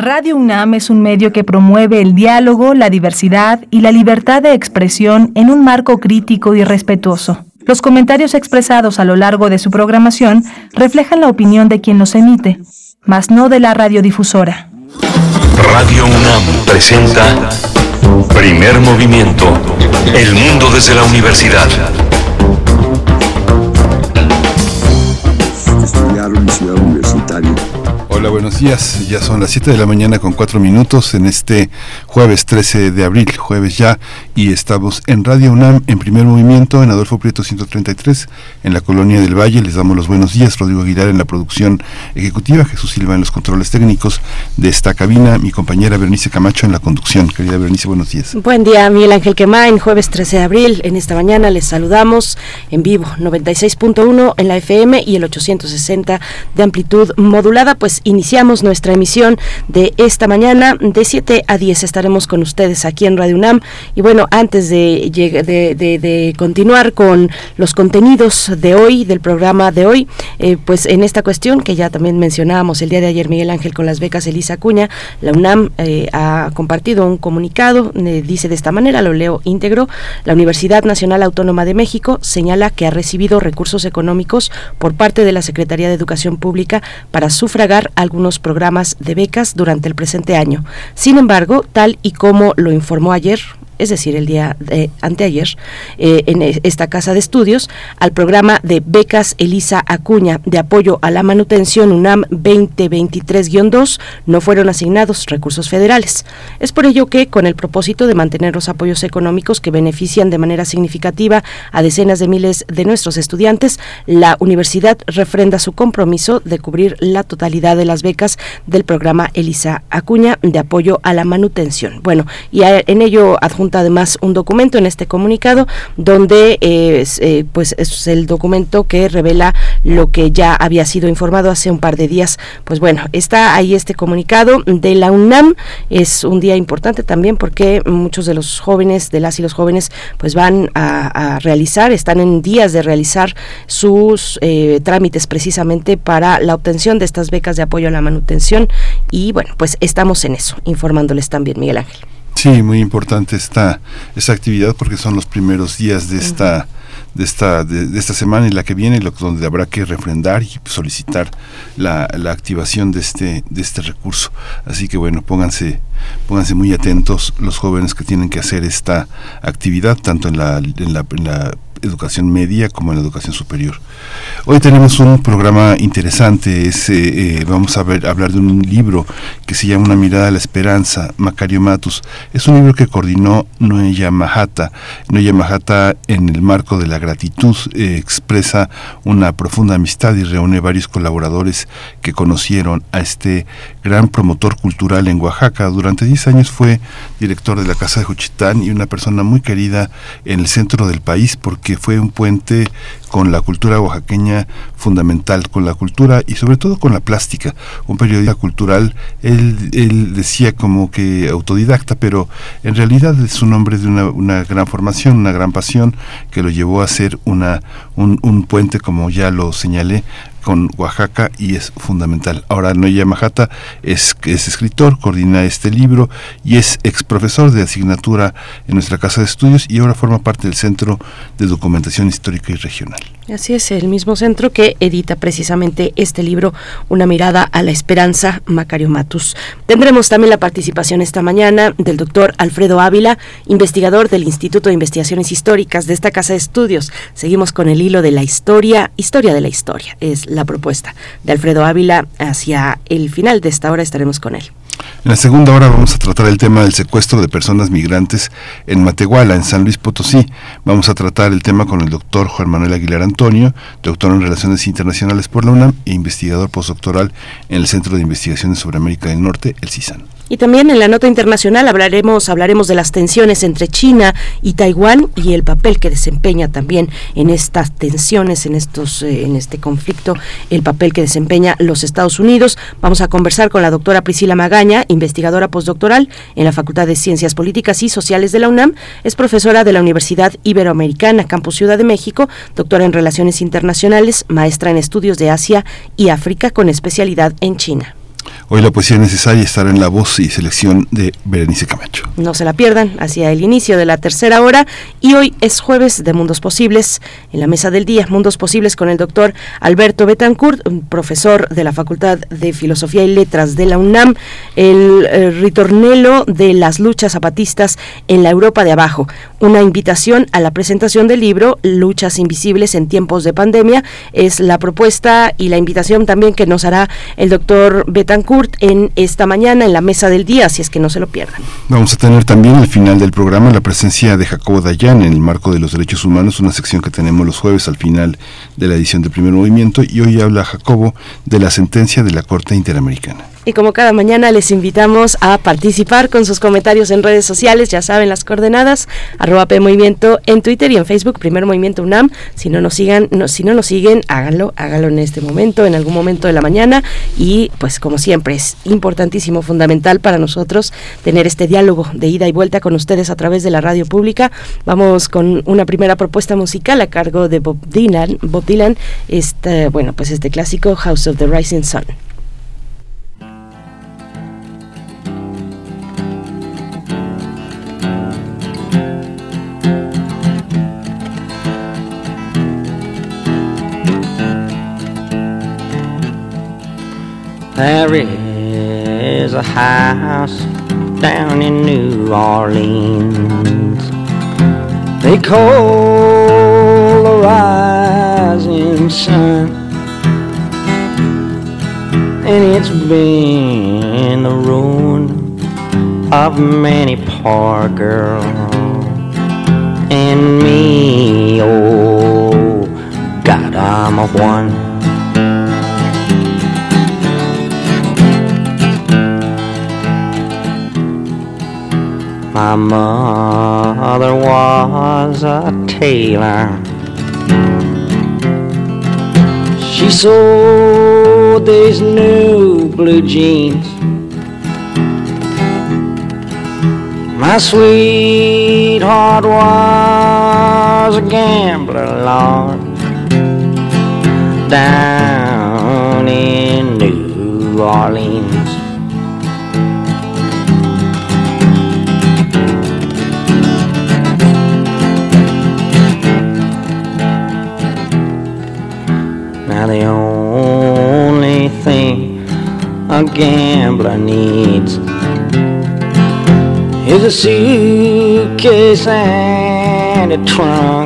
Radio UNAM es un medio que promueve el diálogo, la diversidad y la libertad de expresión en un marco crítico y respetuoso. Los comentarios expresados a lo largo de su programación reflejan la opinión de quien los emite, mas no de la radiodifusora. Radio UNAM presenta Primer Movimiento, el mundo desde la universidad. Estudiar en Ciudad Universitaria. Hola, buenos días. Ya son las 7 de la mañana con 4 minutos en este jueves 13 de abril, jueves ya, y estamos en Radio UNAM en Primer Movimiento, en Adolfo Prieto 133, en la Colonia del Valle. Les damos los buenos días. Rodrigo Aguilar en la producción ejecutiva, Jesús Silva en los controles técnicos de esta cabina, mi compañera Berenice Camacho en la conducción. Querida Berenice, buenos días. Buen día, Miguel Ángel Quemain, jueves 13 de abril. En esta mañana les saludamos en vivo, 96.1 en la FM y el 860 de amplitud modulada. Pues iniciamos nuestra emisión de esta mañana. De 7 a 10 estaremos con ustedes aquí en Radio UNAM. Y bueno, antes de continuar con los contenidos de hoy, del programa de hoy, pues en esta cuestión que ya también mencionábamos el día de ayer, Miguel Ángel, con las becas Elisa Acuña, la UNAM ha compartido un comunicado, dice de esta manera, lo leo íntegro: la Universidad Nacional Autónoma de México señala que ha recibido recursos económicos por parte de la Secretaría de Educación Pública para sufragar algunos programas de becas durante el presente año. Sin embargo, tal y como lo informó ayer, es decir, el día de anteayer, en esta casa de estudios, al programa de becas Elisa Acuña de apoyo a la manutención UNAM 2023-2 no fueron asignados recursos federales. Es por ello que, con el propósito de mantener los apoyos económicos que benefician de manera significativa a decenas de miles de nuestros estudiantes, la universidad refrenda su compromiso de cubrir la totalidad de las becas del programa Elisa Acuña de apoyo a la manutención. Bueno, y en ello adjunta además un documento en este comunicado donde pues es el documento que revela lo que ya había sido informado hace un par de días. Pues bueno, está ahí este comunicado de la UNAM. Es un día importante también porque muchos de los jóvenes, de las y los jóvenes, pues van a realizar, están en días de realizar sus trámites precisamente para la obtención de estas becas de apoyo a la manutención. Y bueno, pues estamos en eso, informándoles también, Miguel Ángel. Sí, muy importante esta actividad porque son los primeros días de esta semana y la que viene, donde habrá que refrendar y solicitar la activación de este recurso. Así que bueno, pónganse muy atentos los jóvenes que tienen que hacer esta actividad, tanto en la educación media como en la educación superior. Hoy tenemos un programa interesante. Vamos a hablar de un libro que se llama Una mirada a la esperanza, Macario Matus. Es un libro que coordinó Noeya Majata. Noeya Majata, en el marco de la gratitud, expresa una profunda amistad y reúne varios colaboradores que conocieron a este gran promotor cultural en Oaxaca. Durante 10 años fue director de la Casa de Juchitán y una persona muy querida en el centro del país porque fue un puente con la cultura oaxaqueña fundamental, con la cultura y sobre todo con la plástica. Un periodista cultural, él decía como que autodidacta, pero en realidad es un hombre de una gran formación, una gran pasión que lo llevó a ser un puente, como ya lo señalé, con Oaxaca, y es fundamental. Ahora Noeya Majata es escritor, coordina este libro y es ex profesor de asignatura en nuestra casa de estudios y ahora forma parte del Centro de Documentación Histórica y Regional. Así es, el mismo centro que edita precisamente este libro, Una mirada a la esperanza, Macario Matus. Tendremos también la participación esta mañana del doctor Alfredo Ávila, investigador del Instituto de Investigaciones Históricas de esta casa de estudios. Seguimos con el hilo de la historia de la historia. Es la propuesta de Alfredo Ávila. Hacia el final de esta hora estaremos con él. En la segunda hora vamos a tratar el tema del secuestro de personas migrantes en Matehuala, en San Luis Potosí. Vamos a tratar el tema con el doctor Juan Manuel Aguilar Antonio, doctor en Relaciones Internacionales por la UNAM e investigador postdoctoral en el Centro de Investigaciones sobre América del Norte, el CISAN. Y también en la nota internacional hablaremos de las tensiones entre China y Taiwán y el papel que desempeña también en estas tensiones, en este conflicto, el papel que desempeña los Estados Unidos. Vamos a conversar con la doctora Priscila Magaña, investigadora postdoctoral en la Facultad de Ciencias Políticas y Sociales de la UNAM, es profesora de la Universidad Iberoamericana, Campus Ciudad de México, doctora en Relaciones Internacionales, maestra en Estudios de Asia y África con especialidad en China. Hoy la poesía necesaria estará en la voz y selección de Berenice Camacho. No se la pierdan, hacia el inicio de la tercera hora, y hoy es jueves de Mundos Posibles. En la mesa del día, Mundos Posibles con el doctor Alberto Betancourt, profesor de la Facultad de Filosofía y Letras de la UNAM, el ritornelo de las luchas zapatistas en la Europa de abajo, una invitación a la presentación del libro Luchas Invisibles en tiempos de pandemia, es la propuesta y la invitación también que nos hará el doctor Betancourt en esta mañana en la mesa del día, así es que no se lo pierdan. Vamos a tener también al final del programa la presencia de Jacobo Dayan en el marco de los derechos humanos, una sección que tenemos los jueves al final de la edición de Primer Movimiento, y hoy habla Jacobo de la sentencia de la Corte Interamericana. Y como cada mañana les invitamos a participar con sus comentarios en redes sociales, ya saben las coordenadas, @PMovimiento en Twitter y en Facebook, Primer Movimiento UNAM. Si no nos siguen, háganlo en este momento, en algún momento de la mañana, y pues como siempre es importantísimo, fundamental para nosotros tener este diálogo de ida y vuelta con ustedes a través de la radio pública. Vamos con una primera propuesta musical a cargo de Bob Dylan, este clásico House of the Rising Sun. There is a house down in New Orleans they call the Rising Sun, and it's been the ruin of many poor girls and me. Oh, God, I'm a one. My mother was a tailor. She sewed these new blue jeans. My sweetheart was a gambler, Lord, down in New Orleans. Now the only thing a gambler needs is a suitcase and a trunk,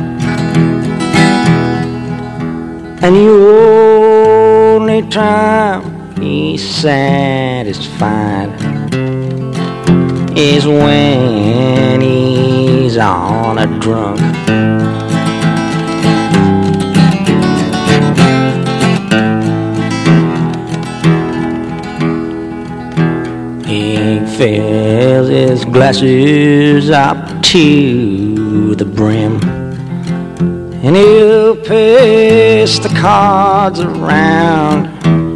and the only time he's satisfied is when he's on a drunk. He fills his glasses up to the brim, and he'll pass the cards around,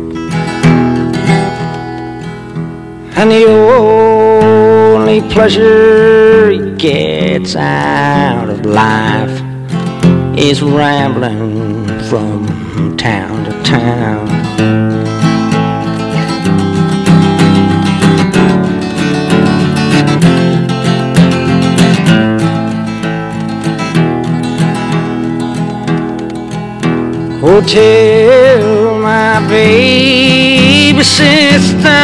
and the only pleasure he gets out of life is rambling from town to town. Oh, tell my baby sister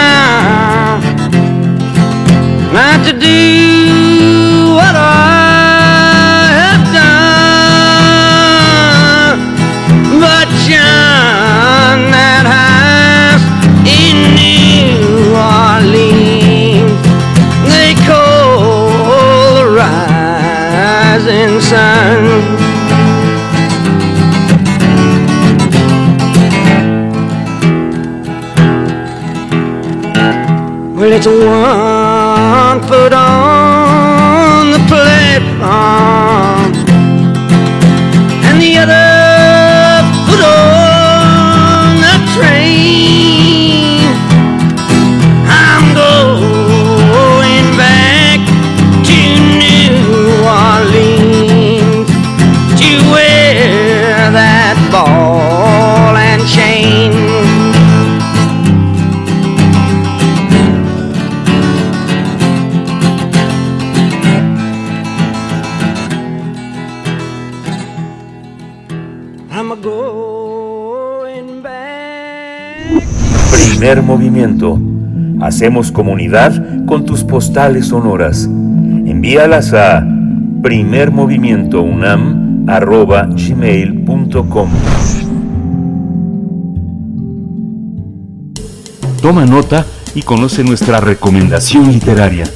not to do what I have done, but John, that house in New Orleans they call the Rising Sun. Well, it's one foot on the platform and the other foot on the train. I'm going back to New Orleans to wear that ball and chain. Primer Movimiento. Hacemos comunidad con tus postales sonoras. Envíalas a primermovimientounam@gmail.com. Toma nota y conoce nuestra recomendación literaria.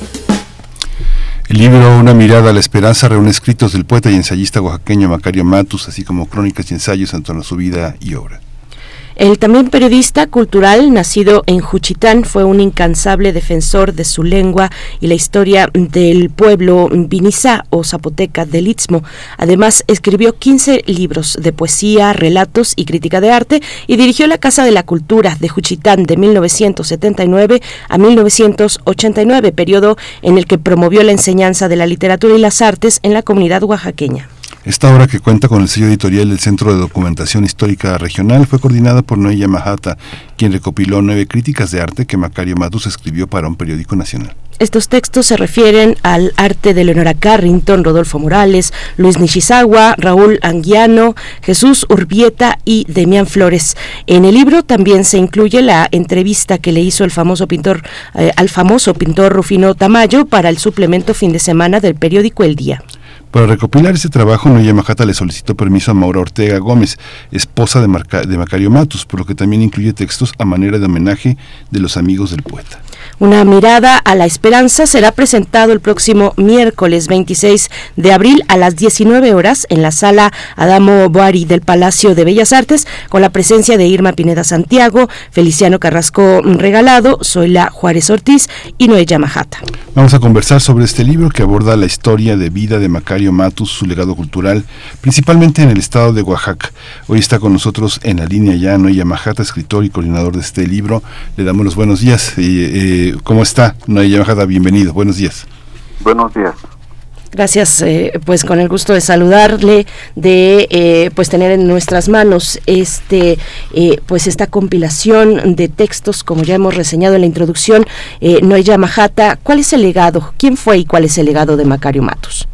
El libro Una mirada a la esperanza reúne escritos del poeta y ensayista oaxaqueño Macario Matus, así como crónicas y ensayos en torno a su vida y obra. El también periodista cultural, nacido en Juchitán, fue un incansable defensor de su lengua y la historia del pueblo vinizá o zapoteca del Istmo. Además, escribió 15 libros de poesía, relatos y crítica de arte y dirigió la Casa de la Cultura de Juchitán de 1979 a 1989, periodo en el que promovió la enseñanza de la literatura y las artes en la comunidad oaxaqueña. Esta obra, que cuenta con el sello editorial del Centro de Documentación Histórica Regional, fue coordinada por Noé Yamahata, quien recopiló 9 críticas de arte que Macario Matus escribió para un periódico nacional. Estos textos se refieren al arte de Leonora Carrington, Rodolfo Morales, Luis Nishizawa, Raúl Anguiano, Jesús Urbieta y Demián Flores. En el libro también se incluye la entrevista que le hizo al famoso pintor Rufino Tamayo para el suplemento fin de semana del periódico El Día. Para recopilar este trabajo, Noé Yamahata le solicitó permiso a Maura Ortega Gómez, esposa de Macario Matus, por lo que también incluye textos a manera de homenaje de los amigos del poeta. Una mirada a la esperanza será presentado el próximo miércoles 26 de abril a las 19 horas en la sala Adamo Boari del Palacio de Bellas Artes, con la presencia de Irma Pineda Santiago, Feliciano Carrasco Regalado, Zoila Juárez Ortiz y Noé Yamahata. Vamos a conversar sobre este libro que aborda la historia de vida de Macario Matus, su legado cultural, principalmente en el estado de Oaxaca. Hoy está con nosotros en la línea ya Noé Yamahata, escritor y coordinador de este libro. Le damos los buenos días. ¿Cómo está, Noé Yamahata? Bienvenido. Buenos días. Buenos días. Gracias, pues con el gusto de saludarle, de pues tener en nuestras manos pues esta compilación de textos, como ya hemos reseñado en la introducción. Noé Yamahata, ¿cuál es el legado? ¿Quién fue y cuál es el legado de Macario Matus?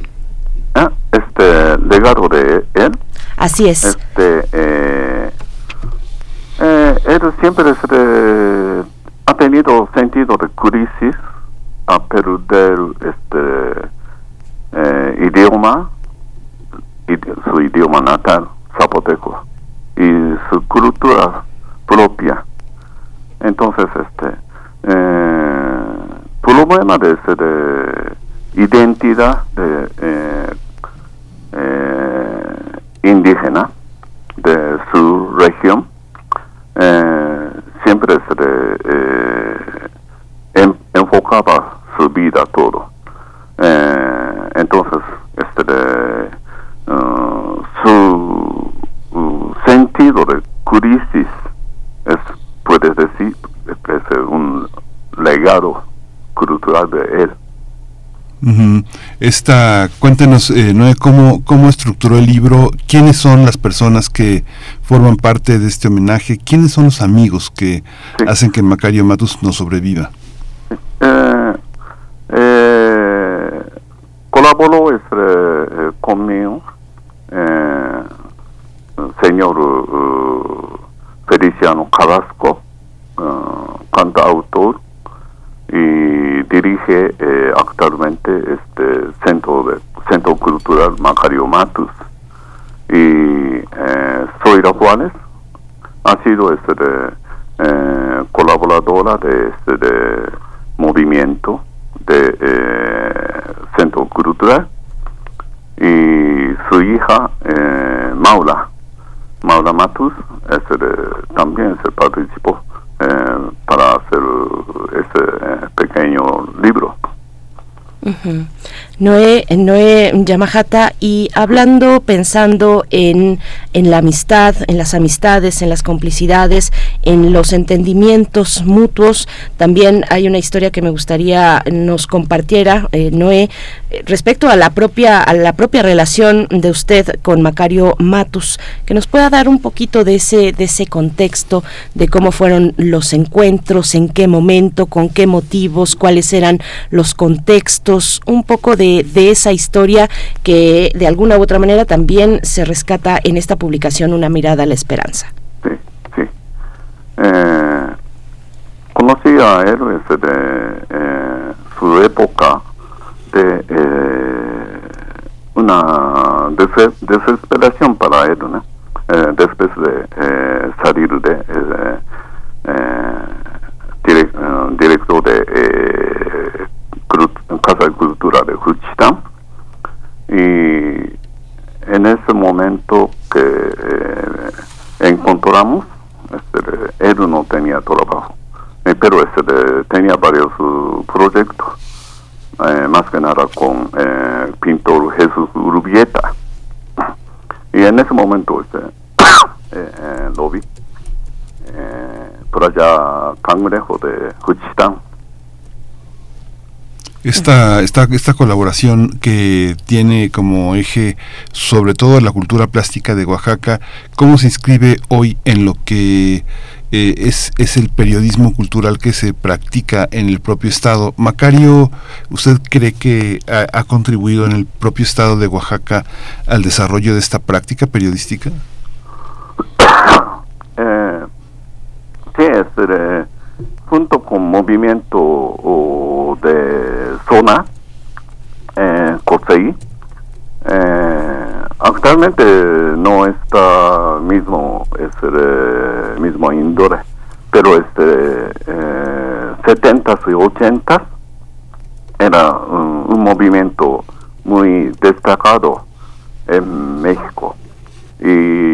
Legado de él. Así es. Él siempre ha tenido sentido de crisis, a perder idioma, su idioma natal, zapoteco, y su cultura propia. Entonces, problema de identidad indígena de su región, siempre enfocaba su vida todo. Entonces, su sentido de crisis puedes decir, es un legado cultural de él. Uh-huh. Cuéntenos, Noé, ¿cómo estructuró el libro? ¿Quiénes son las personas que forman parte de este homenaje? ¿Quiénes son los amigos que hacen que Macario Matus no sobreviva? Colaboró conmigo señor Feliciano Carrasco, cantautor, y dirige actualmente Centro Cultural Macario Matus. Y Zoila Juárez ha sido colaboradora de movimiento de Centro Cultural, y su hija Maura Matus también se participó para hacer ese pequeño libro. Uh-huh. Noé Yamahata, y pensando en la amistad, en las amistades, en las complicidades, en los entendimientos mutuos, también hay una historia que me gustaría nos compartiera, Noé, respecto a la propia relación de usted con Macario Matus, que nos pueda dar un poquito de ese contexto, de cómo fueron los encuentros, en qué momento, con qué motivos, cuáles eran los contextos, un poco de esa historia que de alguna u otra manera también se rescata en esta publicación, Una mirada a la esperanza. Sí. conocí a él su época de una desesperación para él, ¿no? Después de salir de director de Casa de Cultura de Juchitán, y en ese momento que encontramos, él no tenía trabajo, pero tenía varios proyectos, más que nada con pintor Jesús Urbieta, y en ese momento lo vi por allá Cangrejo de Juchitán. Esta colaboración que tiene como eje sobre todo la cultura plástica de Oaxaca, ¿cómo se inscribe hoy en lo que es el periodismo cultural que se practica en el propio estado? Macario, ¿usted cree que ha contribuido en el propio estado de Oaxaca al desarrollo de esta práctica periodística? Sí, junto con movimiento de zona, COSEI, actualmente no está mismo índole, pero 70s y 80s era un movimiento muy destacado en México, y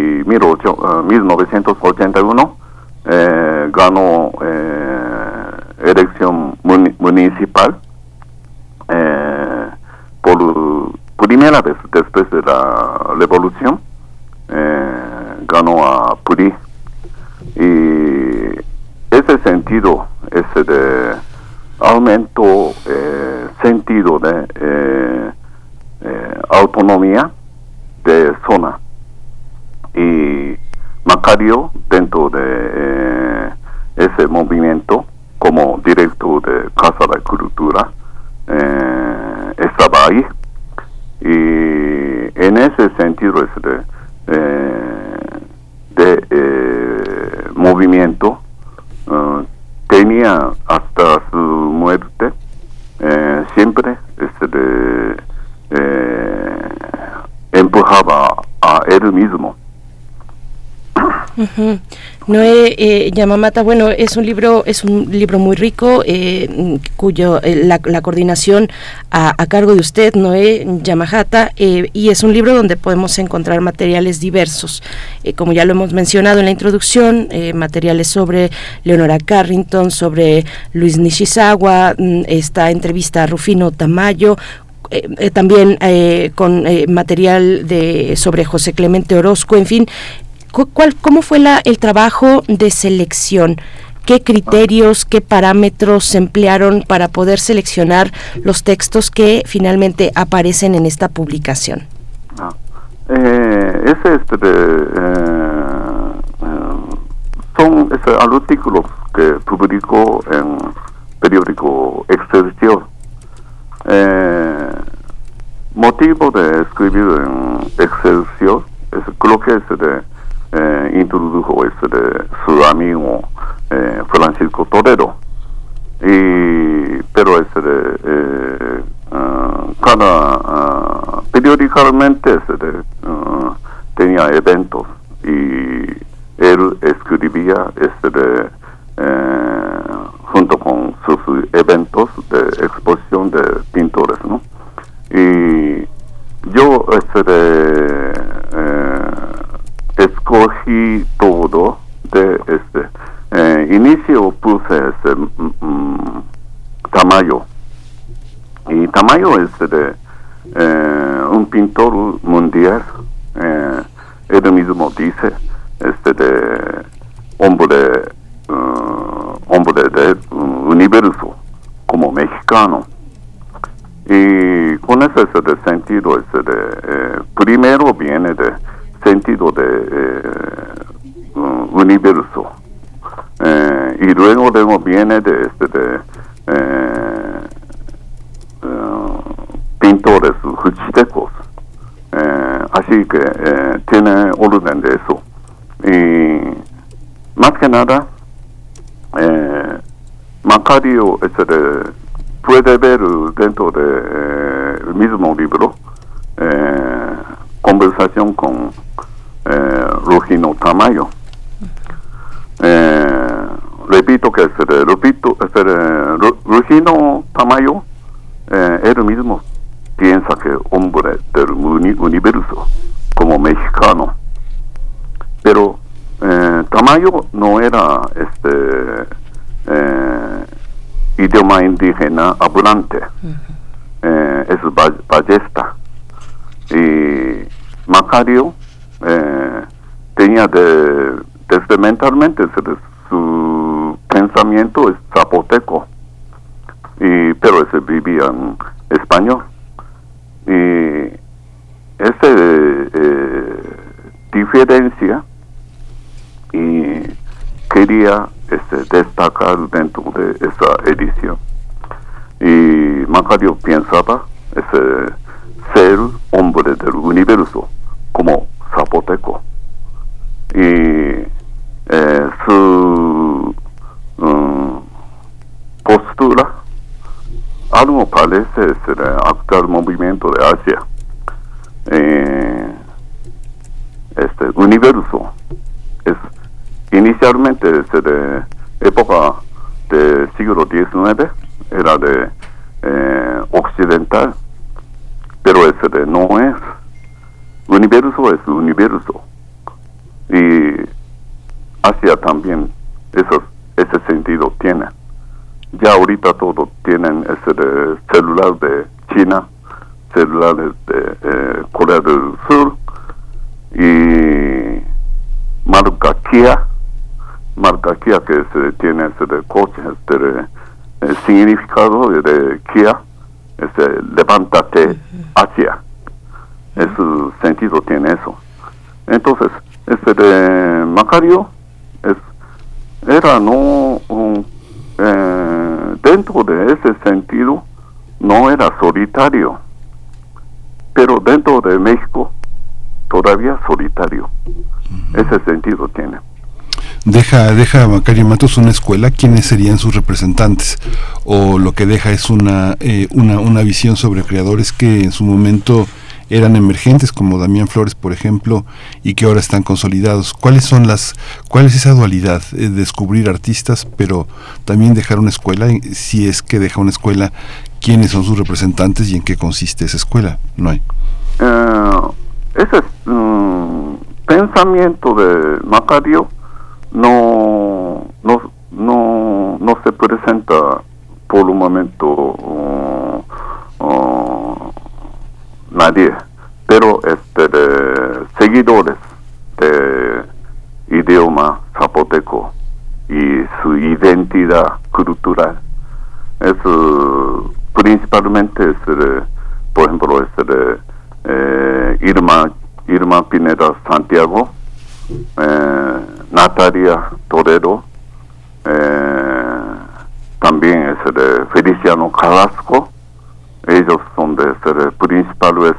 1981 ganó elección municipal por primera vez después de la revolución, ganó a PRI, y ese sentido, de aumento sentido de autonomía de zona, y Macario dentro de ese movimiento como director de Casa de Cultura estaba ahí, y en ese sentido de movimiento tenía hasta su muerte siempre empujaba a él mismo. Uh-huh. Noé Yamamata, bueno, es un libro muy rico, cuyo la coordinación a cargo de usted, Noé Yamamata, y es un libro donde podemos encontrar materiales diversos, como ya lo hemos mencionado en la introducción, materiales sobre Leonora Carrington, sobre Luis Nishizawa, esta entrevista a Rufino Tamayo, también con material sobre José Clemente Orozco, en fin. ¿Cómo fue el trabajo de selección? ¿Qué criterios, qué parámetros se emplearon para poder seleccionar los textos que finalmente aparecen en esta publicación? Son artículos que publicó en periódico Excelsior. Motivo de escribir en Excelsior creo que introdujo de su amigo Francisco Torero, pero periódicamente tenía eventos, y él escribía junto con sus eventos de exposición de pintores, ¿no? Y yo escogí todo de inicio puse Tamayo, y Tamayo es un pintor mundial, él mismo dice hombre del universo como mexicano, y con ese sentido primero viene de sentido de universo, y luego viene de pintores juchitecos, así que tiene orden de eso, y más que nada Macario puede ver dentro del mismo libro conversación con Rugino Tamayo. Repito que Rugino Tamayo él mismo piensa que hombre del universo como mexicano, pero Tamayo no era idioma indígena hablante, es ballesta, y Macario tenía desde mentalmente su pensamiento es zapoteco, pero ese vivía en español, y esa diferencia y quería destacar dentro de esa edición, y Macario pensaba ser hombre del universo como zapoteco, y su postura algo parece ser el actual movimiento de Asia. Universo es inicialmente de época del siglo XIX, era de occidental, pero no es. Universo es universo, y Asia también ese sentido tiene. Ya ahorita todos tienen celular de China, celulares de Corea del Sur, y marca Kia que tiene coches el significado de Kia levántate hacia, ese sentido tiene eso. Entonces Macario era dentro de ese sentido no era solitario, pero dentro de México todavía solitario. Ese sentido tiene. Deja Macario Matos una escuela. ¿Quiénes serían sus representantes? O lo que deja es una visión sobre creadores que en su momento eran emergentes, como Damián Flores, por ejemplo, y que ahora están consolidados. ¿Cuál es esa dualidad? Descubrir artistas, pero también dejar una escuela. Si es que deja una escuela, ¿quiénes son sus representantes y en qué consiste esa escuela? No hay. Ese pensamiento de Macario no se presenta por un momento nadie, pero seguidores de idioma zapoteco y su identidad cultural es principalmente por ejemplo Irma Pineda Santiago, Natalia Torero, también Feliciano Carrasco. Ellos son principales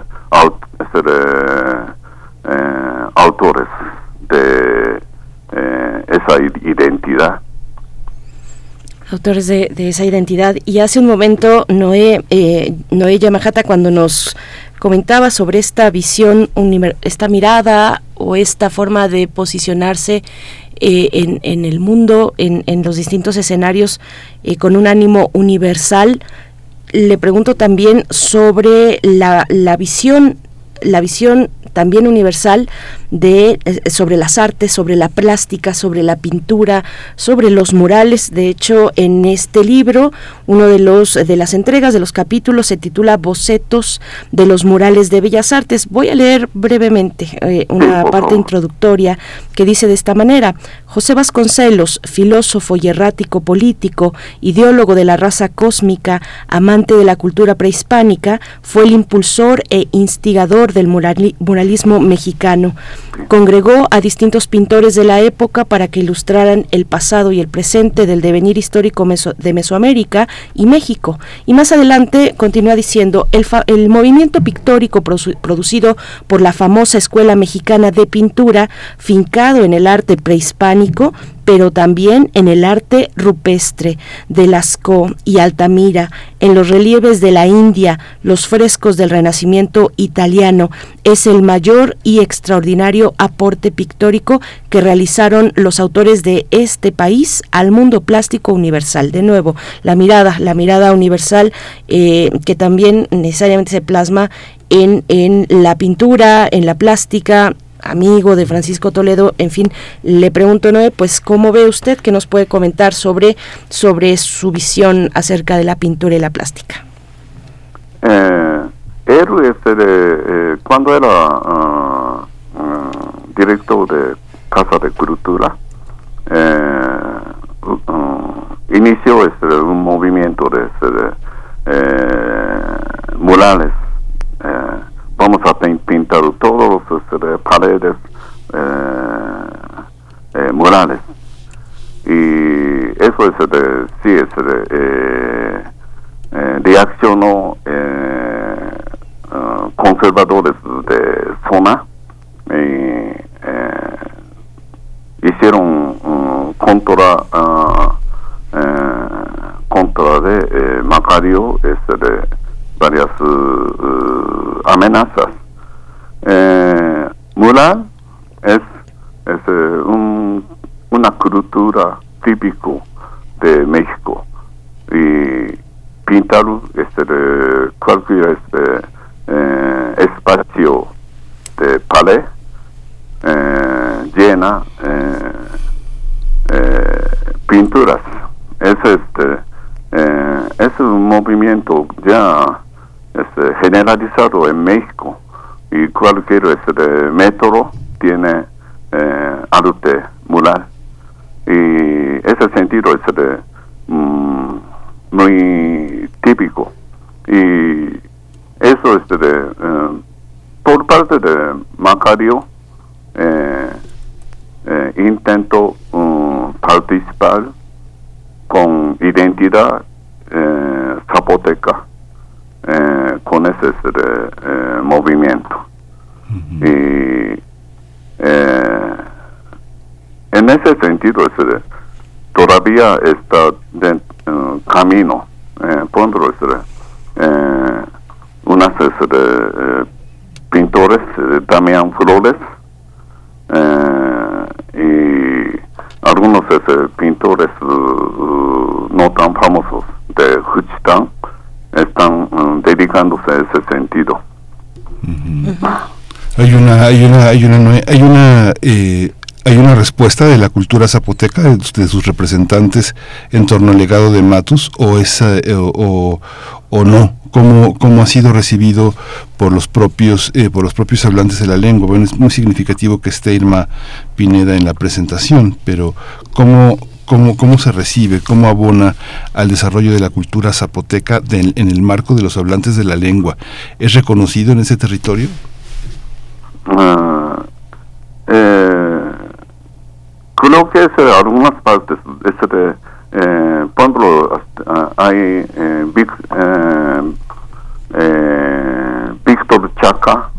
autores de esa identidad. Autores de esa identidad. Y hace un momento Noé Yamahata, cuando nos comentaba sobre esta visión, esta mirada o esta forma de posicionarse en el mundo, en los distintos escenarios, con un ánimo universal, le pregunto también sobre la visión también universal sobre las artes, sobre la plástica, sobre la pintura, sobre los murales. De hecho, en este libro, uno de las entregas de los capítulos se titula Bocetos de los murales de Bellas Artes. Voy a leer brevemente una parte introductoria que dice de esta manera: José Vasconcelos, filósofo y errático político, ideólogo de la raza cósmica, amante de la cultura prehispánica, fue el impulsor e instigador del muralismo mexicano. Congregó a distintos pintores de la época para que ilustraran el pasado y el presente del devenir histórico de Mesoamérica y México. Y más adelante continúa diciendo: el movimiento pictórico producido por la famosa Escuela Mexicana de Pintura, fincado en el arte prehispánico, pero también en el arte rupestre de Lascaux y Altamira, en los relieves de la India, los frescos del Renacimiento italiano. Es el mayor y extraordinario aporte pictórico que realizaron los autores de este país al mundo plástico universal. De nuevo, la mirada universal que también necesariamente se plasma en la pintura, en la plástica. Amigo de Francisco Toledo, en fin, le pregunto, Noé, pues ¿cómo ve usted? ¿Qué nos puede comentar sobre su visión acerca de la pintura y la plástica? Él, cuando era director de Casa de Cultura, inició un movimiento de murales. Vamos a pintar todos los paredes murales, y eso reaccionó conservadores de zona, hicieron contra de Macario varias amenazas. Mural es una cultura típico de México, y pintar cualquier espacio de pared llena pinturas. Es un movimiento ya generalizado en México, y cualquier método tiene arte mural, y ese sentido es muy típico, y eso por parte de Macario intento participar con identidad zapoteca con ese movimiento. Y en ese sentido todavía está camino. Por ejemplo, unas pintores, Damián Flores, y algunos pintores no tan famosos de Juchitán están dedicándose a ese sentido. Hay una respuesta de la cultura zapoteca, de sus representantes, en torno al legado de Matus, o no. ¿Cómo ha sido recibido por los propios hablantes de la lengua? Bueno, es muy significativo que esté Irma Pineda en la presentación, pero ¿cómo se recibe? ¿Cómo abona al desarrollo de la cultura zapoteca en el marco de los hablantes de la lengua? ¿Es reconocido en ese territorio? Creo que algunas partes, por ejemplo, hay Víctor Chaca,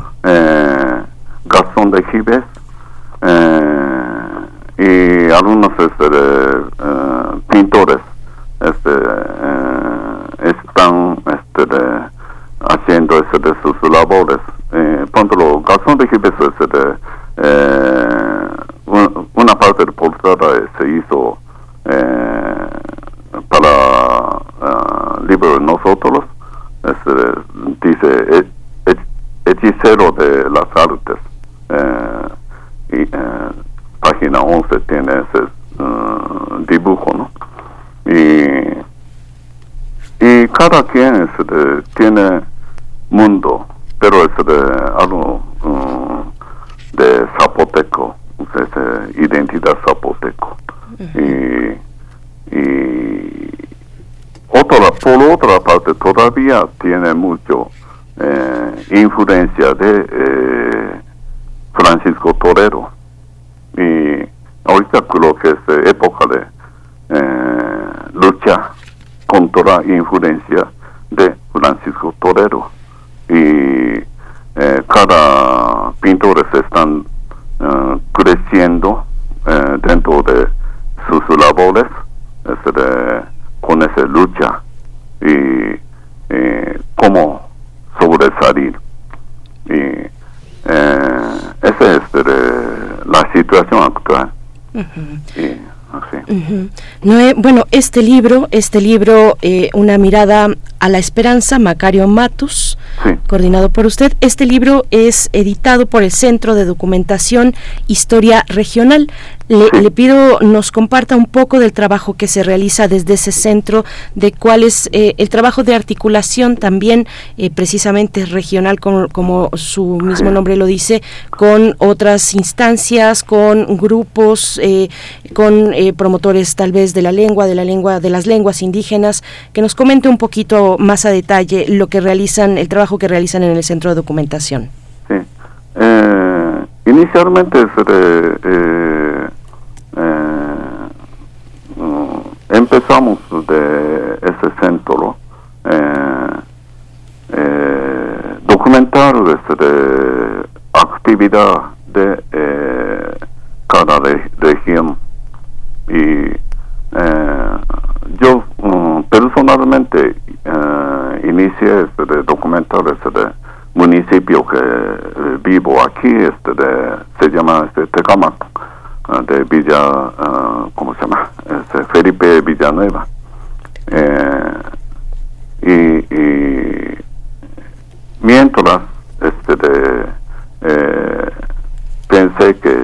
Gastón de Gives, y algunos pintores están haciendo sus labores. Por ejemplo, Gastón de Gives una parte de portada se hizo para libro de nosotros, dice hechicero de las artes, y página 11 tiene ese dibujo, ¿no? Y cada quien tiene mundo, pero es algo de zapoteco, identidad zapoteco. Por otra parte, todavía tiene mucho influencia de Francisco Torero, y ahorita creo que es época de lucha contra la influencia de Francisco Torero, y cada pintores están creciendo dentro de lucha y cómo sobresalir. Y esa es la situación actual. Y, así. Noé, bueno, este libro, Una mirada a la esperanza, Macario Matus, coordinado por usted. Este libro es editado por el Centro de Documentación Historia Regional. Le pido nos comparta un poco del trabajo que se realiza desde ese centro, de cuál es el trabajo de articulación también, precisamente regional, como su mismo nombre lo dice, con otras instancias, con grupos, con promotores tal vez de las lenguas indígenas, que nos comente un poquito más a detalle el trabajo que realizan en el Centro de Documentación. Sí. Inicialmente empezamos de ese centro documentar actividad de cada región, y yo personalmente inicié de documentar municipio que vivo aquí, se llama Tecámac, de Villa, ¿cómo se llama? Felipe Villanueva. Y mientras pensé que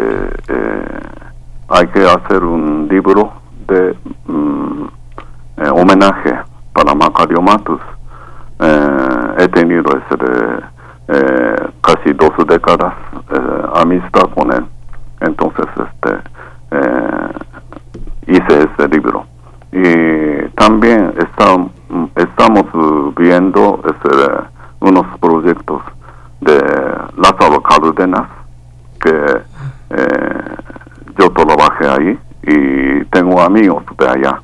hay que hacer un libro de homenaje para Macario Matus. He tenido casi 2 décadas amistad con él. Entonces hice este libro, y también estamos viendo unos proyectos de Lázaro Cárdenas, que yo trabajé ahí y tengo amigos de allá.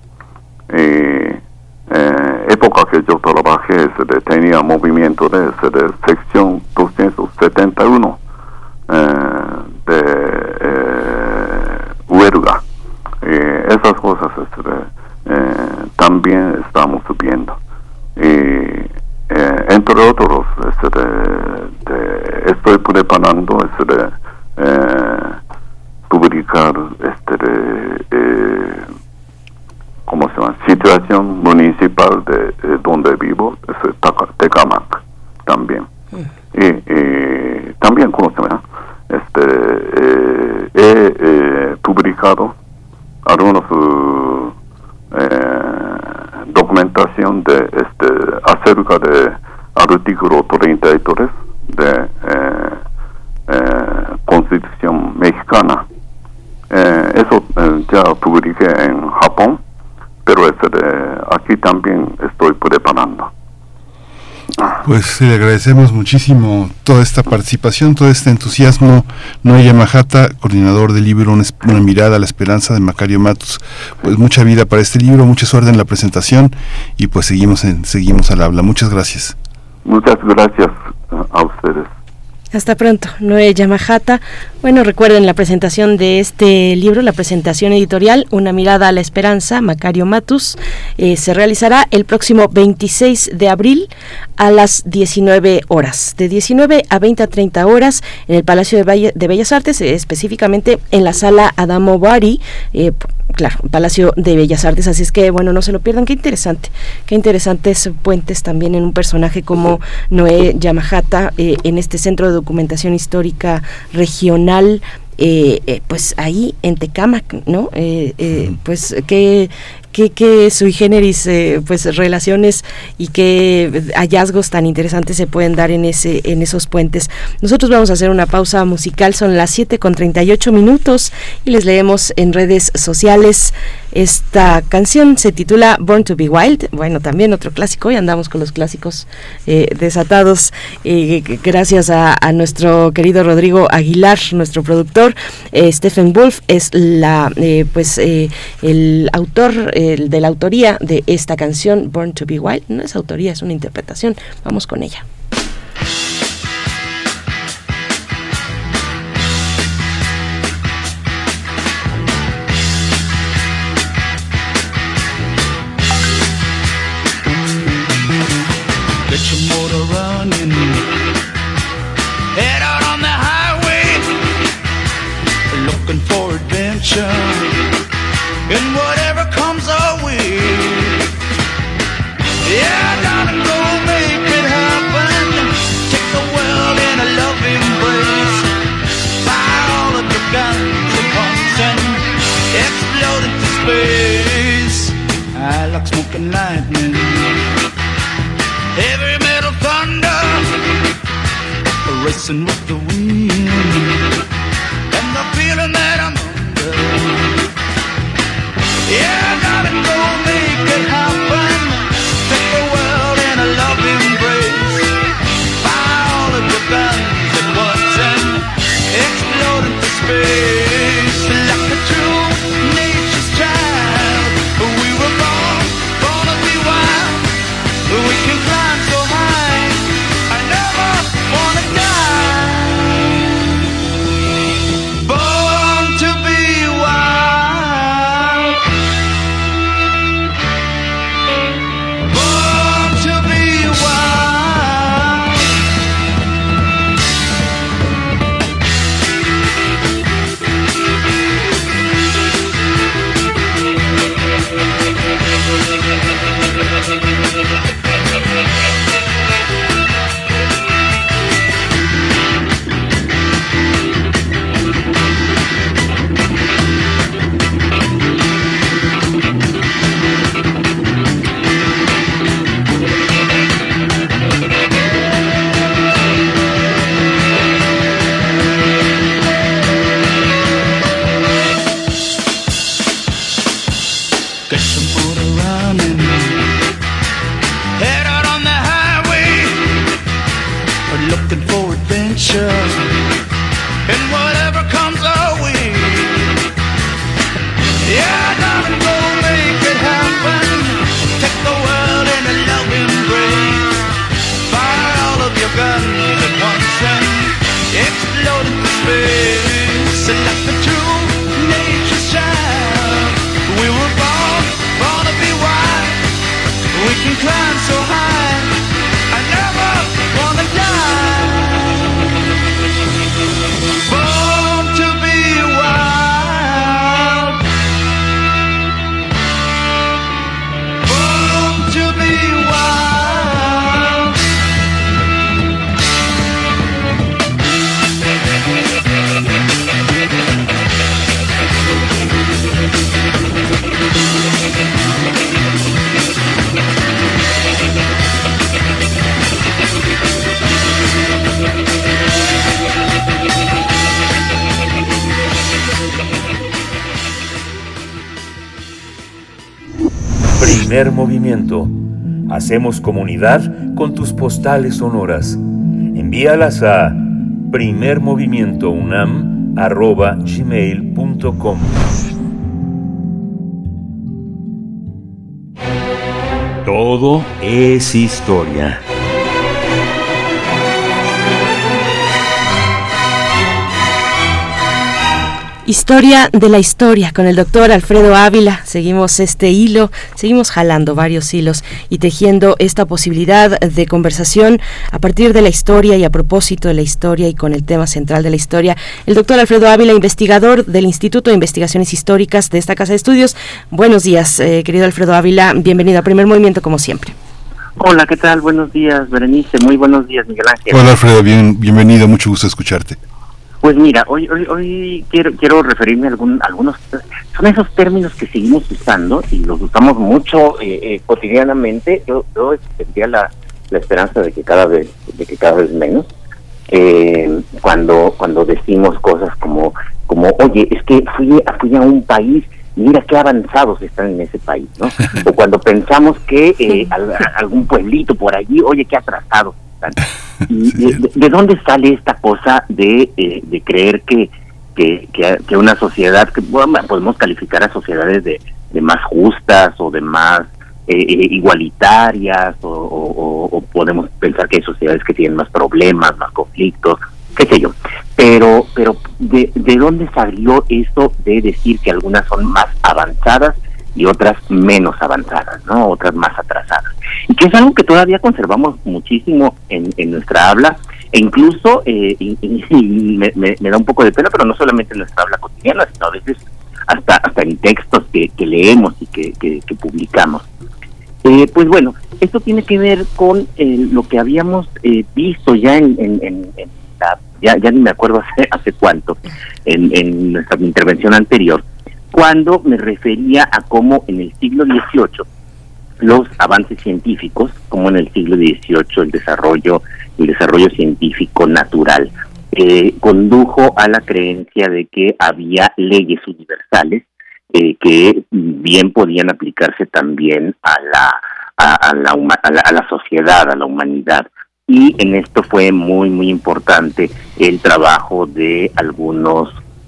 Época que yo trabajé tenía movimiento de sección 271 de huelga. Esas cosas también estamos viendo. Entre otros, estoy preparando publicar ¿cómo se llama? Situación municipal de donde vivo, Tecámac también. Y también, ¿cómo se llama? He publicado algunos documentación de acerca de artículo 33 de Constitución Mexicana. Eso ya publiqué en Japón, pero aquí también estoy preparando. Pues le agradecemos muchísimo toda esta participación, todo este entusiasmo. Noé Yamagata, coordinador del libro Una mirada a la esperanza, de Macario Matus. Pues mucha vida para este libro, mucha suerte en la presentación, y pues seguimos al habla. Muchas gracias. Muchas gracias a ustedes. Hasta pronto, Noé Yamagata. Bueno, recuerden la presentación de este libro, la presentación editorial, Una mirada a la esperanza, Macario Matus, se realizará el próximo 26 de abril a las 19 horas, de 19 a 20 a 30 horas, en el Palacio de Bellas Artes, específicamente en la sala Adamo Bari, claro, Palacio de Bellas Artes. Así es que, bueno, no se lo pierdan. Qué interesantes puentes también en un personaje como Noé Yamagata, en este Centro de Documentación Histórica Regional, pues ahí en Tecámac, ¿no? Pues que sui generis, pues relaciones y qué hallazgos tan interesantes se pueden dar en esos puentes. Nosotros vamos a hacer una pausa musical, son las 7:38 y les leemos en redes sociales. Esta canción se titula Born to be Wild. Bueno, también otro clásico, y andamos con los clásicos desatados, gracias a nuestro querido Rodrigo Aguilar, nuestro productor. Stephen Wolf es el autor de la autoría de esta canción, Born to be Wild. No es autoría, es una interpretación. Vamos con ella. lightning, heavy metal thunder, racing with the wind, and the feeling that I'm under. Yeah, darling, go make it happen. Take the world in a loving embrace. Fire all of your guns at once and explode into space. Like a true nature's child, we were born to be wild. We can climb so high, I never wanna die. Born to be wild. Born to be wild. Get some motor running, head out on the highway, looking for adventure, and whatever comes our way. Yeah, darling, go make it happen. Take the world in a loving embrace. Fire all of your guns at once and explode into space. Like the true nature's child, we were born to be wild. We can climb so high, I never wanna die. Born to be wild. Born to be wild. Primer movimiento. Hacemos comunidad con tus postales sonoras. Envíalas a primermovimientounam@gmail.com. Todo es historia. Historia de la historia con el doctor Alfredo Ávila. Seguimos este hilo, seguimos jalando varios hilos y tejiendo esta posibilidad de conversación a partir de la historia y a propósito de la historia y con el tema central de la historia. El doctor Alfredo Ávila, investigador del Instituto de Investigaciones Históricas de esta Casa de Estudios. Buenos días, querido Alfredo Ávila. Bienvenido a Primer Movimiento, como siempre. Hola, ¿qué tal? Buenos días, Berenice. Muy buenos días, Miguel Ángel. Hola, Alfredo. Bienvenido. Mucho gusto escucharte. Pues mira, hoy quiero referirme a algunos, son esos términos que seguimos usando y los usamos mucho cotidianamente. Yo tendría la esperanza de que cada vez menos, cuando decimos cosas como oye, es que fui a un país, mira qué avanzados están en ese país, ¿no? O cuando pensamos que algún pueblito por allí, oye, qué atrasados están. ¿Y de dónde sale esta cosa de creer que una sociedad, que podemos calificar a sociedades de más justas o de más igualitarias, o podemos pensar que hay sociedades que tienen más problemas, más conflictos, qué sé yo, pero ¿de dónde salió eso de decir que algunas son más avanzadas y otras menos avanzadas, ¿no? Otras más atrasadas? Y que es algo que todavía conservamos muchísimo en nuestra habla, e incluso me da un poco de pena, pero no solamente en nuestra habla cotidiana, sino a veces hasta en textos que leemos y que publicamos. Pues bueno, esto tiene que ver con lo que habíamos visto ya ya ni me acuerdo hace cuánto, en nuestra intervención anterior, cuando me refería a cómo en el siglo XVIII los avances científicos, como en el siglo XVIII el desarrollo científico natural, condujo a la creencia de que había leyes universales que bien podían aplicarse también a la sociedad, a la humanidad. Y en esto fue muy, muy importante el trabajo de algunos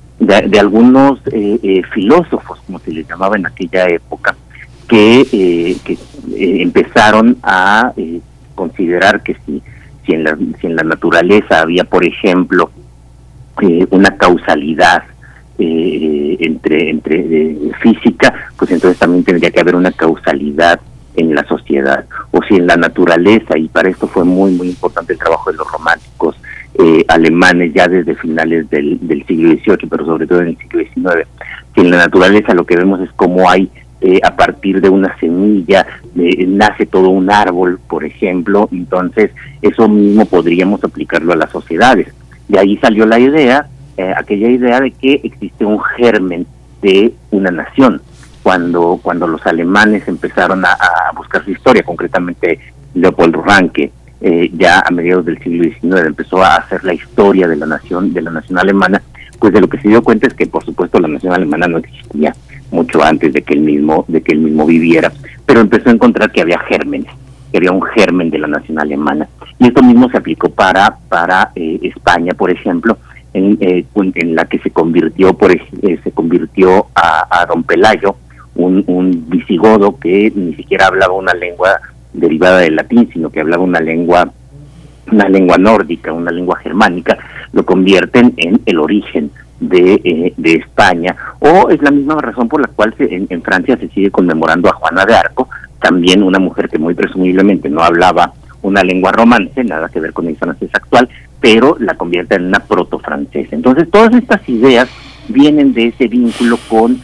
filósofos, como se les llamaba en aquella época, que empezaron a considerar que si en la naturaleza había, por ejemplo, una causalidad entre física, pues entonces también tendría que haber una causalidad en la sociedad. O si en la naturaleza, y para esto fue muy, muy importante el trabajo de los románticos alemanes ya desde finales del siglo XVIII, pero sobre todo en el siglo XIX, si en la naturaleza lo que vemos es cómo hay a partir de una semilla nace todo un árbol, por ejemplo, entonces eso mismo podríamos aplicarlo a las sociedades. De ahí salió la idea, aquella idea de que existe un germen de una nación. Cuando los alemanes empezaron a buscar su historia, concretamente Leopold Ranke, ya a mediados del siglo XIX empezó a hacer la historia de la nación alemana, pues de lo que se dio cuenta es que por supuesto la nación alemana no existía mucho antes de que él mismo viviera, pero empezó a encontrar que había gérmenes, que había un germen de la nación alemana, y esto mismo se aplicó para España, por ejemplo, en la que se convirtió a don Pelayo, un visigodo que ni siquiera hablaba una lengua derivada del latín, sino que hablaba una lengua nórdica, una lengua germánica, lo convierten en el origen de España. O es la misma razón por la cual en Francia se sigue conmemorando a Juana de Arco, también una mujer que muy presumiblemente no hablaba una lengua romance, nada que ver con el francés actual, pero la convierte en una proto-francesa. Entonces todas estas ideas vienen de ese vínculo con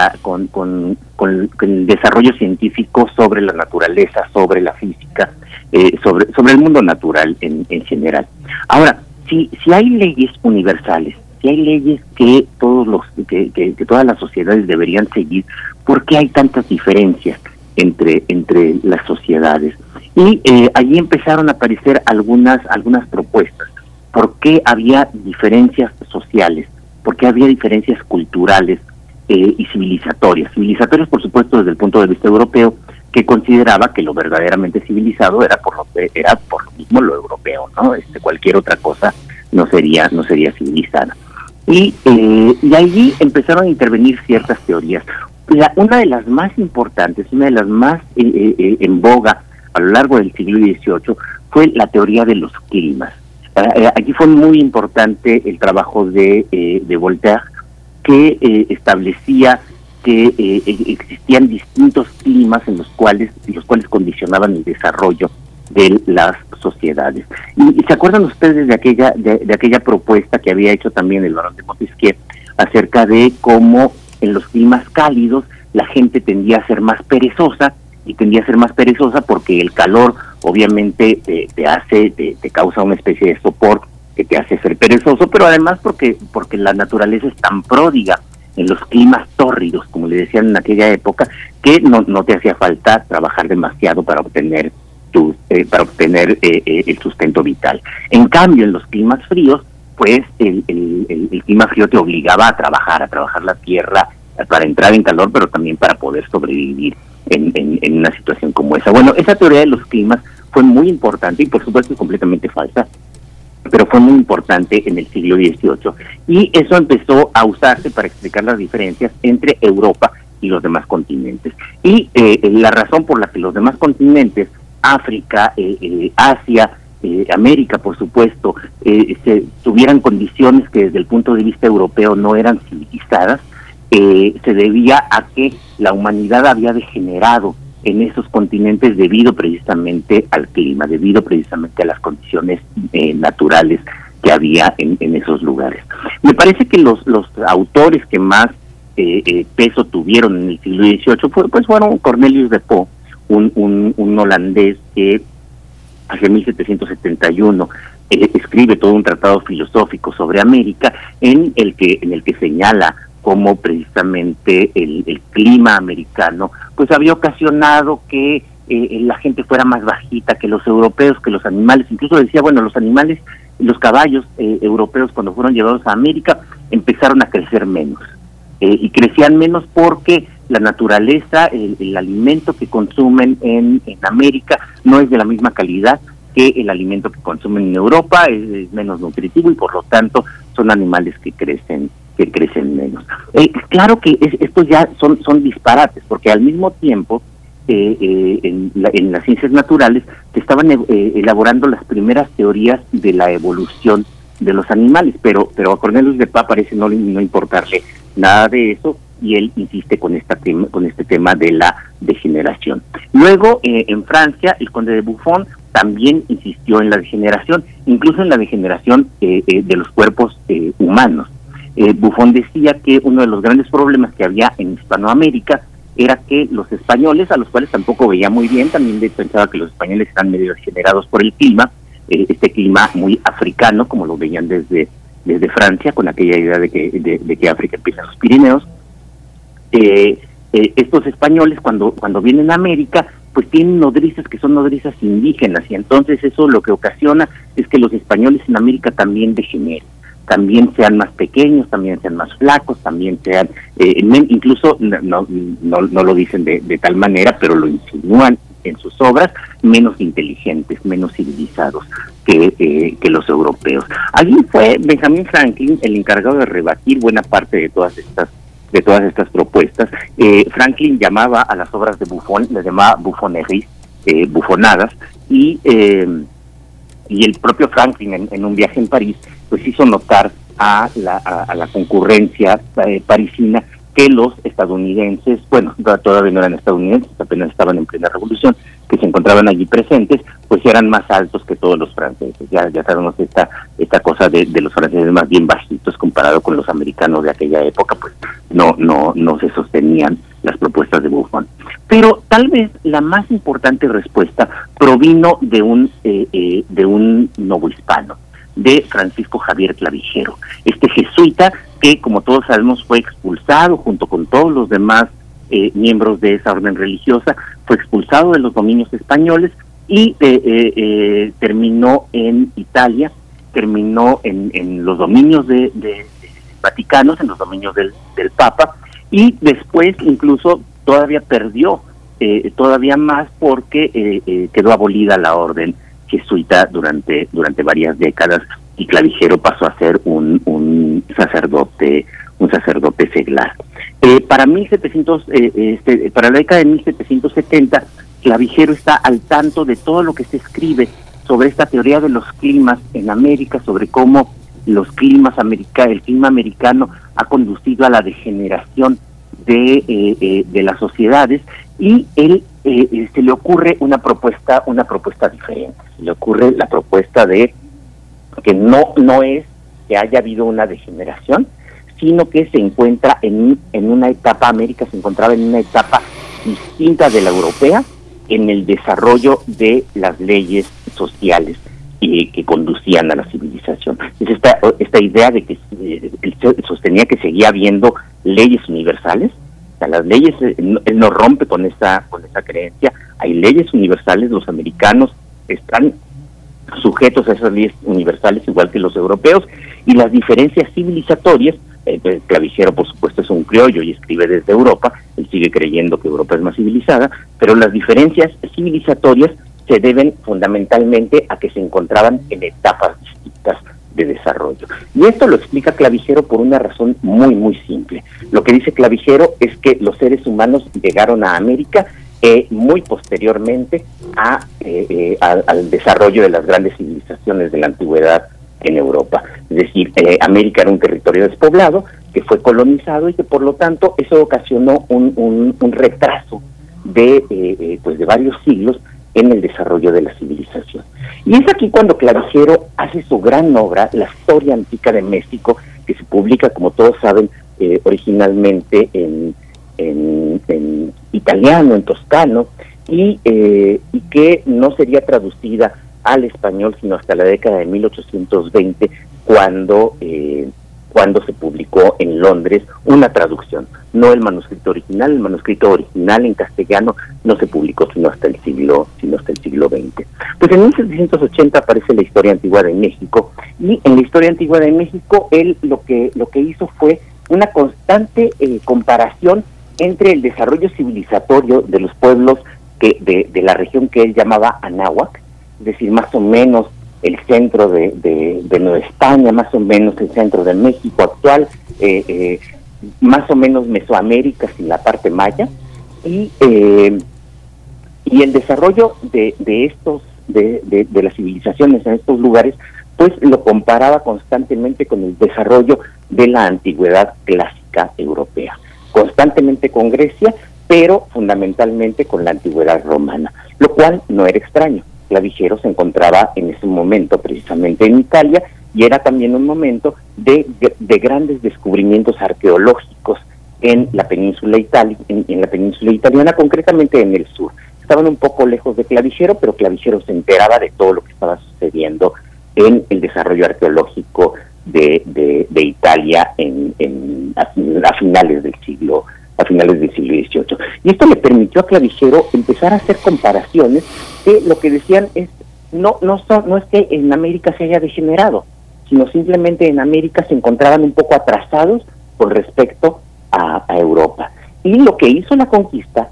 el desarrollo científico sobre la naturaleza, sobre la física, sobre el mundo natural en general. Ahora, si hay leyes universales, si hay leyes que todas las sociedades deberían seguir, ¿por qué hay tantas diferencias entre las sociedades? Y allí empezaron a aparecer algunas propuestas. ¿Por qué había diferencias sociales? ¿Por qué había diferencias culturales y civilizatorias? Civilizatorias, por supuesto, desde el punto de vista europeo, que consideraba que lo verdaderamente civilizado era por lo mismo lo europeo, ¿no? Cualquier otra cosa no sería civilizada. Y allí empezaron a intervenir ciertas teorías. Una de las más importantes, una de las más en boga a lo largo del siglo XVIII fue la teoría de los climas. Aquí fue muy importante el trabajo de Voltaire, que establecía que existían distintos climas en los cuales condicionaban el desarrollo de las sociedades. Y se acuerdan ustedes de aquella propuesta que había hecho también el barón de Montesquieu acerca de cómo en los climas cálidos la gente tendía a ser más perezosa, porque el calor obviamente te causa una especie de sopor que te hace ser perezoso, pero además porque la naturaleza es tan pródiga en los climas tórridos, como le decían en aquella época, que no te hacía falta trabajar demasiado para obtener el sustento vital. En cambio, en los climas fríos, pues el clima frío te obligaba a trabajar la tierra para entrar en calor, pero también para poder sobrevivir en una situación como esa. Bueno, esa teoría de los climas fue muy importante y por supuesto es completamente falsa, pero fue muy importante en el siglo XVIII, y eso empezó a usarse para explicar las diferencias entre Europa y los demás continentes. Y la razón por la que los demás continentes, África, Asia, América, por supuesto, tuvieran condiciones que desde el punto de vista europeo no eran civilizadas, se debía a que la humanidad había degenerado en esos continentes debido precisamente al clima, debido precisamente a las condiciones naturales que había en esos lugares. Me parece que los autores que más peso tuvieron en el siglo XVIII fueron Cornelius de Poo, un holandés que hacia 1771 escribe todo un tratado filosófico sobre América en el que señala cómo precisamente el clima americano pues había ocasionado que la gente fuera más bajita que los europeos, que los animales. Incluso decía, bueno, los animales, los caballos europeos cuando fueron llevados a América empezaron a crecer menos. Y crecían menos porque la naturaleza, el alimento que consumen en América no es de la misma calidad que el alimento que consumen en Europa, es menos nutritivo y por lo tanto son animales que crecen menos. Claro que estos ya son disparates, porque al mismo tiempo en las ciencias naturales se estaban elaborando las primeras teorías de la evolución de los animales, pero a Cornelius de Pá parece no importarle nada de eso, y él insiste con este tema de la degeneración. Luego, en Francia, el conde de Buffon también insistió en la degeneración, incluso en la degeneración de los cuerpos humanos. Buffon decía que uno de los grandes problemas que había en Hispanoamérica era que los españoles, a los cuales tampoco veía muy bien, también pensaba que los españoles están medio degenerados por el clima, este clima muy africano, como lo veían desde Francia, con aquella idea de que África empieza en los Pirineos. Estos españoles cuando vienen a América, pues tienen nodrizas que son nodrizas indígenas, y entonces eso lo que ocasiona es que los españoles en América también degeneren, también sean más pequeños, también sean más flacos, también sean, incluso no lo dicen de tal manera, pero lo insinúan en sus obras, menos inteligentes, menos civilizados que los europeos. Allí fue Benjamin Franklin el encargado de rebatir buena parte de todas estas propuestas. Franklin llamaba a las obras de Buffon, les llamaba buffoneries, bufonadas, y el propio Franklin en un viaje en París pues hizo notar a la concurrencia parisina que los estadounidenses, bueno, todavía no eran estadounidenses, apenas estaban en plena revolución, que se encontraban allí presentes, pues eran más altos que todos los franceses. Ya sabemos esta cosa de los franceses más bien bajitos comparado con los americanos de aquella época, pues no se sostenían las propuestas de Buffon. Pero tal vez la más importante respuesta provino de un novohispano, de Francisco Javier Clavijero, este jesuita que, como todos sabemos, fue expulsado junto con todos los demás miembros de esa orden religiosa, fue expulsado de los dominios españoles y terminó en Italia, terminó en los dominios de vaticanos, en los dominios del Papa, y después incluso todavía perdió todavía más porque quedó abolida la orden jesuita durante varias décadas, y Clavijero pasó a ser un sacerdote seglar. Para la década de 1770, Clavijero está al tanto de todo lo que se escribe sobre esta teoría de los climas en América, sobre cómo el clima americano ha conducido a la degeneración de las sociedades, y él se le ocurre una propuesta diferente. Se le ocurre la propuesta de que no es que haya habido una degeneración, sino que se encuentra en una etapa, América se encontraba en una etapa distinta de la europea en el desarrollo de las leyes sociales que conducían a la civilización. Es esta idea de que él sostenía que seguía habiendo leyes universales. O sea, las leyes, él no rompe con esa creencia. Hay leyes universales, los americanos están sujetos a esas leyes universales igual que los europeos, y las diferencias civilizatorias, Clavijero por supuesto es un criollo y escribe desde Europa, él sigue creyendo que Europa es más civilizada, pero las diferencias civilizatorias se deben fundamentalmente a que se encontraban en etapas distintas de desarrollo. Y esto lo explica Clavijero por una razón muy, muy simple. Lo que dice Clavijero es que los seres humanos llegaron a América muy posteriormente al desarrollo de las grandes civilizaciones de la antigüedad en Europa. Es decir, América era un territorio despoblado que fue colonizado y que por lo tanto eso ocasionó un retraso de varios siglos en el desarrollo de la civilización. Y es aquí cuando Clavijero hace su gran obra, La Historia Antica de México, que se publica, como todos saben, originalmente en italiano, en toscano, y que no sería traducida al español sino hasta la década de 1820, cuando cuando se publicó en Londres una traducción, no el manuscrito original. El manuscrito original en castellano no se publicó sino hasta el siglo XX. Pues en 1780 aparece la Historia Antigua de México, y en la Historia Antigua de México él lo que hizo fue una constante comparación entre el desarrollo civilizatorio de los pueblos de la región que él llamaba Anáhuac, es decir, más o menos el centro de Nueva España, más o menos el centro de México actual, más o menos Mesoamérica sin la parte maya, y el desarrollo de las civilizaciones en estos lugares, pues lo comparaba constantemente con el desarrollo de la antigüedad clásica europea, constantemente con Grecia, pero fundamentalmente con la antigüedad romana, lo cual no era extraño. Clavijero se encontraba en ese momento precisamente en Italia, y era también un momento de grandes descubrimientos arqueológicos en la península en la península italiana, concretamente en el sur. Estaban un poco lejos de Clavijero, pero Clavijero se enteraba de todo lo que estaba sucediendo en el desarrollo arqueológico de Italia a finales del siglo XVIII. Y esto le permitió a Clavijero empezar a hacer comparaciones que lo que decían es, no es que en América se haya degenerado, sino simplemente en América se encontraban un poco atrasados con respecto a Europa. Y lo que hizo la conquista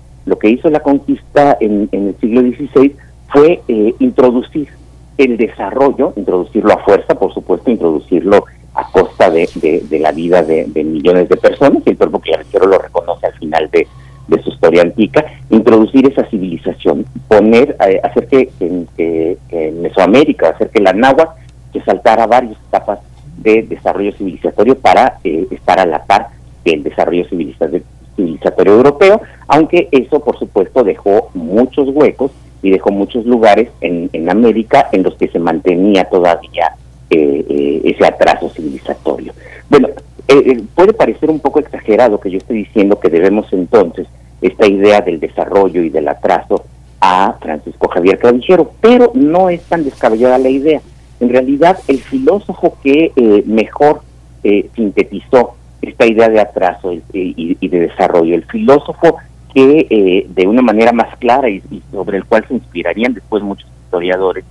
en el siglo XVI fue introducir el desarrollo, introducirlo a fuerza, por supuesto, introducirlo a costa de la vida de millones de personas, y el propio Clavijero lo reconoce al final de su historia antigua, introducir esa civilización, hacer que en Mesoamérica, hacer que la náhuatl se saltara varias etapas de desarrollo civilizatorio para estar a la par del desarrollo civilizatorio europeo, aunque eso, por supuesto, dejó muchos huecos y dejó muchos lugares en América en los que se mantenía todavía ese atraso civilizatorio. Bueno, puede parecer un poco exagerado que yo esté diciendo que debemos entonces esta idea del desarrollo y del atraso a Francisco Javier Clavijero, pero no es tan descabellada la idea. En realidad, el filósofo que mejor sintetizó esta idea de atraso y de desarrollo, el filósofo que de una manera más clara y sobre el cual se inspirarían después muchos historiadores,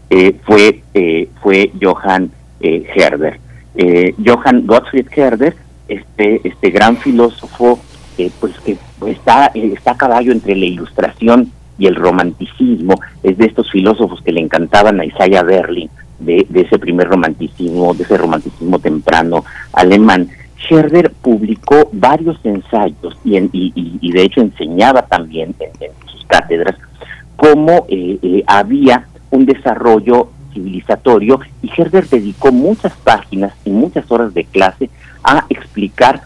fue Johann Herder. Johann Gottfried Herder, este gran filósofo, pues que está a caballo entre la Ilustración y el Romanticismo, es de estos filósofos que le encantaban a Isaiah Berlin, de ese primer romanticismo, de ese romanticismo temprano alemán. Herder publicó varios ensayos y de hecho enseñaba también en sus cátedras cómo había un desarrollo civilizatorio, y Herder dedicó muchas páginas y muchas horas de clase a explicar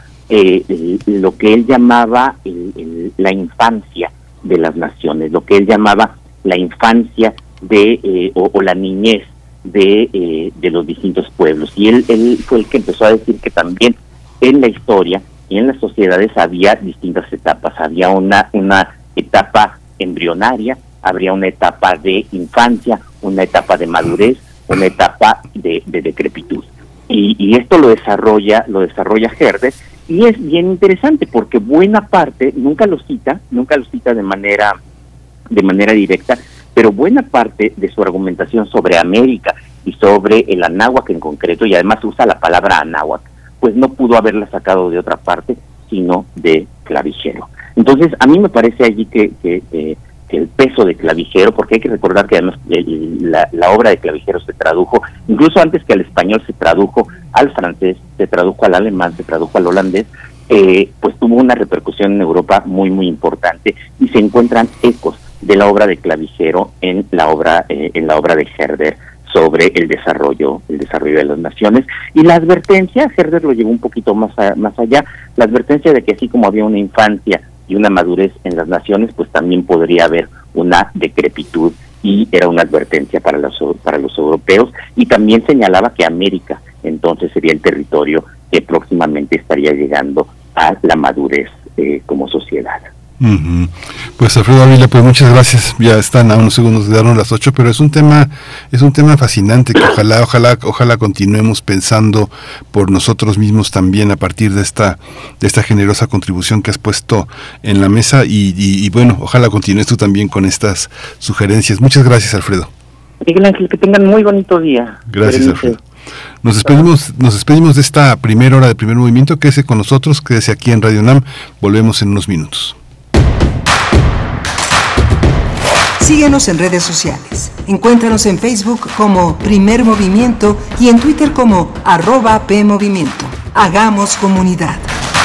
lo que él llamaba la infancia de las naciones, lo que él llamaba la infancia o la niñez de los distintos pueblos. Y él fue el que empezó a decir que también en la historia y en las sociedades había distintas etapas. Había una etapa embrionaria, habría una etapa de infancia, una etapa de madurez, una etapa de decrepitud. Y esto lo desarrolla Herder, y es bien interesante porque buena parte, nunca lo cita de manera directa, pero buena parte de su argumentación sobre América y sobre el anáhuac en concreto, y además usa la palabra anáhuac, pues no pudo haberla sacado de otra parte, sino de Clavijero. Entonces, a mí me parece allí que el peso de Clavijero, porque hay que recordar que además la obra de Clavijero se tradujo, incluso antes que al español se tradujo al francés, se tradujo al alemán, se tradujo al holandés, pues tuvo una repercusión en Europa muy, muy importante, y se encuentran ecos de la obra de Clavijero en la obra de Herder sobre el desarrollo de las naciones. Y la advertencia, Herder lo llevó un poquito más allá, la advertencia de que así como había una infancia y una madurez en las naciones, pues también podría haber una decrepitud, y era una advertencia para los europeos, y también señalaba que América entonces sería el territorio que próximamente estaría llegando a la madurez como sociedad. Uh-huh. Pues Alfredo Ávila, pues muchas gracias. Ya están a unos segundos de darnos las 8, pero es un tema fascinante que ojalá continuemos pensando por nosotros mismos también a partir de esta generosa contribución que has puesto en la mesa y bueno, ojalá continúes tú también con estas sugerencias. Muchas gracias, Alfredo. Miguel Ángel, que tengan muy bonito día. Gracias, Alfredo. Nos despedimos de esta primera hora de Primer Movimiento. Quédese con nosotros, quédese aquí en Radio UNAM. Volvemos en unos minutos. Síguenos en redes sociales. Encuéntranos en Facebook como Primer Movimiento y en Twitter como @PMovimiento. Hagamos comunidad.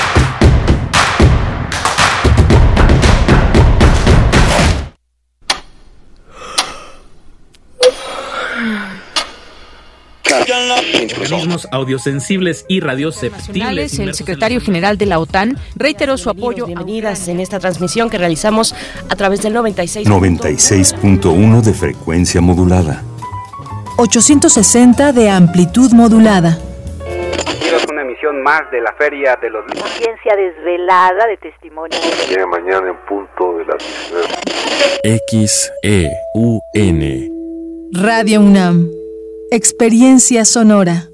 Organismos audiosensibles y radioceptibles. El secretario general de la OTAN reiteró su apoyo. Bienvenidas en esta transmisión que realizamos a través del 96.1 de frecuencia modulada. 860 de amplitud modulada. Una emisión más de la Feria de los Libros. Ciencia desvelada de testimonios. Mañana en punto de las 19. XEUN. Radio UNAM. Experiencia sonora.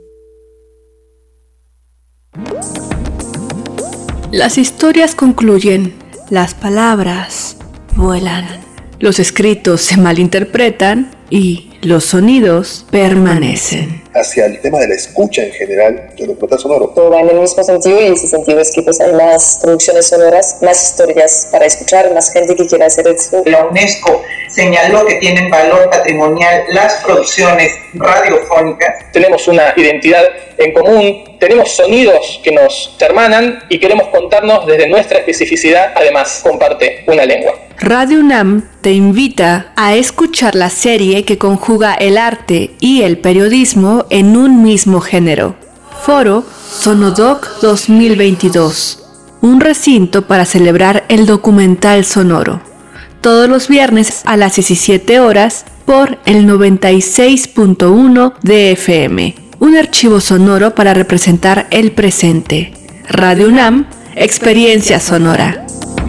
Las historias concluyen, las palabras vuelan, los escritos se malinterpretan y los sonidos permanecen. Hacia el tema de la escucha en general del documental sonoro. Todo va en el mismo sentido y en ese sentido es que pues hay más producciones sonoras, más historias para escuchar, más gente que quiera hacer esto. La UNESCO señaló que tienen valor patrimonial las producciones radiofónicas. Tenemos una identidad en común, tenemos sonidos que nos hermanan y queremos contarnos desde nuestra especificidad, además comparte una lengua. Radio UNAM te invita a escuchar la serie que conjuga el arte y el periodismo en un mismo género. Foro Sonodoc 2022, un recinto para celebrar el documental sonoro. Todos los viernes a las 17 horas por el 96.1 de FM. Un archivo sonoro para representar el presente. Radio UNAM, experiencia sonora.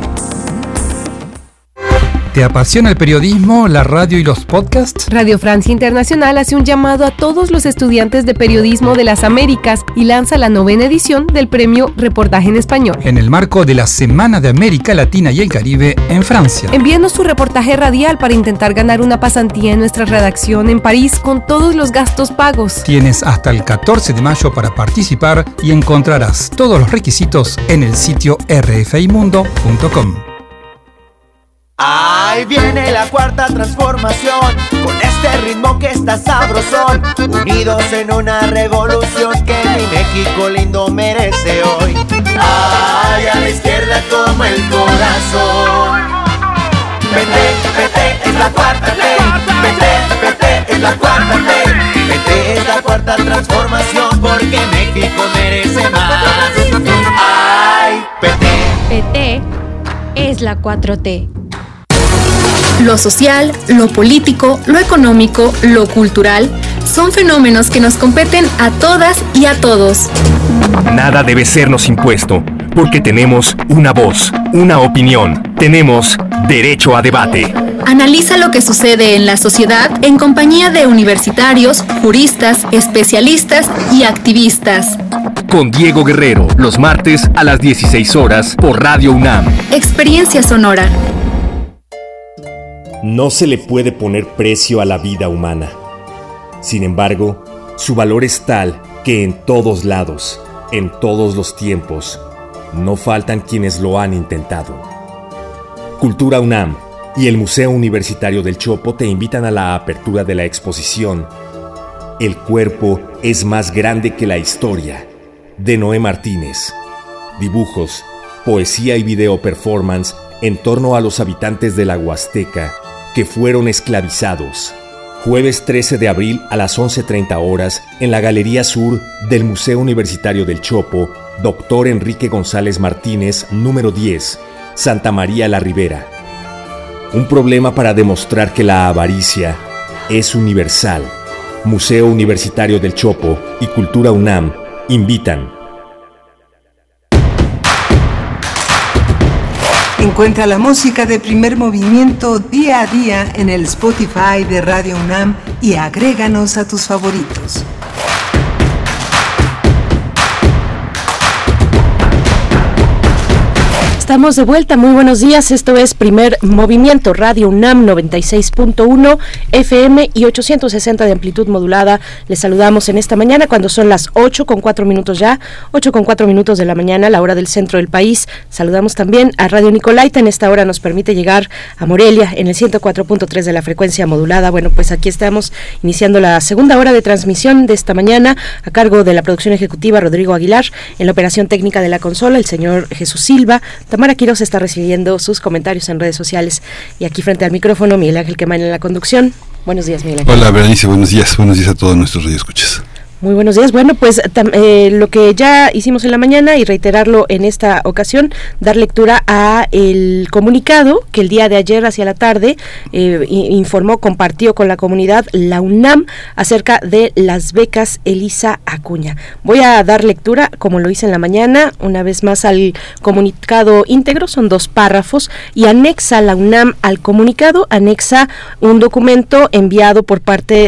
¿Te apasiona el periodismo, la radio y los podcasts? Radio Francia Internacional hace un llamado a todos los estudiantes de periodismo de las Américas y lanza la 9ª edición del premio Reportaje en Español. En el marco de la Semana de América Latina y el Caribe en Francia. Envíanos tu reportaje radial para intentar ganar una pasantía en nuestra redacción en París con todos los gastos pagos. Tienes hasta el 14 de mayo para participar y encontrarás todos los requisitos en el sitio rfimundo.com. Ahí viene la cuarta transformación, con este ritmo que está sabrosón, unidos en una revolución que mi México lindo merece hoy. Ay, a la izquierda como el corazón. PT es la cuarta T, PT es la cuarta T, PT es la cuarta transformación porque México merece más. Ay, PT es la 4T. Lo social, lo político, lo económico, lo cultural, son fenómenos que nos competen a todas y a todos. Nada debe sernos impuesto, porque tenemos una voz, una opinión, tenemos derecho a debate. Analiza lo que sucede en la sociedad en compañía de universitarios, juristas, especialistas y activistas. Con Diego Guerrero, los martes a las 16 horas por Radio UNAM. Experiencia sonora. No se le puede poner precio a la vida humana. Sin embargo, su valor es tal que en todos lados, en todos los tiempos, no faltan quienes lo han intentado. Cultura UNAM y el Museo Universitario del Chopo te invitan a la apertura de la exposición El cuerpo es más grande que la historia, de Noé Martínez. Dibujos, poesía y video performance en torno a los habitantes de la Huasteca que fueron esclavizados. Jueves 13 de abril a las 11:30 horas en la Galería Sur del Museo Universitario del Chopo, Dr. Enrique González Martínez, número 10, Santa María la Ribera. Un problema para demostrar que la avaricia es universal. Museo Universitario del Chopo y Cultura UNAM invitan. En Encuentra la música de Primer Movimiento día a día en el Spotify de Radio UNAM y agréganos a tus favoritos. Estamos de vuelta, muy buenos días, esto es Primer Movimiento, Radio UNAM 96.1 FM y 860 de amplitud modulada. Les saludamos en esta mañana cuando son las 8:04 ya, 8:04 de la mañana, la hora del centro del país. Saludamos también a Radio Nicolaita, en esta hora nos permite llegar a Morelia en el 104.3 de la frecuencia modulada. Bueno, pues aquí estamos iniciando la segunda hora de transmisión de esta mañana a cargo de la producción ejecutiva Rodrigo Aguilar, en la operación técnica de la consola el señor Jesús Silva. Tamara Quiroz está recibiendo sus comentarios en redes sociales y aquí frente al micrófono Miguel Ángel Quemain en la conducción. Buenos días, Miguel Ángel. Hola, Berenice, buenos días a todos nuestros radioescuchas. Muy buenos días. Bueno, pues lo que ya hicimos en la mañana y reiterarlo en esta ocasión, dar lectura a el comunicado que el día de ayer hacia la tarde compartió con la comunidad la UNAM acerca de las becas Elisa Acuña. Voy a dar lectura, como lo hice en la mañana, una vez más al comunicado íntegro, son 2 párrafos, y anexa la UNAM al comunicado, anexa un documento enviado por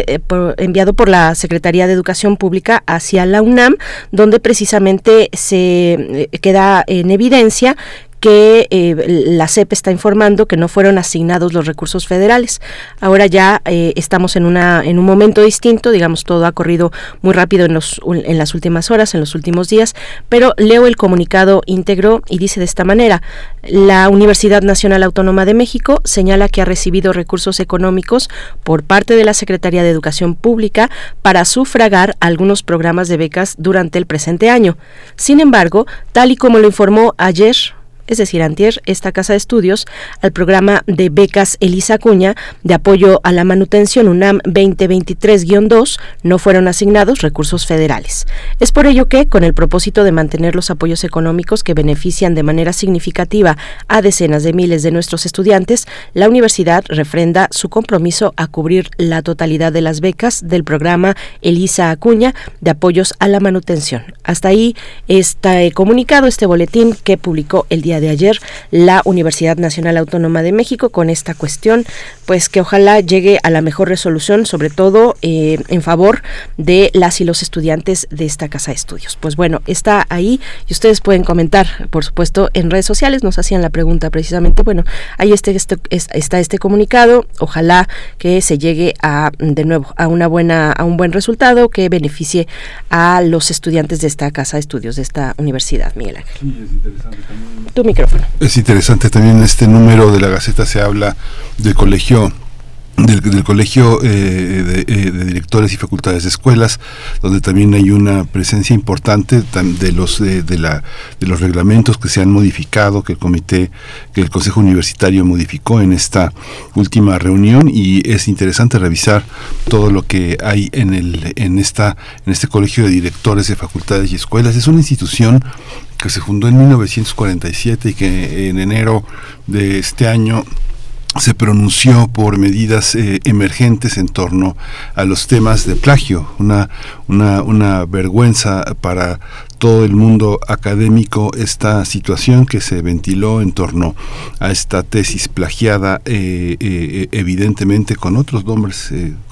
la Secretaría de Educación Pública hacia la UNAM, donde precisamente se queda en evidencia que la SEP está informando que no fueron asignados los recursos federales. Ahora ya estamos en un momento distinto, digamos, todo ha corrido muy rápido en las últimas horas, en los últimos días, pero leo el comunicado íntegro y dice de esta manera: la Universidad Nacional Autónoma de México señala que ha recibido recursos económicos por parte de la Secretaría de Educación Pública para sufragar algunos programas de becas durante el presente año. Sin embargo, tal y como lo informó ayer, es decir, antier, esta Casa de Estudios, al programa de becas Elisa Acuña de apoyo a la manutención UNAM 2023-2 no fueron asignados recursos federales. Es por ello que, con el propósito de mantener los apoyos económicos que benefician de manera significativa a decenas de miles de nuestros estudiantes, la universidad refrenda su compromiso a cubrir la totalidad de las becas del programa Elisa Acuña de apoyos a la manutención. Hasta ahí este comunicado, este boletín que publicó el día de ayer la Universidad Nacional Autónoma de México con esta cuestión, pues que ojalá llegue a la mejor resolución, sobre todo en favor de las y los estudiantes de esta Casa de Estudios. Pues bueno, está ahí y ustedes pueden comentar, por supuesto, en redes sociales. Nos hacían la pregunta precisamente, bueno, ahí está este comunicado, ojalá que se llegue de nuevo a un buen resultado que beneficie a los estudiantes de esta Casa de Estudios, de esta universidad. Miguel Ángel. Sí, es interesante también. Tu micrófono. Es interesante también, en este número de la Gaceta se habla del colegio de directores y facultades de escuelas, donde también hay una presencia importante de los reglamentos que se han modificado, que el Consejo Universitario modificó en esta última reunión, y es interesante revisar todo lo que hay en este colegio de directores de facultades y escuelas. Es una institución que se fundó en 1947 y que en enero de este año se pronunció por medidas emergentes en torno a los temas de plagio, una vergüenza para todo el mundo académico esta situación que se ventiló en torno a esta tesis plagiada, evidentemente con otros nombres,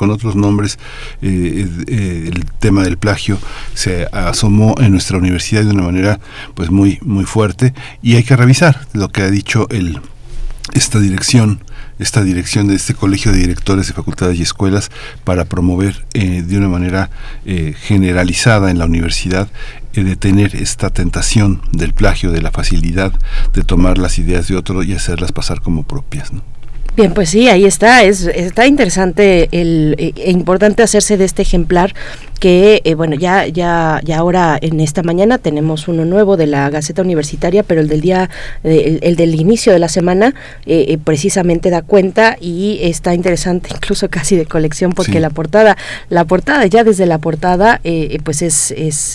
el tema del plagio se asomó en nuestra universidad de una manera pues muy muy fuerte, y hay que revisar lo que ha dicho esta dirección de este colegio de directores de facultades y escuelas para promover de una manera generalizada en la universidad detener esta tentación del plagio, de la facilidad de tomar las ideas de otro y hacerlas pasar como propias, ¿no? Bien, pues sí, ahí está, está interesante e importante hacerse de este ejemplar que, bueno, ya ahora en esta mañana tenemos uno nuevo de la Gaceta Universitaria, pero el del inicio de la semana precisamente da cuenta y está interesante, incluso casi de colección, porque sí. la portada ya desde la portada pues es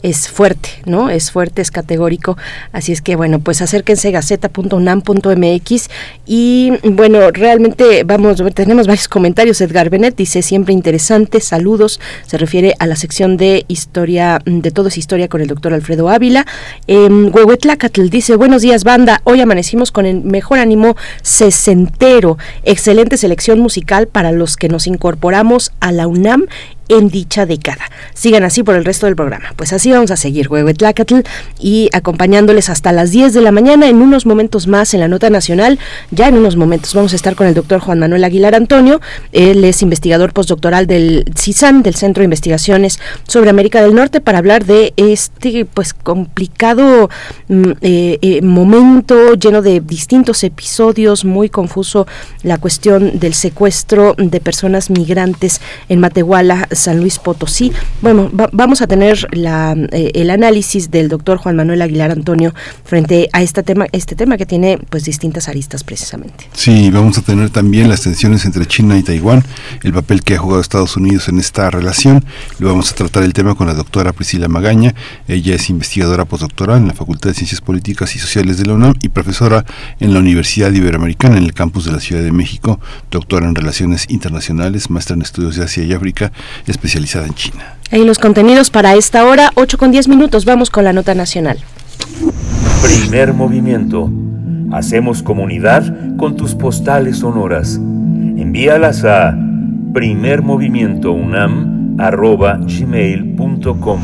es fuerte, ¿no? Es fuerte, es categórico. Así es que, bueno, pues acérquense gaceta.unam.mx y, bueno, realmente tenemos varios comentarios. Edgar Benet dice, siempre interesante, saludos. Se refiere a la sección de historia, de Todo es Historia con el doctor Alfredo Ávila. Huehuetlacatl dice, buenos días, banda. Hoy amanecimos con el mejor ánimo sesentero. Excelente selección musical para los que nos incorporamos a la UNAM en dicha década. Sigan así por el resto del programa. Pues así vamos a seguir, Huehuetlacatl, y acompañándoles hasta las 10 de la mañana. En unos momentos más en la Nota Nacional, ya en unos momentos vamos a estar con el doctor Juan Manuel Aguilar Antonio. Él es investigador postdoctoral del CISAN, del Centro de Investigaciones sobre América del Norte, para hablar de este pues complicado momento lleno de distintos episodios, muy confuso, la cuestión del secuestro de personas migrantes en Matehuala, San Luis Potosí. Bueno, vamos a tener el análisis del doctor Juan Manuel Aguilar Antonio frente a este tema que tiene pues distintas aristas precisamente. Sí, vamos a tener también las tensiones entre China y Taiwán, el papel que ha jugado Estados Unidos en esta relación. Y vamos a tratar el tema con la doctora Priscila Magaña. Ella es investigadora postdoctoral en la Facultad de Ciencias Políticas y Sociales de la UNAM y profesora en la Universidad Iberoamericana en el campus de la Ciudad de México, doctora en Relaciones Internacionales, maestra en Estudios de Asia y África, especializada en China. Ahí los contenidos para esta hora, 8:10. Vamos con la Nota Nacional. Primer movimiento. Hacemos comunidad con tus postales sonoras. Envíalas a primermovimientounam@gmail.com.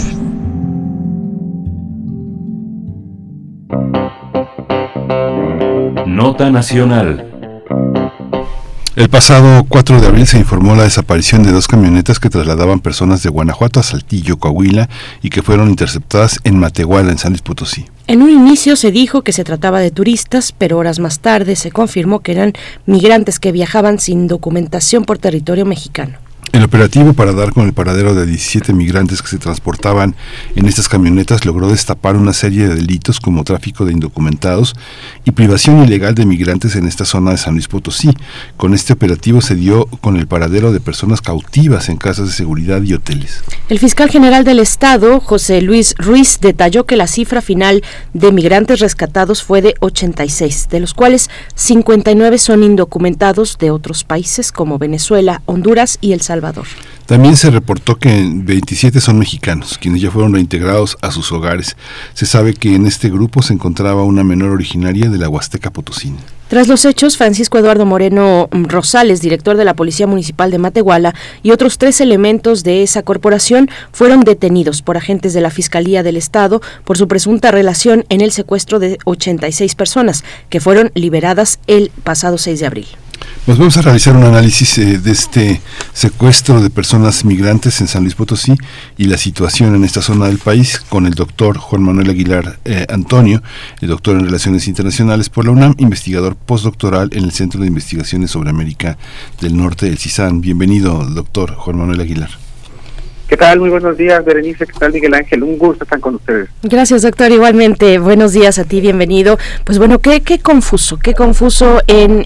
Nota Nacional. El pasado 4 de abril se informó la desaparición de 2 camionetas que trasladaban personas de Guanajuato a Saltillo, Coahuila, y que fueron interceptadas en Matehuala, en San Luis Potosí. En un inicio se dijo que se trataba de turistas, pero horas más tarde se confirmó que eran migrantes que viajaban sin documentación por territorio mexicano. El operativo para dar con el paradero de 17 migrantes que se transportaban en estas camionetas logró destapar una serie de delitos como tráfico de indocumentados y privación ilegal de migrantes en esta zona de San Luis Potosí. Con este operativo se dio con el paradero de personas cautivas en casas de seguridad y hoteles. El fiscal general del Estado, José Luis Ruiz, detalló que la cifra final de migrantes rescatados fue de 86, de los cuales 59 son indocumentados de otros países como Venezuela, Honduras y El Salvador. También se reportó que 27 son mexicanos, quienes ya fueron reintegrados a sus hogares. Se sabe que en este grupo se encontraba una menor originaria de la Huasteca Potosina. Tras los hechos, Francisco Eduardo Moreno Rosales, director de la Policía Municipal de Matehuala, y otros 3 elementos de esa corporación fueron detenidos por agentes de la Fiscalía del Estado por su presunta relación en el secuestro de 86 personas, que fueron liberadas el pasado 6 de abril. Pues vamos a realizar un análisis de este secuestro de personas migrantes en San Luis Potosí y la situación en esta zona del país con el doctor Juan Manuel Aguilar Antonio, el doctor en Relaciones Internacionales por la UNAM, investigador postdoctoral en el Centro de Investigaciones sobre América del Norte, el CISAN. Bienvenido, doctor Juan Manuel Aguilar. ¿Qué tal? Muy buenos días, Berenice. ¿Qué tal, Miguel Ángel? Un gusto estar con ustedes. Gracias, doctor. Igualmente, buenos días a ti, bienvenido. Pues bueno, qué confuso en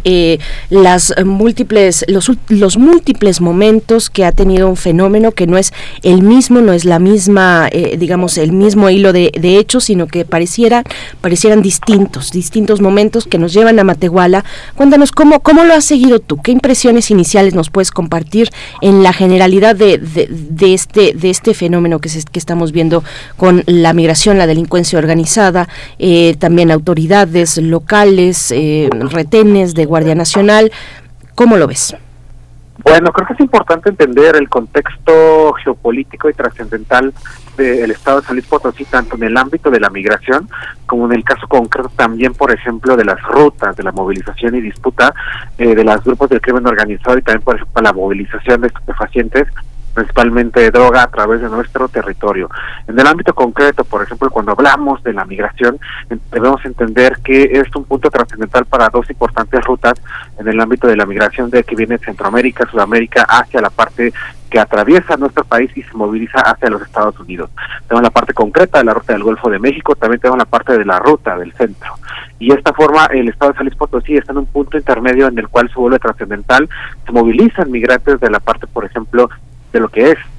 los múltiples momentos que ha tenido un fenómeno que no es el mismo, no es la misma, el mismo hilo de hechos, sino que parecieran distintos momentos que nos llevan a Matehuala. Cuéntanos, ¿cómo lo has seguido tú? ¿Qué impresiones iniciales nos puedes compartir en la generalidad de este fenómeno que estamos viendo con la migración, la delincuencia organizada, también autoridades locales, retenes de Guardia Nacional? ¿Cómo lo ves? Bueno, creo que es importante entender el contexto geopolítico y trascendental del Estado de San Luis Potosí, tanto en el ámbito de la migración como en el caso concreto también, por ejemplo, de las rutas de la movilización y disputa de los grupos del crimen organizado y también, por ejemplo, la movilización de estupefacientes, principalmente de droga, a través de nuestro territorio. En el ámbito concreto, por ejemplo, cuando hablamos de la migración, debemos entender que es un punto trascendental para 2 importantes rutas en el ámbito de la migración, de que viene de Centroamérica, Sudamérica, hacia la parte que atraviesa nuestro país y se moviliza hacia los Estados Unidos. Tenemos la parte concreta de la ruta del Golfo de México, también tenemos la parte de la ruta del centro. Y de esta forma, el Estado de San Luis Potosí está en un punto intermedio en el cual se vuelve trascendental, se movilizan migrantes de la parte, por ejemplo, de lo que es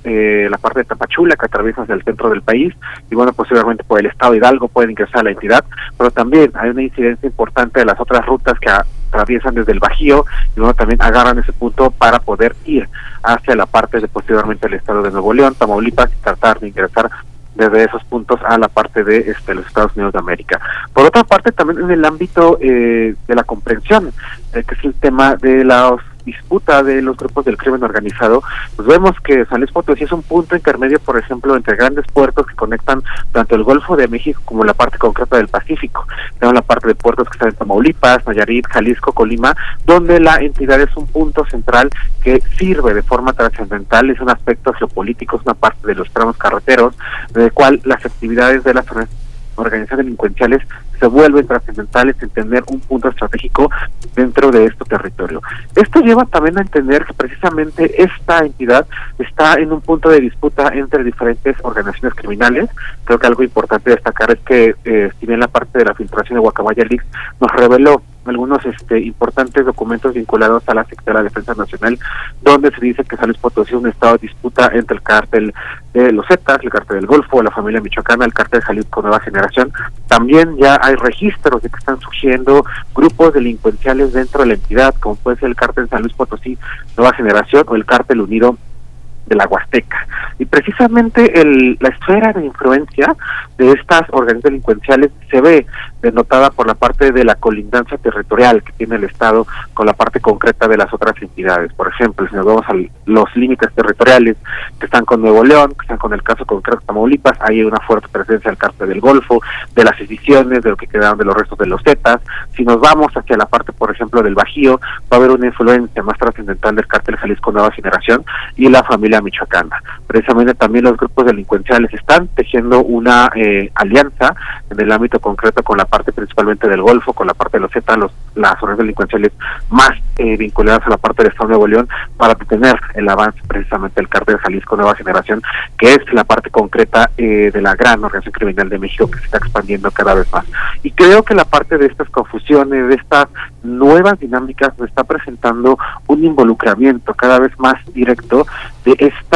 la parte de Tapachula, que atraviesa hacia el centro del país, y bueno, posiblemente por el estado de Hidalgo pueden ingresar a la entidad, pero también hay una incidencia importante de las otras rutas que atraviesan desde el Bajío, y bueno, también agarran ese punto para poder ir hacia la parte de posteriormente el estado de Nuevo León, Tamaulipas, y tratar de ingresar desde esos puntos a la parte de los Estados Unidos de América. Por otra parte, también en el ámbito de la comprensión, que es el tema de la disputa de los grupos del crimen organizado, pues vemos que San Luis Potosí es un punto intermedio, por ejemplo, entre grandes puertos que conectan tanto el Golfo de México como la parte concreta del Pacífico. Tenemos la parte de puertos que están en Tamaulipas, Nayarit, Jalisco, Colima, donde la entidad es un punto central que sirve de forma trascendental, es un aspecto geopolítico, es una parte de los tramos carreteros, del cual las actividades de las organizaciones delincuenciales se vuelven trascendentales en tener un punto estratégico dentro de este territorio. Esto lleva también a entender que precisamente esta entidad está en un punto de disputa entre diferentes organizaciones criminales. Creo que algo importante destacar es que si bien la parte de la filtración de Guacamaya Leaks nos reveló algunos importantes documentos vinculados a la Secretaría de la Defensa Nacional, donde se dice que San Luis Potosí es un estado de disputa entre el cártel de los Zetas, el cártel del Golfo, la familia michoacana, el cártel Jalisco Nueva Generación. También ya hay registros de que están surgiendo grupos delincuenciales dentro de la entidad, como puede ser el cártel San Luis Potosí Nueva Generación o el cártel unido de la Huasteca. Y precisamente la esfera de influencia de estas organizaciones delincuenciales se ve denotada por la parte de la colindancia territorial que tiene el Estado con la parte concreta de las otras entidades. Por ejemplo, si nos vamos a los límites territoriales que están con Nuevo León, que están con el caso concreto de Tamaulipas, hay una fuerte presencia del cártel del Golfo, de las ediciones, de lo que quedaron de los restos de los Zetas. Si nos vamos hacia la parte, por ejemplo, del Bajío, va a haber una influencia más trascendental del cártel Jalisco Nueva Generación y la familia michoacana. Precisamente también los grupos delincuenciales están tejiendo una alianza en el ámbito concreto con la parte principalmente del Golfo, con la parte de los Zetas, las zonas delincuenciales más vinculadas a la parte del Estado de Nuevo León, para detener el avance precisamente del cártel Jalisco Nueva Generación, que es la parte concreta de la gran organización criminal de México que se está expandiendo cada vez más. Y creo que la parte de estas confusiones, de estas nuevas dinámicas, nos está presentando un involucramiento cada vez más directo de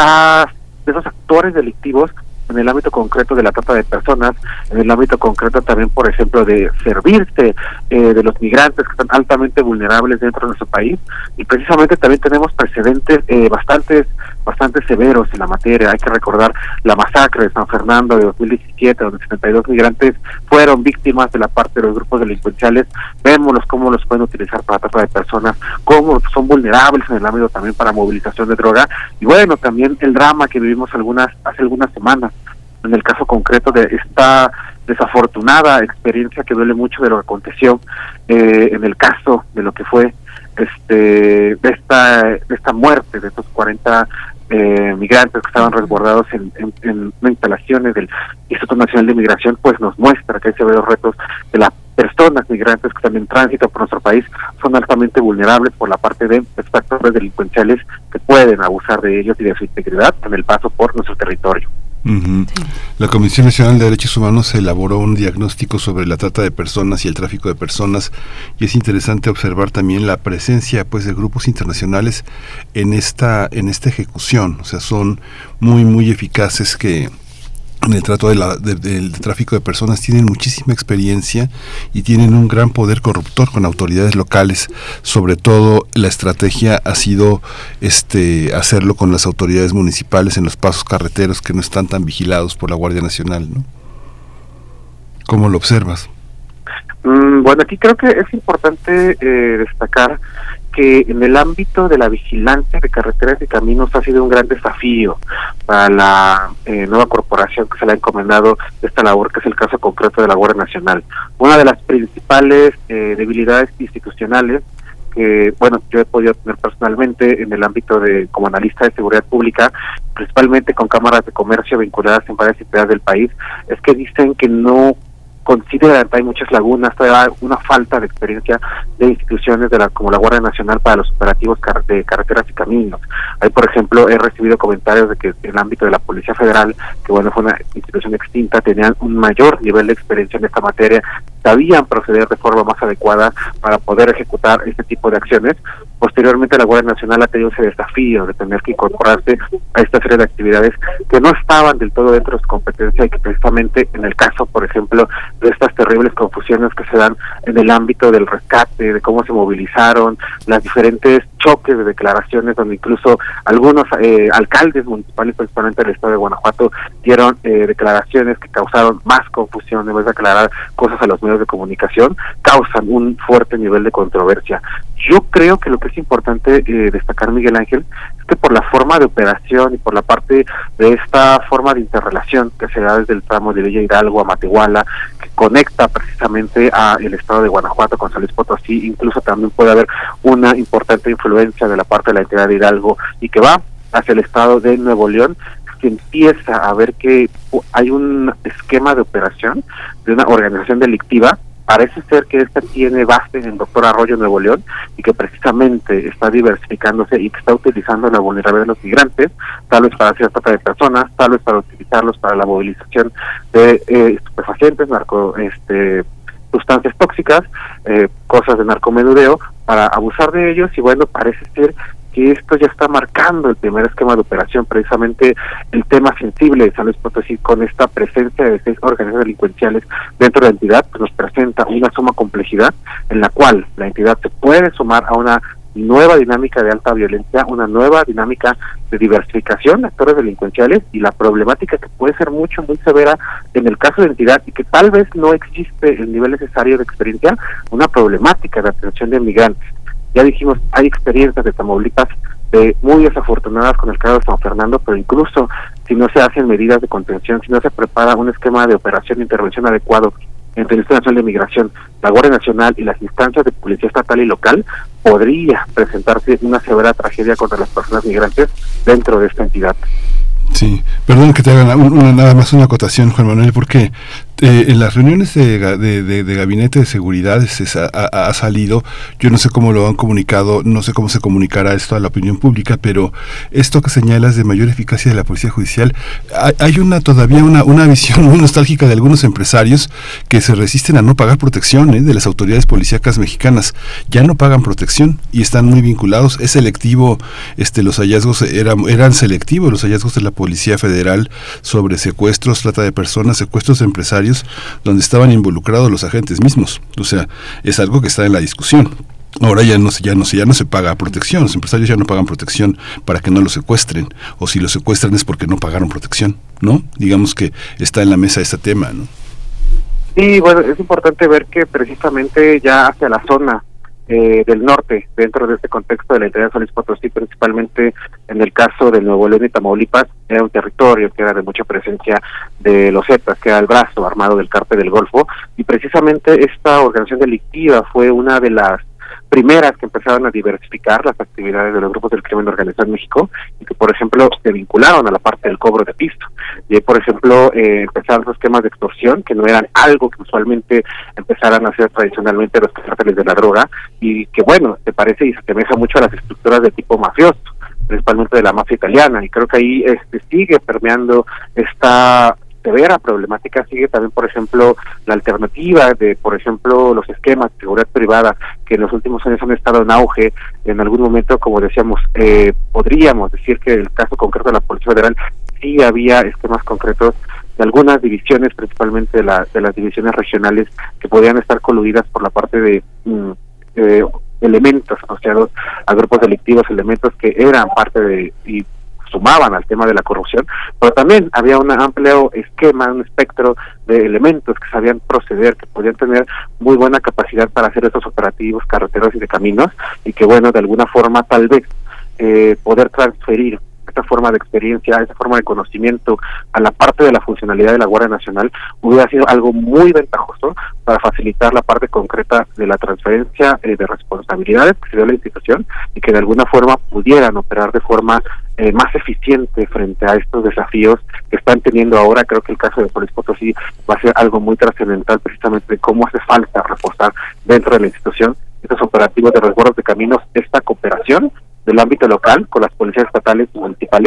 esos actores delictivos en el ámbito concreto de la trata de personas, en el ámbito concreto también, por ejemplo, de servirse de los migrantes que están altamente vulnerables dentro de nuestro país, y precisamente también tenemos precedentes bastante severos en la materia. Hay que recordar la masacre de San Fernando de 2017, donde 72 migrantes fueron víctimas de la parte de los grupos delincuenciales. Vemos cómo los pueden utilizar para trata de personas, cómo son vulnerables en el ámbito también para movilización de droga, y bueno, también el drama que vivimos hace algunas semanas, en el caso concreto de esta desafortunada experiencia que duele mucho de lo que aconteció en el caso de lo que fue de esta muerte de estos 40 migrantes que estaban resguardados en instalaciones del Instituto Nacional de Migración. Pues nos muestra que hay severos retos de las personas migrantes que están en tránsito por nuestro país, son altamente vulnerables por la parte de actores delincuenciales que pueden abusar de ellos y de su integridad en el paso por nuestro territorio. Uh-huh. Sí. La Comisión Nacional de Derechos Humanos elaboró un diagnóstico sobre la trata de personas y el tráfico de personas, y es interesante observar también la presencia de grupos internacionales en esta ejecución. O sea, son muy eficaces, que en el trato del tráfico de personas tienen muchísima experiencia y tienen un gran poder corruptor con autoridades locales. Sobre todo la estrategia ha sido hacerlo con las autoridades municipales en los pasos carreteros que no están tan vigilados por la Guardia Nacional, ¿no? ¿Cómo lo observas? Bueno, aquí creo que es importante destacar que en el ámbito de la vigilancia de carreteras y caminos ha sido un gran desafío para la nueva corporación que se le ha encomendado esta labor, que es el caso concreto de la Guardia Nacional. Una de las principales debilidades institucionales que, bueno, yo he podido tener personalmente en el ámbito como analista de seguridad pública, principalmente con cámaras de comercio vinculadas en varias entidades del país, es que dicen que no consideran que hay muchas lagunas, todavía una falta de experiencia de instituciones como la Guardia Nacional para los operativos de carreteras y caminos. Ahí, por ejemplo, he recibido comentarios de que en el ámbito de la Policía Federal, que que bueno, fue una institución extinta, tenían un mayor nivel de experiencia en esta materia, sabían proceder de forma más adecuada para poder ejecutar este tipo de acciones. Posteriormente la Guardia Nacional ha tenido ese desafío de tener que incorporarse a esta serie de actividades que no estaban del todo dentro de su competencia y que precisamente en el caso, por ejemplo, de estas terribles confusiones que se dan en el ámbito del rescate, de cómo se movilizaron, las diferentes choques de declaraciones donde incluso algunos alcaldes municipales, principalmente del estado de Guanajuato, dieron declaraciones que causaron más confusión en vez de aclarar cosas a los medios de comunicación, causan un fuerte nivel de controversia. Yo creo que lo que es importante destacar, Miguel Ángel, es que por la forma de operación y por la parte de esta forma de interrelación que se da desde el tramo de Villa Hidalgo a Matehuala, que conecta precisamente a el estado de Guanajuato con San Luis Potosí, incluso también puede haber una importante influencia de la parte de la entidad de Hidalgo y que va hacia el estado de Nuevo León, que empieza a ver que hay un esquema de operación de una organización delictiva. Parece ser que esta tiene base en Doctor Arroyo, Nuevo León, y que precisamente está diversificándose y que está utilizando la vulnerabilidad de los migrantes, tal vez para hacer trata de personas, tal vez para utilizarlos para la movilización de estupefacientes, sustancias tóxicas, cosas de narcomenudeo, para abusar de ellos. Y bueno, parece ser que esto ya está marcando el primer esquema de operación, precisamente el tema sensible de San Luis Potosí, con esta presencia de 6 organizaciones delincuenciales dentro de la entidad, pues nos presenta una suma complejidad en la cual la entidad se puede sumar a una nueva dinámica de alta violencia, una nueva dinámica de diversificación de actores delincuenciales y la problemática que puede ser muy severa en el caso de entidad y que tal vez no existe el nivel necesario de experiencia, una problemática de atención de migrantes. Ya dijimos, hay experiencias de Tamaulipas muy desafortunadas con el caso de San Fernando, pero incluso si no se hacen medidas de contención, si no se prepara un esquema de operación de intervención adecuado entre el Instituto Nacional de Migración, la Guardia Nacional y las instancias de policía estatal y local, podría presentarse una severa tragedia contra las personas migrantes dentro de esta entidad. Sí, perdón que te haga nada más una acotación, Juan Manuel, porque en las reuniones de gabinete de seguridad ha salido, yo no sé cómo lo han comunicado, no sé cómo se comunicará esto a la opinión pública, pero esto que señalas de mayor eficacia de la policía judicial, hay todavía una visión muy nostálgica de algunos empresarios que se resisten a no pagar protección de las autoridades policíacas mexicanas. Ya no pagan protección y están muy vinculados. Es selectivo, los hallazgos eran selectivos, los hallazgos de la Policía Federal sobre secuestros, trata de personas, secuestros de empresarios, donde estaban involucrados los agentes mismos. O sea, es algo que está en la discusión. Ahora ya no se paga protección, los empresarios ya no pagan protección para que no los secuestren, o si los secuestran es porque no pagaron protección, ¿no? Digamos que está en la mesa este tema, ¿no? Sí, bueno, es importante ver que precisamente ya hacia la zona del norte, dentro de este contexto de la entidad de San Luis Potosí, principalmente en el caso de Nuevo León y Tamaulipas, era un territorio que era de mucha presencia de los Zetas, que era el brazo armado del Cártel del Golfo, y precisamente esta organización delictiva fue una de las primeras que empezaron a diversificar las actividades de los grupos del crimen organizado en México y que, por ejemplo, se vincularon a la parte del cobro de pisto. Y, por ejemplo, empezaron los esquemas de extorsión, que no eran algo que usualmente empezaran a hacer tradicionalmente los cárteles de la droga y que, bueno, se parece y se asemeja mucho a las estructuras de tipo mafioso, principalmente de la mafia italiana, y creo que ahí sigue permeando esta severa problemática. Sigue también, por ejemplo, la alternativa de, por ejemplo, los esquemas de seguridad privada que en los últimos años han estado en auge. En algún momento, como decíamos, podríamos decir que el caso concreto de la Policía Federal sí había esquemas concretos de algunas divisiones, principalmente de las divisiones regionales, que podían estar coludidas por la parte de elementos asociados a grupos delictivos, elementos que eran parte de y sumaban al tema de la corrupción, pero también había un amplio esquema, un espectro de elementos que sabían proceder, que podían tener muy buena capacidad para hacer estos operativos carreteros y de caminos, y que, bueno, de alguna forma tal vez poder transferir esta forma de experiencia, esa forma de conocimiento a la parte de la funcionalidad de la Guardia Nacional hubiera sido algo muy ventajoso para facilitar la parte concreta de la transferencia de responsabilidades que se dio a la institución y que de alguna forma pudieran operar de forma más eficiente frente a estos desafíos que están teniendo ahora. Creo que el caso de San Luis Potosí va a ser algo muy trascendental, precisamente de cómo hace falta reforzar dentro de la institución estos operativos de resguardos de caminos, esta cooperación del ámbito local con las policías estatales y municipales,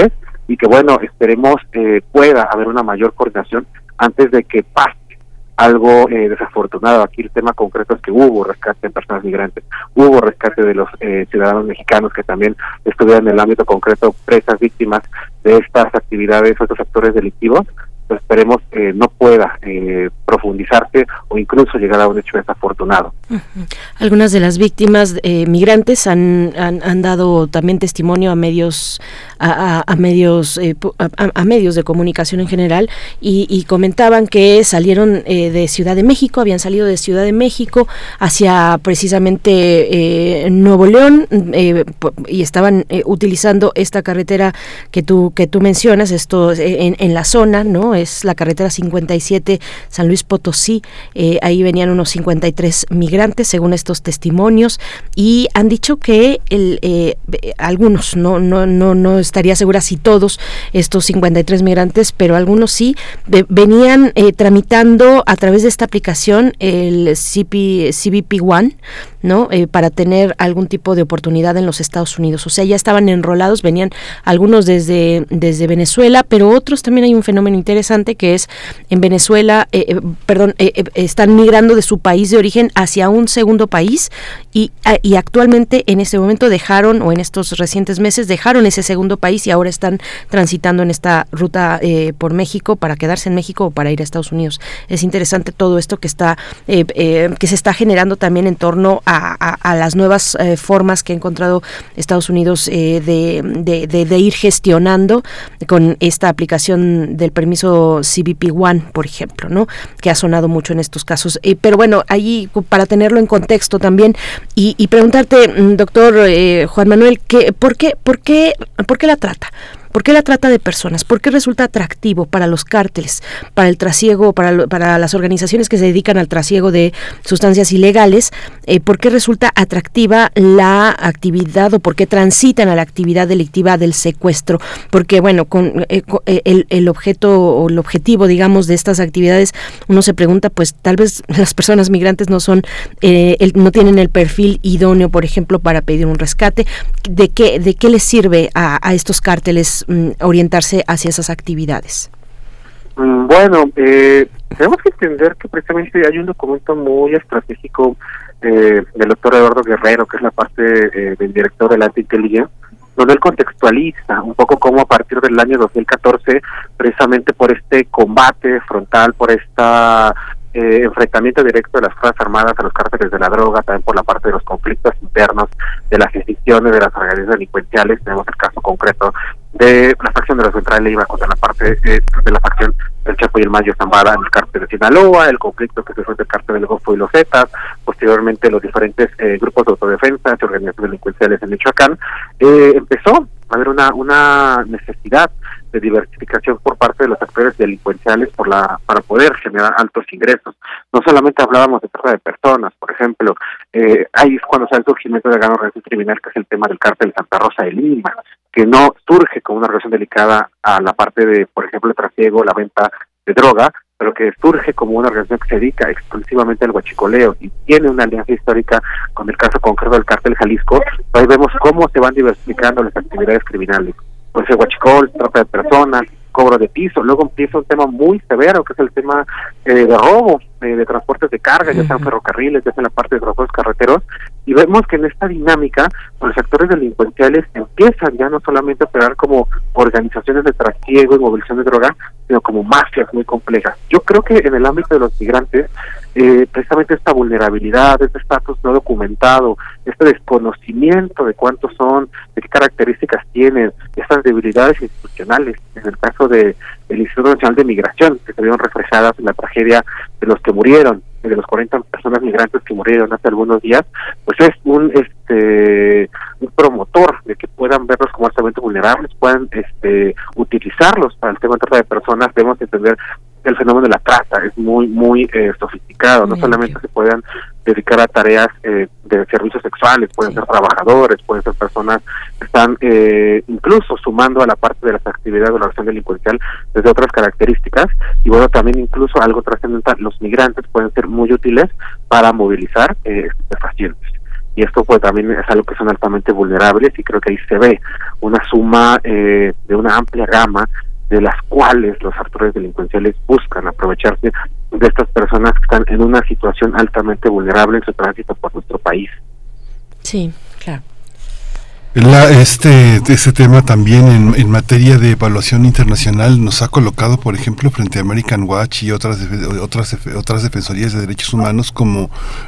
y que bueno, esperemos pueda haber una mayor coordinación antes de que pase algo desafortunado. Aquí el tema concreto es que hubo rescate de personas migrantes, hubo rescate de los ciudadanos mexicanos que también estuvieron en el ámbito concreto, presas, víctimas de estas actividades o estos actores delictivos. Pues esperemos no pueda profundizarse o incluso llegar a un hecho desafortunado. Algunas de las víctimas migrantes han dado también testimonio a medios a medios de comunicación en general y comentaban que salieron de Ciudad de México, habían salido de Ciudad de México hacia precisamente Nuevo León y estaban utilizando esta carretera que tú mencionas, esto en la zona, ¿no? Es la carretera 57 San Luis Potosí. Ahí venían unos 53 migrantes según estos testimonios y han dicho que algunos, no estaría segura si todos estos 53 migrantes, pero algunos sí venían tramitando a través de esta aplicación el CBP One, ¿no? Para tener algún tipo de oportunidad en los Estados Unidos. O sea, ya estaban enrolados, venían algunos desde Venezuela, pero otros también hay un fenómeno interesante que es en Venezuela, están migrando de su país de origen hacia un segundo país y actualmente en este momento en estos recientes meses dejaron ese segundo país y ahora están transitando en esta ruta por México para quedarse en México o para ir a Estados Unidos. Es interesante todo esto que se está generando también en torno a las nuevas formas que ha encontrado Estados Unidos de ir gestionando con esta aplicación del permiso CBP One, por ejemplo, ¿no? Que ha sonado mucho en estos casos. Pero bueno, ahí para tenerlo en contexto también y preguntarte, doctor Juan Manuel, ¿por qué la trata? ¿Por qué la trata de personas? ¿Por qué resulta atractivo para los cárteles, para el trasiego, para las organizaciones que se dedican al trasiego de sustancias ilegales? ¿Por qué resulta atractiva la actividad o por qué transitan a la actividad delictiva del secuestro? Porque, bueno, con el objeto o el objetivo, digamos, de estas actividades, uno se pregunta, pues tal vez las personas migrantes no tienen el perfil idóneo, por ejemplo, para pedir un rescate. ¿De qué les sirve a estos cárteles orientarse hacia esas actividades? Bueno, tenemos que entender que precisamente hay un documento muy estratégico del doctor Eduardo Guerrero, que es la parte del director de la Intelligence, donde él contextualiza un poco cómo a partir del año 2014, precisamente por este combate frontal, por esta enfrentamiento directo de las Fuerzas Armadas a los cárteles de la droga, también por la parte de los conflictos internos, de las instituciones, de las organizaciones delincuenciales. Tenemos el caso concreto de la facción de los Central Leiva contra la parte de la facción del Chapo y el Mayo Zambada en el cártel de Sinaloa, el conflicto que se fue entre el cártel del Golfo y los Zetas, posteriormente los diferentes grupos de autodefensa y organizaciones delincuenciales en Michoacán. Empezó a haber una necesidad de diversificación por parte de los actores delincuenciales para poder generar altos ingresos. No solamente hablábamos de trata de personas, por ejemplo, ahí es cuando sale el surgimiento de la gran organización criminal, que es el tema del cártel de Santa Rosa de Lima, que no surge como una relación delicada a la parte de, por ejemplo, el trasiego, la venta de droga, pero que surge como una organización que se dedica exclusivamente al huachicoleo y tiene una alianza histórica con el caso concreto del cártel Jalisco. Ahí vemos cómo se van diversificando las actividades criminales. Pues el huachicol, trata de personas, cobro de piso. Luego empieza un tema muy severo, que es el tema de robo de transportes de carga, ya sean ferrocarriles, ya sea en la parte de transportes carreteros, y vemos que en esta dinámica los actores delincuenciales empiezan ya no solamente a operar como organizaciones de trasiego y movilización de droga, sino como mafias muy complejas. Yo creo que en el ámbito de los migrantes, precisamente esta vulnerabilidad, este estatus no documentado, este desconocimiento de cuántos son, de qué características tienen, estas debilidades institucionales, en el caso del Instituto Nacional de Migración, que se vieron reflejadas en la tragedia de los que murieron, de los 40 personas migrantes que murieron hace algunos días, pues es un promotor de que puedan verlos como altamente vulnerables, puedan utilizarlos para el tema de trata de personas. Debemos entender que el fenómeno de la trata es muy sofisticado. No solamente se puedan dedicar a tareas de servicios sexuales, pueden ser trabajadores, pueden ser personas que están incluso sumando a la parte de las actividades de la acción delincuencial desde otras características. Y bueno, también incluso algo trascendental, los migrantes pueden ser muy útiles para movilizar estupefacientes. y esto pues también es algo que son altamente vulnerables, y creo que ahí se ve una suma de una amplia gama de las cuales los actores delincuenciales buscan aprovecharse de estas personas que están en una situación altamente vulnerable en su tránsito por nuestro país. Sí, claro. Este tema también en materia de evaluación internacional nos ha colocado, por ejemplo, frente a American Watch y otras defensorías de derechos humanos como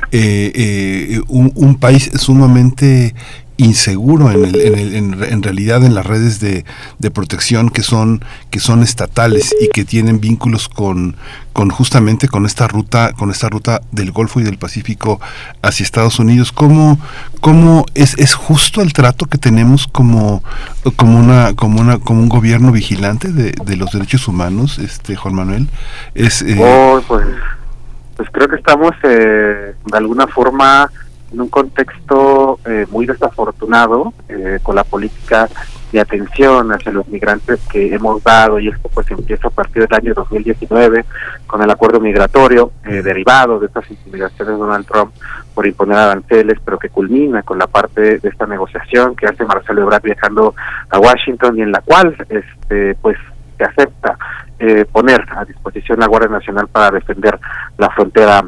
un país sumamente inseguro en realidad en las redes de protección que son estatales y que tienen vínculos con justamente con esta ruta del Golfo y del Pacífico hacia Estados Unidos. ¿Cómo es justo el trato que tenemos como un gobierno vigilante de los derechos humanos, Juan Manuel? Pues creo que estamos de alguna forma en un contexto muy desafortunado con la política de atención hacia los migrantes que hemos dado, y esto pues empieza a partir del año 2019 con el acuerdo migratorio derivado de estas intimidaciones de Donald Trump por imponer aranceles, pero que culmina con la parte de esta negociación que hace Marcelo Ebrard viajando a Washington, y en la cual pues se acepta poner a disposición la Guardia Nacional para defender la frontera.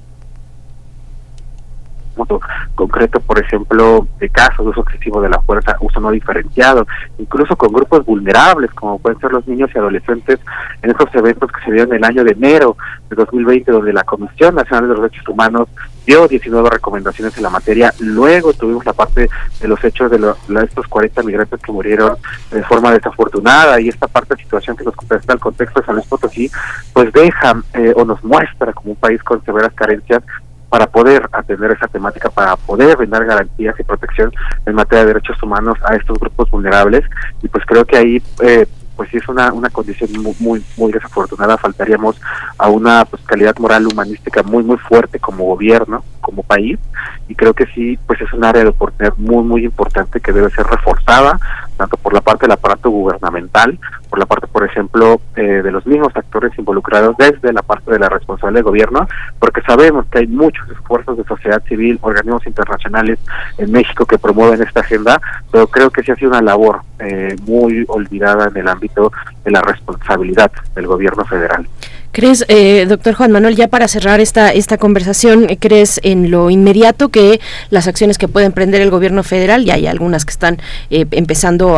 Concreto, por ejemplo, de casos de uso excesivo de la fuerza, uso no diferenciado, incluso con grupos vulnerables, como pueden ser los niños y adolescentes, en esos eventos que se dieron en el año de enero de 2020, donde la Comisión Nacional de los Derechos Humanos dio 19 recomendaciones en la materia. Luego tuvimos la parte de los hechos de estos 40 migrantes que murieron de forma desafortunada, y esta parte de situación que nos presenta el contexto de San Luis Potosí, pues deja o nos muestra como un país con severas carencias para poder atender esa temática, para poder brindar garantías y protección en materia de derechos humanos a estos grupos vulnerables. Y pues creo que ahí pues sí es una condición muy desafortunada. Faltaríamos a una pues calidad moral humanística muy fuerte como gobierno, como país, y creo que sí pues es un área de oportunidad muy importante que debe ser reforzada, tanto por la parte del aparato gubernamental, por la parte, por ejemplo, de los mismos actores involucrados desde la parte de la responsabilidad del gobierno, porque sabemos que hay muchos esfuerzos de sociedad civil, organismos internacionales en México que promueven esta agenda, pero creo que sí ha sido una labor muy olvidada en el ámbito de la responsabilidad del gobierno federal. ¿Crees, doctor Juan Manuel, ya para cerrar esta conversación, crees en lo inmediato que las acciones que puede emprender el gobierno federal, y hay algunas que están empezando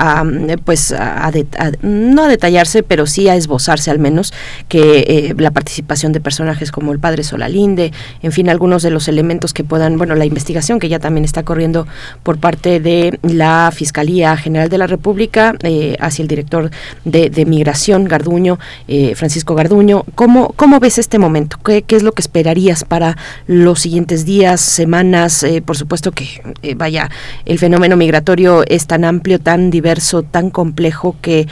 no a detallarse, pero sí a esbozarse al menos, que la participación de personajes como el padre Solalinde, en fin, algunos de los elementos que puedan, la investigación que ya también está corriendo por parte de la Fiscalía General de la República hacia el director de Migración, Garduño, Francisco Garduño? ¿Cómo ves este momento? ¿Qué es lo que esperarías para los siguientes días, semanas? Por supuesto que, el fenómeno migratorio es tan amplio, tan diverso, tan complejo que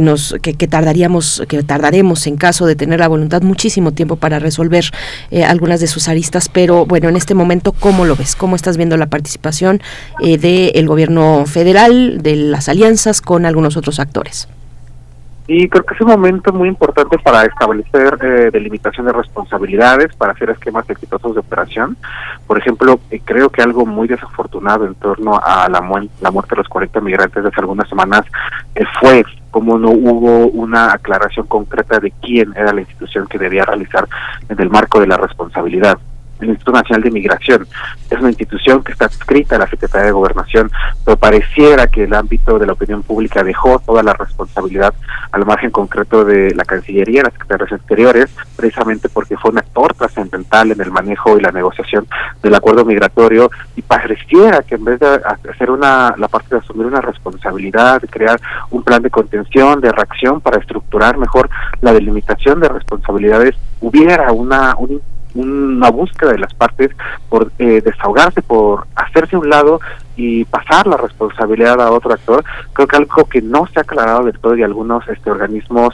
tardaremos, en caso de tener la voluntad, muchísimo tiempo para resolver algunas de sus aristas, pero bueno, en este momento, ¿cómo lo ves? ¿Cómo estás viendo la participación del gobierno federal, de las alianzas con algunos otros actores? Y creo que es un momento muy importante para establecer delimitación de responsabilidades, para hacer esquemas exitosos de operación. Por ejemplo, creo que algo muy desafortunado en torno a la muerte de los 40 migrantes de hace algunas semanas fue como no hubo una aclaración concreta de quién era la institución que debía realizar en el marco de la responsabilidad. El Instituto Nacional de Migración es una institución que está adscrita a la Secretaría de Gobernación, pero pareciera que el ámbito de la opinión pública dejó toda la responsabilidad al margen concreto de la Cancillería, las Secretarías Exteriores, precisamente porque fue un actor trascendental en el manejo y la negociación del acuerdo migratorio, y pareciera que en vez de hacer la parte de asumir una responsabilidad, de crear un plan de contención, de reacción para estructurar mejor la delimitación de responsabilidades, hubiera una búsqueda de las partes por desahogarse, por hacerse a un lado y pasar la responsabilidad a otro actor. Creo que algo que no se ha aclarado del todo, y algunos organismos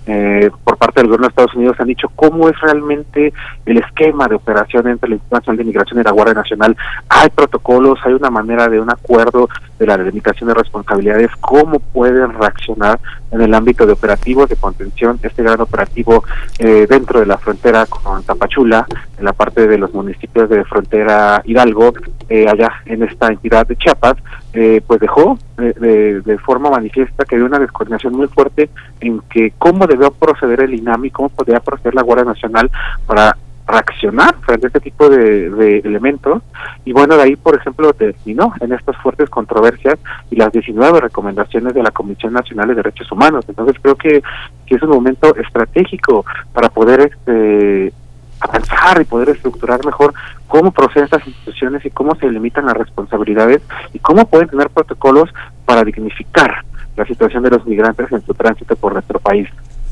por parte del gobierno de Estados Unidos han dicho cómo es realmente el esquema de operación entre la Institución Nacional de Migración y la Guardia Nacional. Hay protocolos, hay una manera de un acuerdo de la delimitación de responsabilidades, cómo pueden reaccionar en el ámbito de operativos de contención, este gran operativo dentro de la frontera con Tapachula, en la parte de los municipios de frontera Hidalgo, allá en esta entidad de Chiapas, pues dejó de forma manifiesta que había una descoordinación muy fuerte en que cómo debió proceder el INAMI, cómo podía proceder la Guardia Nacional para reaccionar frente a este tipo de elementos. Y bueno, de ahí, por ejemplo, terminó en estas fuertes controversias y las 19 recomendaciones de la Comisión Nacional de Derechos Humanos. Entonces creo que es un momento estratégico para poder avanzar y poder estructurar mejor cómo proceden estas instituciones y cómo se limitan las responsabilidades y cómo pueden tener protocolos para dignificar la situación de los migrantes en su tránsito por nuestro país.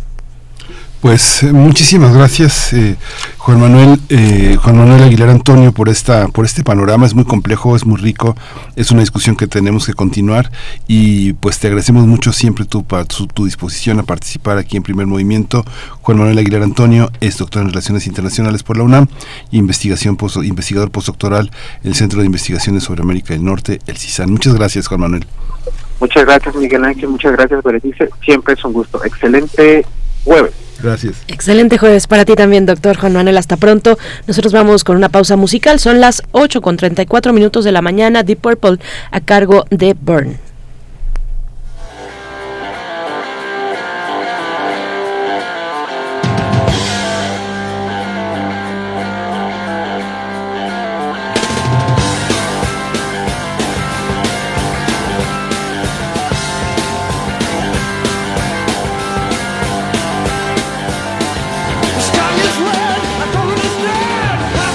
Pues muchísimas gracias, Juan Manuel Aguilar Antonio, por este panorama. Es muy complejo, es muy rico, es una discusión que tenemos que continuar, y pues te agradecemos mucho siempre tu disposición a participar aquí en Primer Movimiento. Juan Manuel Aguilar Antonio es doctor en Relaciones Internacionales por la UNAM y investigador postdoctoral en el Centro de Investigaciones sobre América del Norte, el CISAN. Muchas gracias, Juan Manuel. Muchas gracias, Miguel Ángel, muchas gracias, Berenice. Siempre es un gusto. Excelente jueves. Gracias. Excelente jueves para ti también, doctor Juan Manuel. Hasta pronto. Nosotros vamos con una pausa musical. Son las 8:34 de la mañana. Deep Purple a cargo de Burn.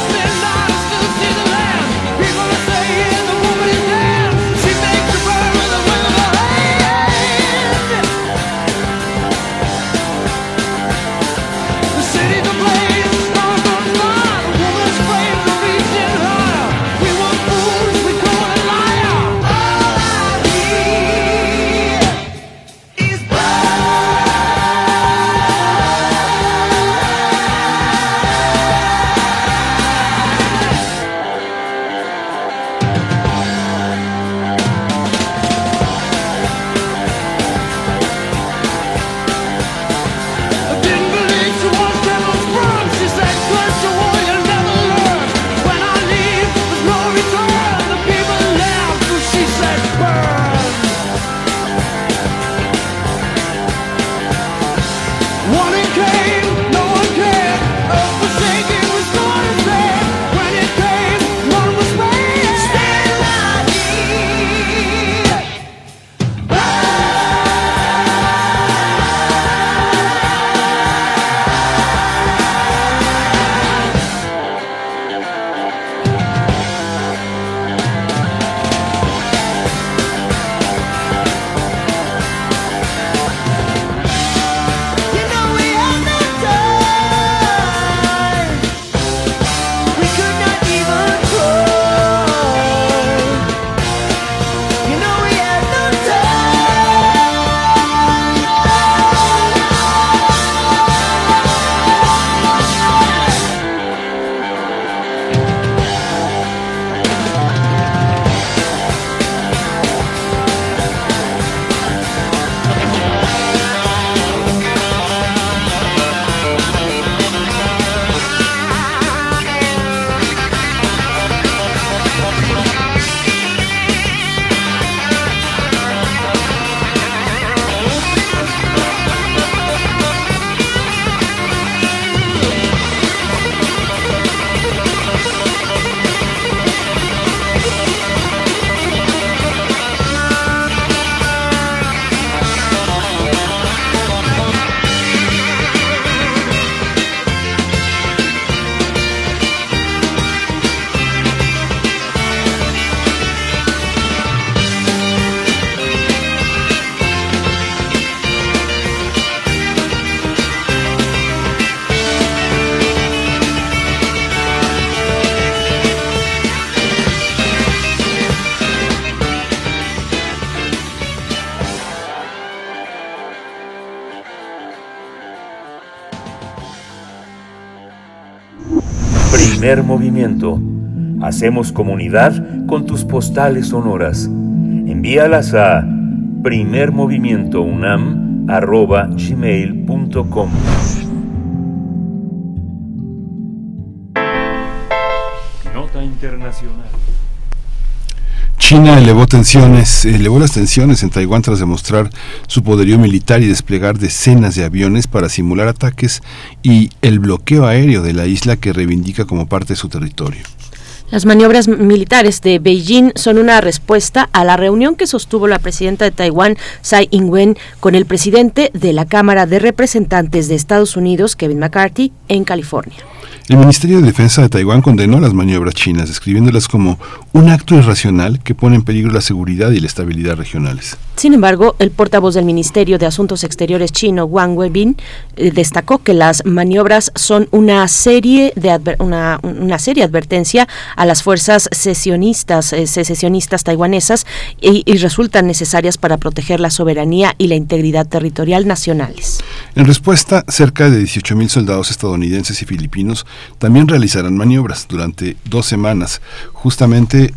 People are saying the woman is dead. She makes the burn with Primer Movimiento. Hacemos comunidad con tus postales sonoras. Envíalas a primermovimientounam@gmail.com. Nota internacional. China elevó las tensiones en Taiwán tras demostrar su poderío militar y desplegar decenas de aviones para simular ataques y el bloqueo aéreo de la isla que reivindica como parte de su territorio. Las maniobras militares de Beijing son una respuesta a la reunión que sostuvo la presidenta de Taiwán, Tsai Ing-wen, con el presidente de la Cámara de Representantes de Estados Unidos, Kevin McCarthy, en California. El Ministerio de Defensa de Taiwán condenó las maniobras chinas, describiéndolas como un acto irracional que pone en peligro la seguridad y la estabilidad regionales. Sin embargo, el portavoz del Ministerio de Asuntos Exteriores chino, Wang Wenbin, destacó que las maniobras son una seria advertencia a las fuerzas secesionistas taiwanesas y resultan necesarias para proteger la soberanía y la integridad territorial nacionales. En respuesta, cerca de 18,000 soldados estadounidenses y filipinos también realizarán maniobras durante 2 semanas, justamente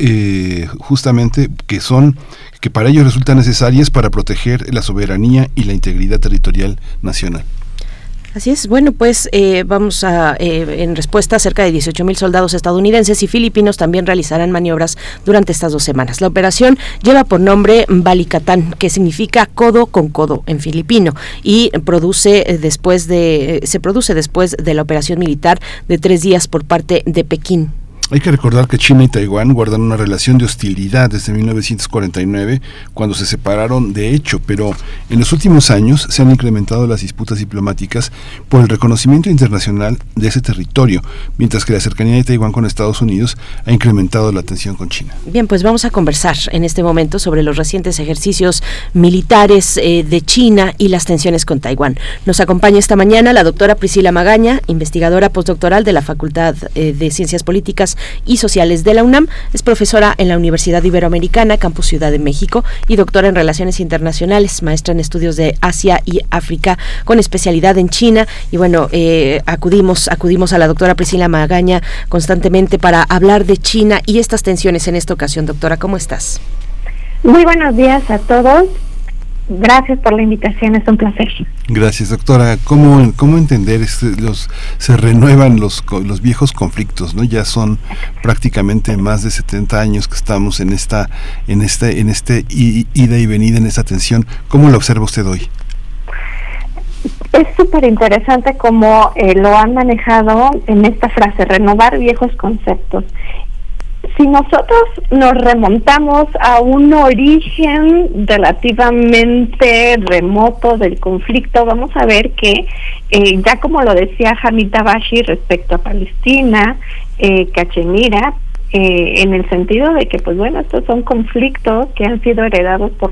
que para ello resultan necesarias para proteger la soberanía y la integridad territorial nacional. Así es. Bueno, pues en respuesta, cerca de 18,000 soldados estadounidenses y filipinos también realizarán maniobras durante estas 2 semanas. La operación lleva por nombre Balikatan, que significa codo con codo en filipino, y se produce después de la operación militar de 3 días por parte de Pekín. Hay que recordar que China y Taiwán guardan una relación de hostilidad desde 1949, cuando se separaron de hecho, pero en los últimos años se han incrementado las disputas diplomáticas por el reconocimiento internacional de ese territorio, mientras que la cercanía de Taiwán con Estados Unidos ha incrementado la tensión con China. Bien, pues vamos a conversar en este momento sobre los recientes ejercicios militares de China y las tensiones con Taiwán. Nos acompaña esta mañana la doctora Priscila Magaña, investigadora postdoctoral de la Facultad de Ciencias Políticas y Sociales de la UNAM, es profesora en la Universidad Iberoamericana, Campus Ciudad de México, y doctora en Relaciones Internacionales, maestra en Estudios de Asia y África, con especialidad en China. Y bueno, acudimos a la doctora Priscila Magaña constantemente para hablar de China y estas tensiones en esta ocasión. Doctora, ¿cómo estás? Muy buenos días a todos. Gracias por la invitación, es un placer. Gracias, doctora. ¿Cómo entender se renuevan los viejos conflictos, ¿no? Ya son prácticamente más de 70 años que estamos en esta ida y venida, en esta tensión. ¿Cómo lo observa usted hoy? Es súper interesante cómo lo han manejado en esta frase, renovar viejos conceptos. Si nosotros nos remontamos a un origen relativamente remoto del conflicto, vamos a ver que, ya como lo decía Hamid Dabashi respecto a Palestina, Cachemira, en el sentido de que, pues bueno, estos son conflictos que han sido heredados por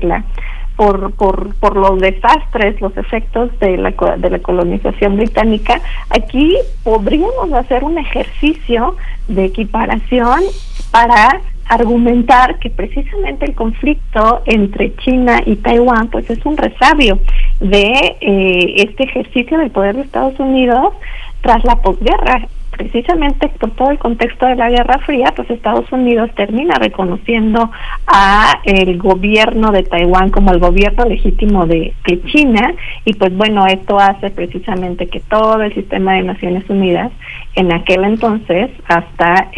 los desastres, los efectos de la colonización británica. Aquí podríamos hacer un ejercicio de equiparación para argumentar que precisamente el conflicto entre China y Taiwán pues es un resabio de este ejercicio del poder de Estados Unidos tras la posguerra. Precisamente por todo el contexto de la Guerra Fría, pues Estados Unidos termina reconociendo a el gobierno de Taiwán como el gobierno legítimo de China, y pues bueno, esto hace precisamente que todo el sistema de Naciones Unidas en aquel entonces, hasta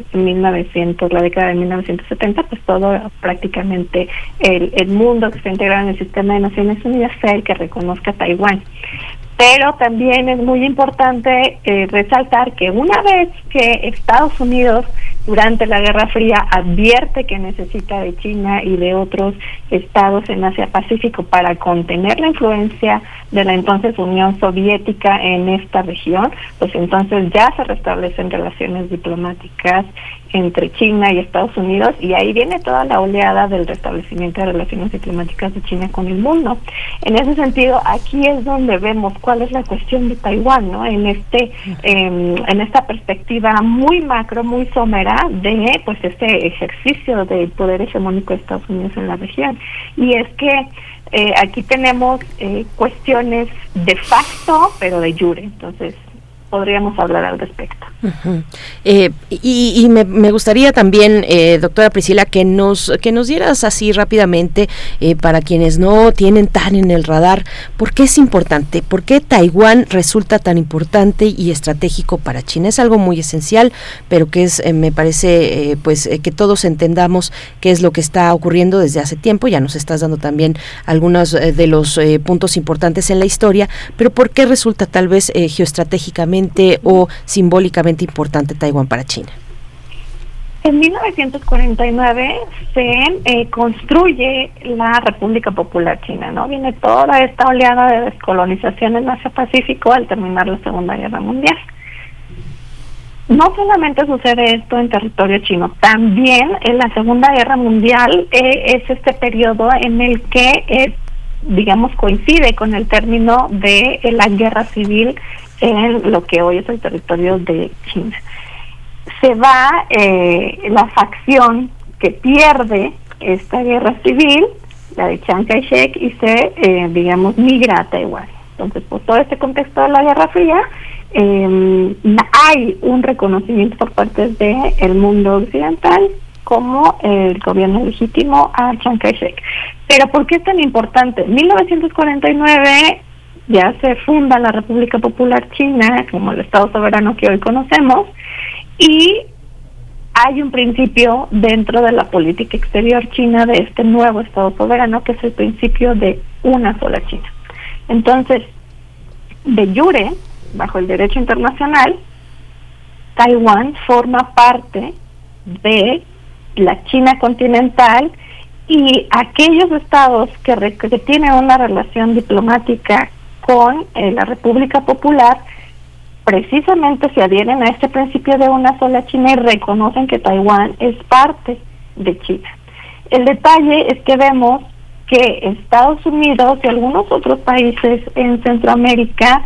la década de 1970, pues todo prácticamente el mundo que está integrado en el sistema de Naciones Unidas sea el que reconozca a Taiwán. Pero también es muy importante resaltar que una vez que Estados Unidos durante la Guerra Fría advierte que necesita de China y de otros estados en Asia-Pacífico para contener la influencia de la entonces Unión Soviética en esta región, pues entonces ya se restablecen relaciones diplomáticas entre China y Estados Unidos, y ahí viene toda la oleada del restablecimiento de relaciones diplomáticas de China con el mundo. En ese sentido, aquí es donde vemos cuál es la cuestión de Taiwán, ¿no? En esta perspectiva muy macro, muy somera de pues este ejercicio del poder hegemónico de Estados Unidos en la región. Y es que aquí tenemos cuestiones de facto, pero de jure. Entonces, podríamos hablar al respecto. Uh-huh. Y me gustaría también, doctora Priscila, que nos dieras así rápidamente, para quienes no tienen tan en el radar, ¿por qué es importante? ¿Por qué Taiwán resulta tan importante y estratégico para China? Es algo muy esencial, pero que es, me parece, que todos entendamos qué es lo que está ocurriendo desde hace tiempo. Ya nos estás dando también algunos de los puntos importantes en la historia, pero ¿por qué resulta tal vez geoestratégicamente o simbólicamente importante Taiwán para China? En 1949 se construye la República Popular China, ¿no? Viene toda esta oleada de descolonización en Asia-Pacífico al terminar la Segunda Guerra Mundial. No solamente sucede esto en territorio chino, también en la Segunda Guerra Mundial es este periodo en el que, digamos, coincide con el término de la guerra civil en lo que hoy es el territorio de China. Se va la facción que pierde esta guerra civil, la de Chiang Kai-shek, y se, migra a Taiwán. Entonces, por todo este contexto de la Guerra Fría, hay un reconocimiento por parte del mundo occidental como el gobierno legítimo a Chiang Kai-shek. Pero ¿por qué es tan importante? En 1949 ya se funda la República Popular China como el Estado soberano que hoy conocemos, y hay un principio dentro de la política exterior china de este nuevo Estado soberano, que es el principio de una sola China. Entonces, de jure, bajo el derecho internacional, Taiwán forma parte de la China continental, y aquellos estados que tienen una relación diplomática con la República Popular precisamente se adhieren a este principio de una sola China y reconocen que Taiwán es parte de China. El detalle es que vemos que Estados Unidos y algunos otros países en Centroamérica,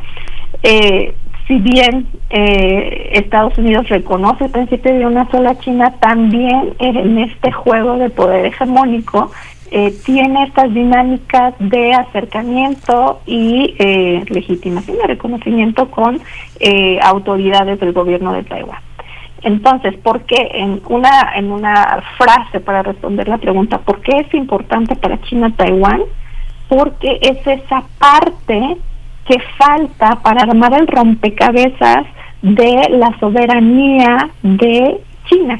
si bien Estados Unidos reconoce el principio de una sola China, también en este juego de poder hegemónico tiene estas dinámicas de acercamiento y legitimación de reconocimiento con autoridades del gobierno de Taiwán. Entonces, ¿por qué? En una frase para responder la pregunta, ¿por qué es importante para China Taiwán? Porque es esa parte que falta para armar el rompecabezas de la soberanía de China,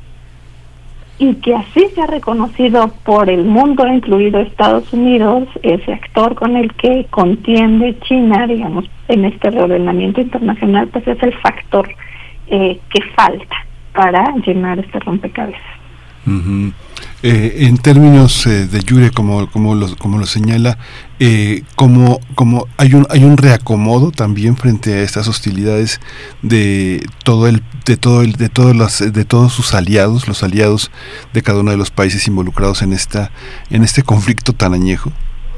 y que así se ha reconocido por el mundo, incluido Estados Unidos, ese actor con el que contiende China, digamos, en este reordenamiento internacional, pues es el factor que falta para llenar este rompecabezas. Uh-huh. En términos de jure, como lo señala, como hay un reacomodo también frente a estas hostilidades de todos sus aliados, los aliados de cada uno de los países involucrados en este conflicto tan añejo.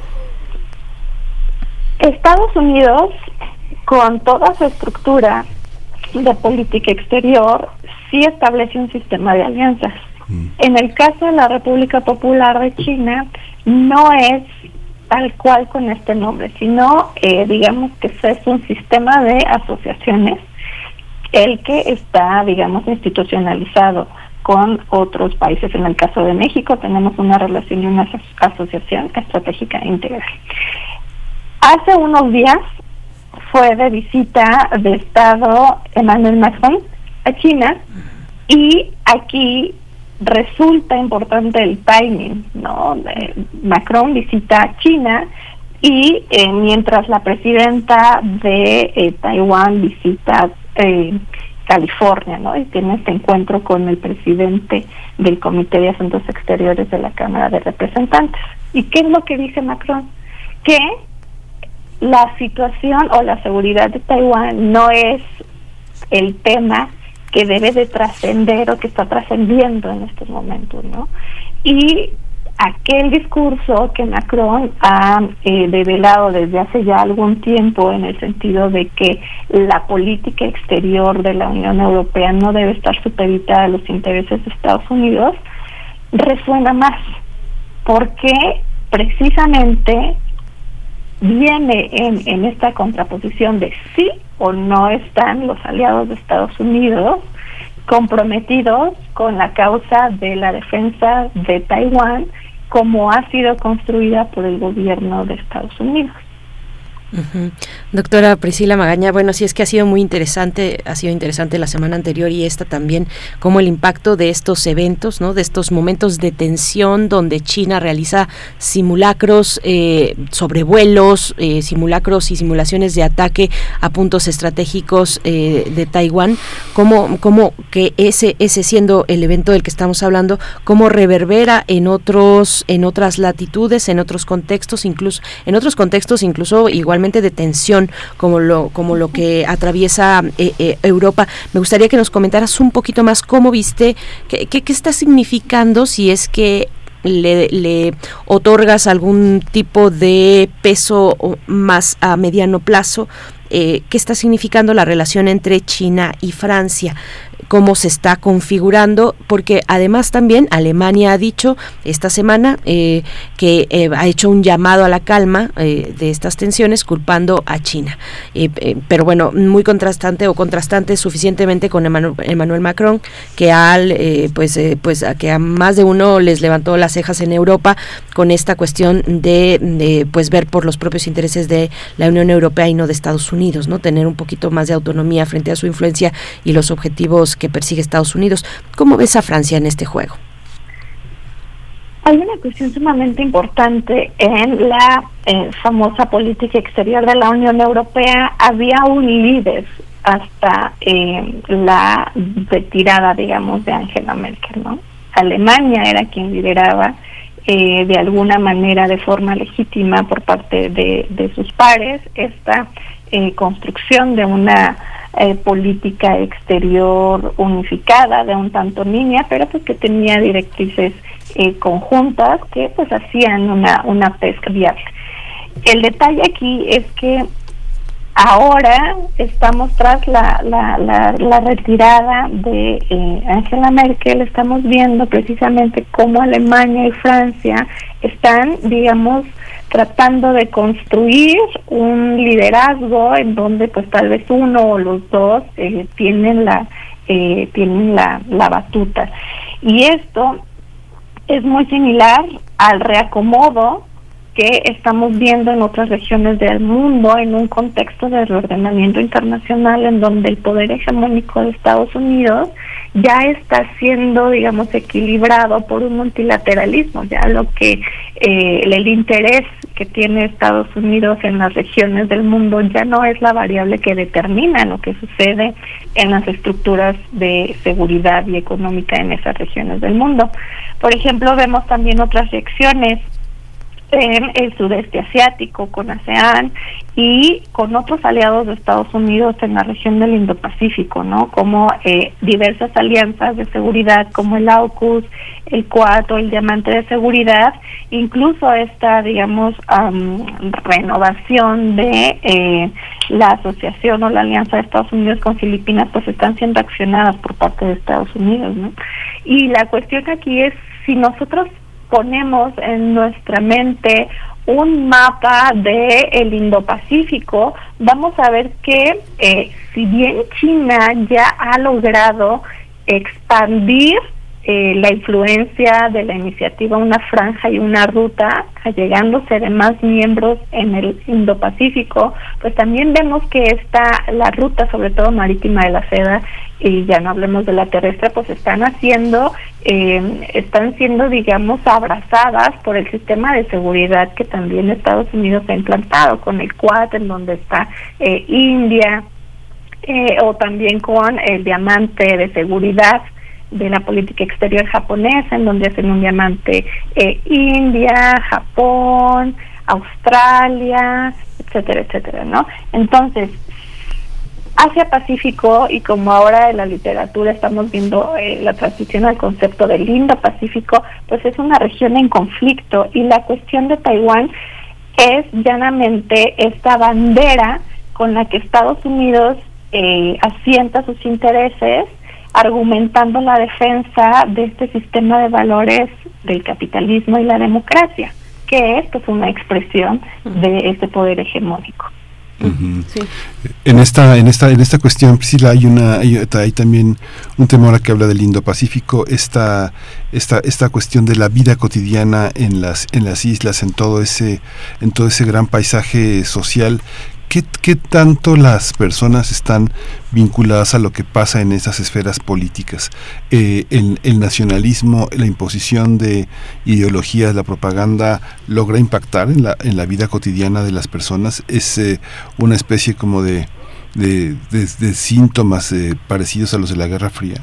Estados Unidos, con toda su estructura de política exterior, sí establece un sistema de alianzas. En el caso de la República Popular de China, no es tal cual con este nombre, sino digamos que es un sistema de asociaciones, el que está, digamos, institucionalizado con otros países. En el caso de México tenemos una relación y una asociación estratégica integral. Hace unos días fue de visita de Estado Emmanuel Macron a China, y aquí resulta importante el timing, ¿no? Macron visita China y mientras la presidenta de Taiwán visita California, ¿no? Y tiene este encuentro con el presidente del Comité de Asuntos Exteriores de la Cámara de Representantes. ¿Y qué es lo que dice Macron? Que la situación o la seguridad de Taiwán no es el tema que debe de trascender o que está trascendiendo en estos momentos, ¿no? Y aquel discurso que Macron ha develado desde hace ya algún tiempo, en el sentido de que la política exterior de la Unión Europea no debe estar supeditada a los intereses de Estados Unidos, resuena más, porque precisamente viene en esta contraposición de sí o no están los aliados de Estados Unidos comprometidos con la causa de la defensa de Taiwán como ha sido construida por el gobierno de Estados Unidos. Uh-huh. Doctora Priscila Magaña, bueno, sí es que ha sido interesante la semana anterior y esta también, como el impacto de estos eventos, ¿no? De estos momentos de tensión donde China realiza simulacros, sobrevuelos, simulacros y simulaciones de ataque a puntos estratégicos de Taiwán, como que ese siendo el evento del que estamos hablando, cómo reverbera en otras latitudes, en otros contextos, incluso igualmente de tensión como lo que atraviesa Europa. Me gustaría que nos comentaras un poquito más cómo viste, qué está significando, si es que le otorgas algún tipo de peso más a mediano plazo, qué está significando la relación entre China y Francia, cómo se está configurando, porque además también Alemania ha dicho esta semana que ha hecho un llamado a la calma de estas tensiones, culpando a China. Pero bueno, muy contrastante suficientemente con Emmanuel Macron, que que a más de uno les levantó las cejas en Europa con esta cuestión de ver por los propios intereses de la Unión Europea y no de Estados Unidos, ¿no? Tener un poquito más de autonomía frente a su influencia y los objetivos que persigue Estados Unidos. ¿Cómo ves a Francia en este juego? Hay una cuestión sumamente importante en la famosa política exterior de la Unión Europea. Había un líder hasta la retirada, digamos, de Angela Merkel, ¿no? Alemania era quien lideraba de alguna manera, de forma legítima por parte de sus pares, esta construcción de una política exterior unificada, de un tanto línea, pero pues que tenía directrices conjuntas que pues hacían una pesca viable. El detalle aquí es que ahora estamos tras la retirada de Angela Merkel, estamos viendo precisamente cómo Alemania y Francia están, digamos, tratando de construir un liderazgo en donde pues tal vez uno o los dos tienen la batuta. Y esto es muy similar al reacomodo que estamos viendo en otras regiones del mundo en un contexto de reordenamiento internacional en donde el poder hegemónico de Estados Unidos ya está siendo, digamos, equilibrado por un multilateralismo. Ya lo que el interés que tiene Estados Unidos en las regiones del mundo ya no es la variable que determina lo que sucede en las estructuras de seguridad y económica en esas regiones del mundo. Por ejemplo, vemos también otras reacciones en el sudeste asiático, con ASEAN y con otros aliados de Estados Unidos en la región del Indo-Pacífico, ¿no? Como diversas alianzas de seguridad como el AUKUS, el Quad o el Diamante de Seguridad, incluso esta, digamos, renovación de la asociación o la alianza de Estados Unidos con Filipinas, pues están siendo accionadas por parte de Estados Unidos, ¿no? Y la cuestión aquí es, si nosotros ponemos en nuestra mente un mapa de el Indo-Pacífico, vamos a ver que si bien China ya ha logrado expandir la influencia de la iniciativa Una Franja y una Ruta, allegándose de más miembros en el Indo-Pacífico, pues también vemos que la ruta, sobre todo marítima de la seda, y ya no hablemos de la terrestre, pues están siendo, digamos, abrazadas por el sistema de seguridad que también Estados Unidos ha implantado, con el Quad, en donde está India, o también con el Diamante de Seguridad de la política exterior japonesa, en donde hacen un diamante India, Japón, Australia, etcétera, etcétera, ¿no? Entonces, Asia-Pacífico, y como ahora en la literatura estamos viendo la transición al concepto del Indo-Pacífico, pues es una región en conflicto, y la cuestión de Taiwán es llanamente esta bandera con la que Estados Unidos asienta sus intereses, argumentando la defensa de este sistema de valores del capitalismo y la democracia. que es pues una expresión de este poder hegemónico. Sí. En esta cuestión, Priscila, hay también un tema ahora que habla del Indo-Pacífico, esta cuestión de la vida cotidiana en las islas, en todo ese gran paisaje social. ¿Qué tanto las personas están vinculadas a lo que pasa en esas esferas políticas? El nacionalismo, la imposición de ideologías, la propaganda, ¿logra impactar en la vida cotidiana de las personas? ¿Es una especie como de síntomas parecidos a los de la Guerra Fría?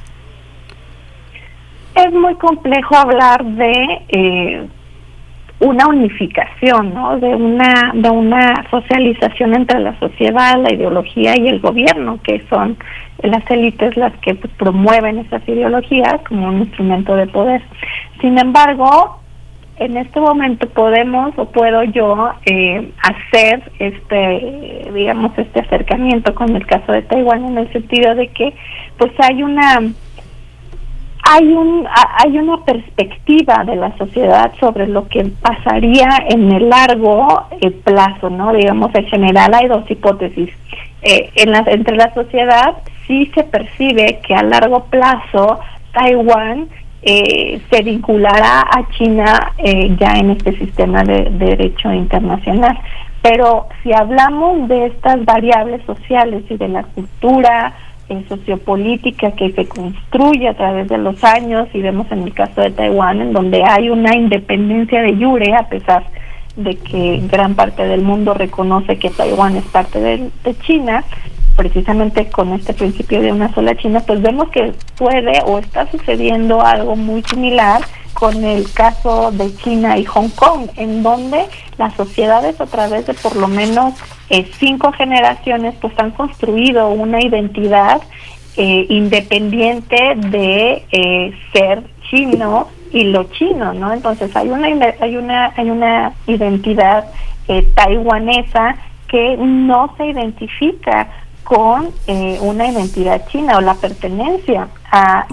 Es muy complejo hablar de una unificación, ¿no? de una socialización entre la sociedad, la ideología y el gobierno, que son las élites las que pues, promueven esas ideologías como un instrumento de poder. Sin embargo, en este momento puedo yo hacer este acercamiento con el caso de Taiwán, en el sentido de que pues hay una perspectiva de la sociedad sobre lo que pasaría en el largo plazo, ¿no? Digamos, en general hay dos hipótesis. Entre la sociedad sí se percibe que a largo plazo Taiwán se vinculará a China ya en este sistema de derecho internacional. Pero si hablamos de estas variables sociales y de la cultura sociopolítica que se construye a través de los años, y vemos en el caso de Taiwán, en donde hay una independencia de jure, a pesar de que gran parte del mundo reconoce que Taiwán es parte de China, precisamente con este principio de una sola China, pues vemos que puede o está sucediendo algo muy similar con el caso de China y Hong Kong, en donde las sociedades a través de por lo menos 5 generaciones pues han construido una identidad independiente de ser chino y lo chino, ¿no? Entonces hay una identidad taiwanesa que no se identifica con una identidad china o la pertenencia a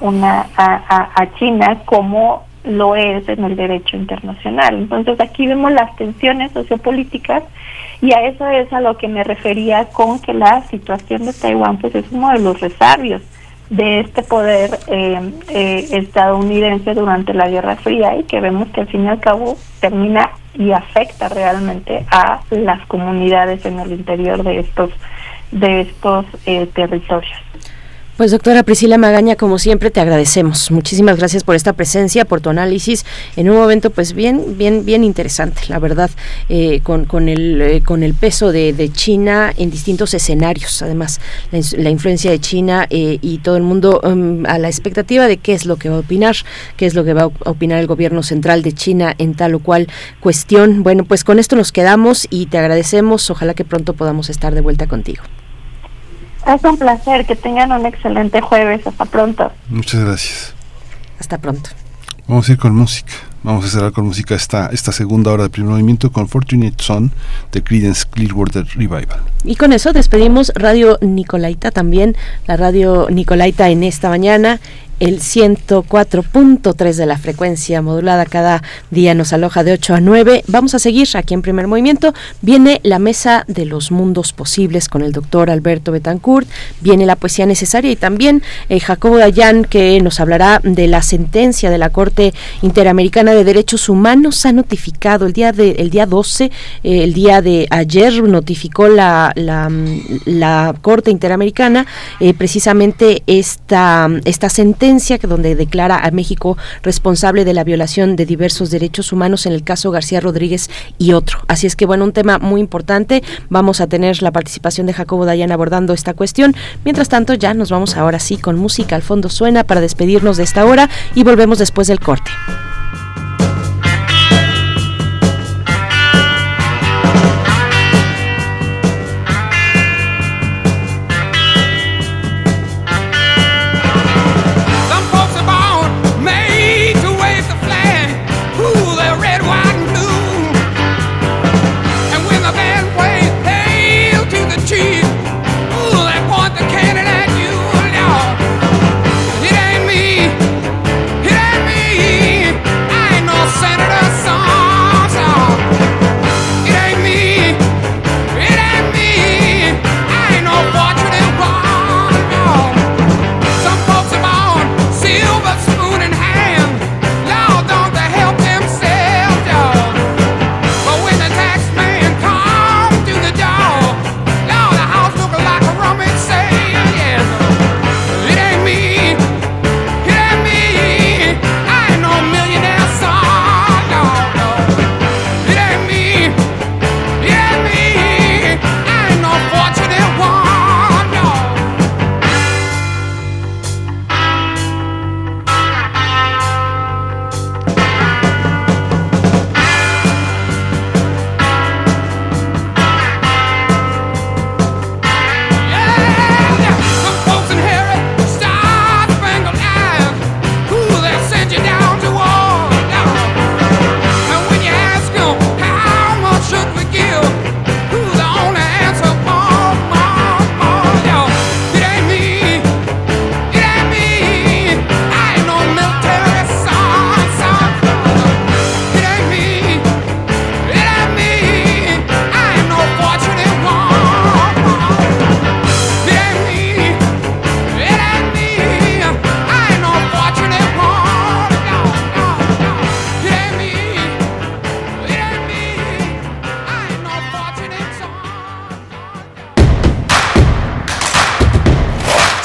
China como lo es en el derecho internacional. Entonces aquí vemos las tensiones sociopolíticas, y a eso es a lo que me refería con que la situación de Taiwán pues es uno de los resabios de este poder estadounidense durante la Guerra Fría, y que vemos que al fin y al cabo termina y afecta realmente a las comunidades en el interior de estos territorios. Pues doctora Priscila Magaña, como siempre te agradecemos. Muchísimas gracias por esta presencia, por tu análisis en un momento pues bien interesante, la verdad, con el peso de China en distintos escenarios. Además, la influencia de China y todo el mundo a la expectativa de qué es lo que va a opinar, qué es lo que va a opinar el gobierno central de China en tal o cual cuestión. Bueno, pues con esto nos quedamos y te agradecemos. Ojalá que pronto podamos estar de vuelta contigo. Es un placer, que tengan un excelente jueves. Hasta pronto. Muchas gracias. Hasta pronto. Vamos a ir con música. Vamos a cerrar con música esta segunda hora de Primer Movimiento con Fortunate Son de Creedence Clearwater Revival. Y con eso despedimos Radio Nicolaita también, la Radio Nicolaita en esta mañana. El 104.3 de la frecuencia modulada cada día nos aloja de 8 a 9. Vamos a seguir aquí en Primer Movimiento. Viene la Mesa de los Mundos Posibles con el doctor Alberto Betancourt. Viene la poesía necesaria y también Jacobo Dayan, que nos hablará de la sentencia de la Corte Interamericana de Derechos Humanos. Ha notificado el día 12, el día de ayer, notificó la Corte Interamericana precisamente esta sentencia, que donde declara a México responsable de la violación de diversos derechos humanos en el caso García Rodríguez y otro. Así es que bueno, un tema muy importante. Vamos a tener la participación de Jacobo Dayan abordando esta cuestión. Mientras tanto, ya nos vamos ahora sí con música. Al fondo suena para despedirnos de esta hora y volvemos después del corte. It ain't me.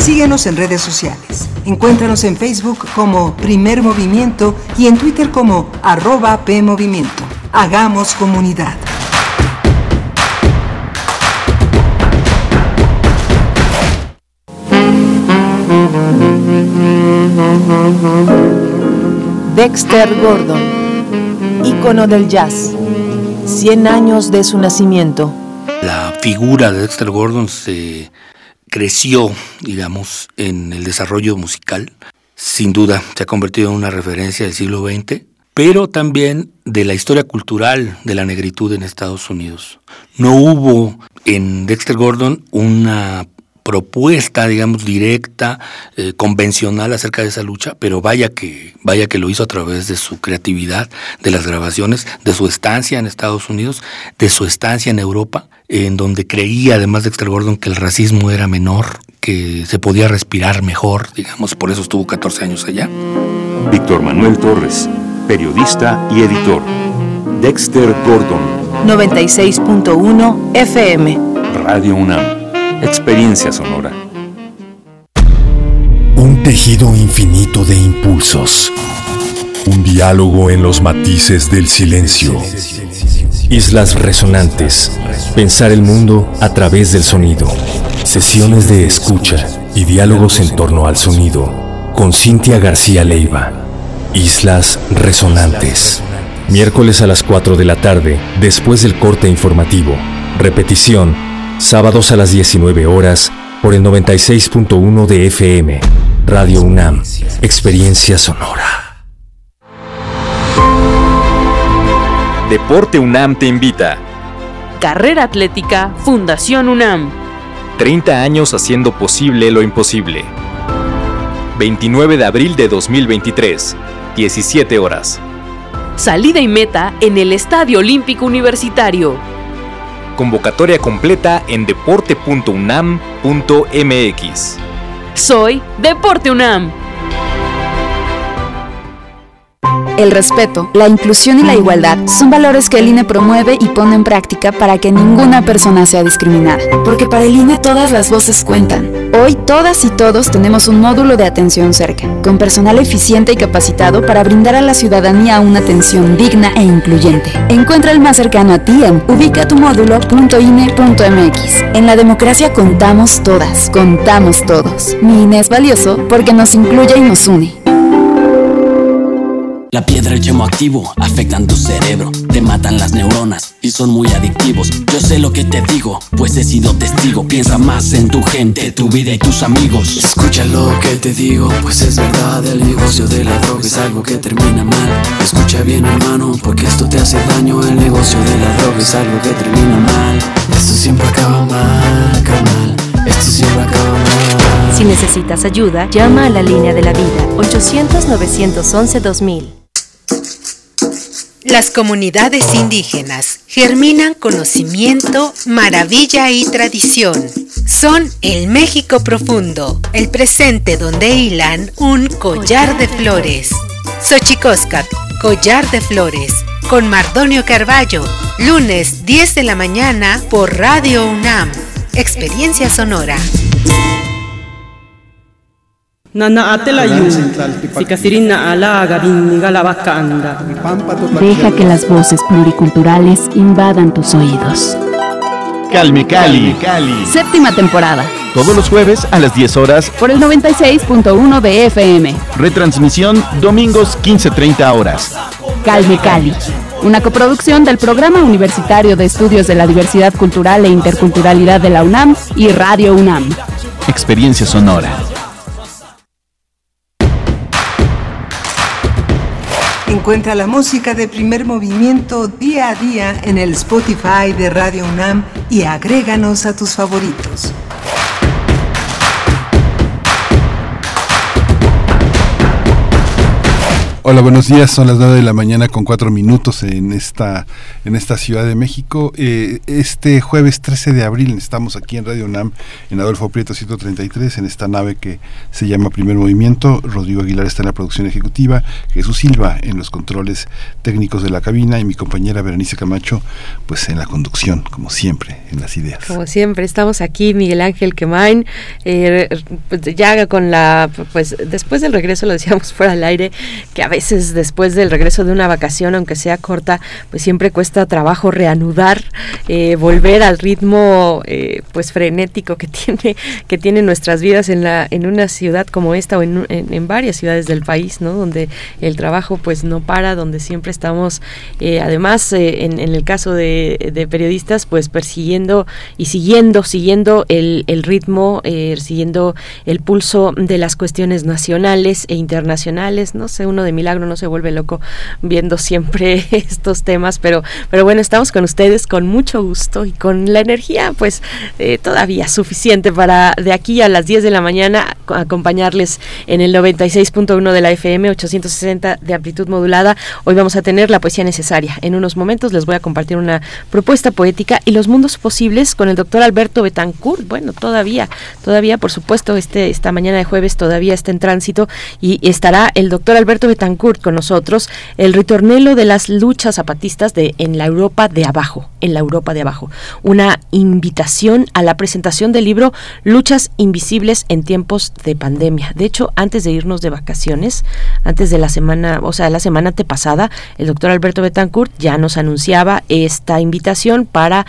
Síguenos en redes sociales. Encuéntranos en Facebook como Primer Movimiento y en Twitter como @PMovimiento. Hagamos comunidad. Dexter Gordon, ícono del jazz, 100 años de su nacimiento. La figura de Dexter Gordon se creció, digamos, en el desarrollo musical. Sin duda se ha convertido en una referencia del siglo XX, pero también de la historia cultural de la negritud en Estados Unidos. No hubo en Dexter Gordon una propuesta, digamos, directa, convencional acerca de esa lucha, pero vaya que lo hizo a través de su creatividad, de las grabaciones, de su estancia en Estados Unidos, de su estancia en Europa, en donde creía, además de Dexter Gordon, que el racismo era menor, que se podía respirar mejor, digamos, por eso estuvo 14 años allá. Víctor Manuel Torres, periodista y editor. Dexter Gordon. 96.1 FM. Radio UNAM. Experiencia sonora. Un tejido infinito de impulsos. Un diálogo en los matices del silencio. Islas resonantes. Pensar el mundo a través del sonido. Sesiones de escucha y diálogos en torno al sonido. Con Cintia García Leiva. Islas resonantes. Miércoles a las 4 de la tarde, después del corte informativo. Repetición, sábados a las 19 horas, por el 96.1 de FM. Radio UNAM. Experiencia sonora. Deporte UNAM te invita. Carrera atlética Fundación UNAM. 30 años haciendo posible lo imposible. 29 de abril de 2023, 17 horas. Salida y meta en el Estadio Olímpico Universitario. Convocatoria completa en deporte.unam.mx. Soy Deporte UNAM. El respeto, la inclusión y la igualdad son valores que el INE promueve y pone en práctica para que ninguna persona sea discriminada. Porque para el INE todas las voces cuentan. Hoy todas y todos tenemos un módulo de atención cerca, con personal eficiente y capacitado para brindar a la ciudadanía una atención digna e incluyente. Encuentra el más cercano a ti en ubicatumodulo.ine.mx. En la democracia contamos todas, contamos todos. Mi INE es valioso porque nos incluye y nos une. La piedra y el yemo activo afectan tu cerebro, te matan las neuronas y son muy adictivos. Yo sé lo que te digo, pues he sido testigo. Piensa más en tu gente, tu vida y tus amigos. Escucha lo que te digo, pues es verdad. El negocio de la droga es algo que termina mal. Escucha bien, hermano, porque esto te hace daño. El negocio de la droga es algo que termina mal. Esto siempre acaba mal, carnal. Esto siempre acaba mal. Si necesitas ayuda, llama a la línea de la vida 800-911-2000. Las comunidades indígenas germinan conocimiento, maravilla y tradición. Son el México profundo, el presente donde hilan un collar de flores. Xochicóscat, collar de flores, con Mardonio Carballo, lunes 10 de la mañana por Radio UNAM. Experiencia sonora. Deja que las voces pluriculturales invadan tus oídos. Calme Cali. Séptima temporada. Todos los jueves a las 10 horas por el 96.1 de FM. Retransmisión domingos 15:30 horas. Calme Cali. Una coproducción del Programa Universitario de Estudios de la Diversidad Cultural e Interculturalidad de la UNAM y Radio UNAM. Experiencia sonora. Encuentra la música de Primer Movimiento día a día en el Spotify de Radio UNAM y agréganos a tus favoritos. Hola, buenos días. Son las 9 de la mañana con 4 minutos en esta Ciudad de México. Este jueves 13 de abril estamos aquí en Radio UNAM, en Adolfo Prieto 133, en esta nave que se llama Primer Movimiento. Rodrigo Aguilar está en la producción ejecutiva, Jesús Silva en los controles técnicos de la cabina y mi compañera Berenice Camacho, pues en la conducción, como siempre, en las ideas. Como siempre, estamos aquí, Miguel Ángel Quemain, ya con después del regreso, lo decíamos fuera del aire, que a veces después del regreso de una vacación, aunque sea corta, pues siempre cuesta trabajo reanudar, volver al ritmo pues frenético que tiene nuestras vidas en una ciudad como esta o en varias ciudades del país, ¿no? Donde el trabajo pues no para, donde siempre estamos además en el caso de periodistas pues persiguiendo y siguiendo el ritmo, siguiendo el pulso de las cuestiones nacionales e internacionales. No sé, uno de milagro no se vuelve loco viendo siempre estos temas, pero bueno, estamos con ustedes con mucho gusto y con la energía pues todavía suficiente para de aquí a las 10 de la mañana acompañarles en el 96.1 de la FM, 860 de amplitud modulada. Hoy vamos a tener la poesía necesaria. En unos momentos les voy a compartir una propuesta poética y los mundos posibles con el doctor Alberto Betancourt. Bueno, todavía por supuesto esta mañana de jueves todavía está en tránsito y estará el doctor Alberto Betancourt con nosotros, el ritornelo de las luchas zapatistas en la Europa de abajo, una invitación a la presentación del libro Luchas invisibles en tiempos de pandemia. De hecho, antes de irnos de vacaciones, antes de la semana antepasada, el doctor Alberto Betancourt ya nos anunciaba esta invitación para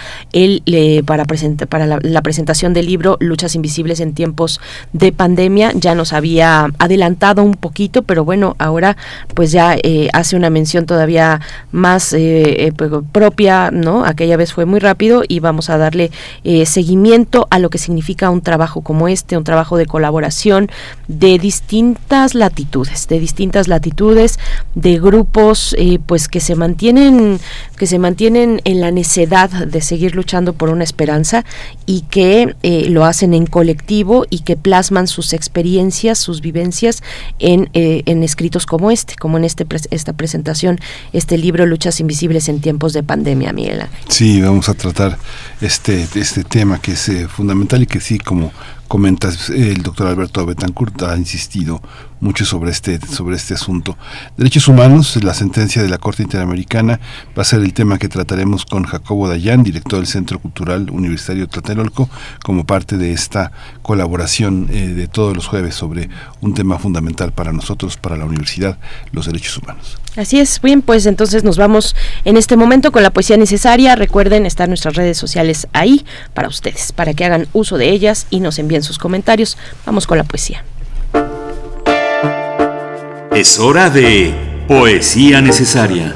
la presentación del libro Luchas invisibles en tiempos de pandemia. Ya nos había adelantado un poquito, pero bueno, ahora pues ya hace una mención todavía más propia, ¿no? Aquella vez fue muy rápido y vamos a darle seguimiento a lo que significa un trabajo como un trabajo de colaboración de distintas latitudes, de grupos pues que se mantienen en la necedad de seguir luchando por una esperanza y que lo hacen en colectivo y que plasman sus experiencias, sus vivencias en escritos como en esta presentación, este libro Luchas invisibles en tiempos de pandemia, Miguel Ángel. Sí, vamos a tratar este tema que es fundamental y que sí, como comentas, el doctor Alberto Betancourt ha insistido mucho sobre este asunto. Derechos humanos, la sentencia de la Corte Interamericana va a ser el tema que trataremos con Jacobo Dayan, director del Centro Cultural Universitario Tlatelolco, como parte de esta colaboración de todos los jueves sobre un tema fundamental para nosotros, para la universidad, los derechos humanos. Así es. Bien, pues entonces nos vamos en este momento con la poesía necesaria. Recuerden, están nuestras redes sociales ahí para ustedes, para que hagan uso de ellas y nos envíen sus comentarios. Vamos con la poesía. Es hora de poesía necesaria.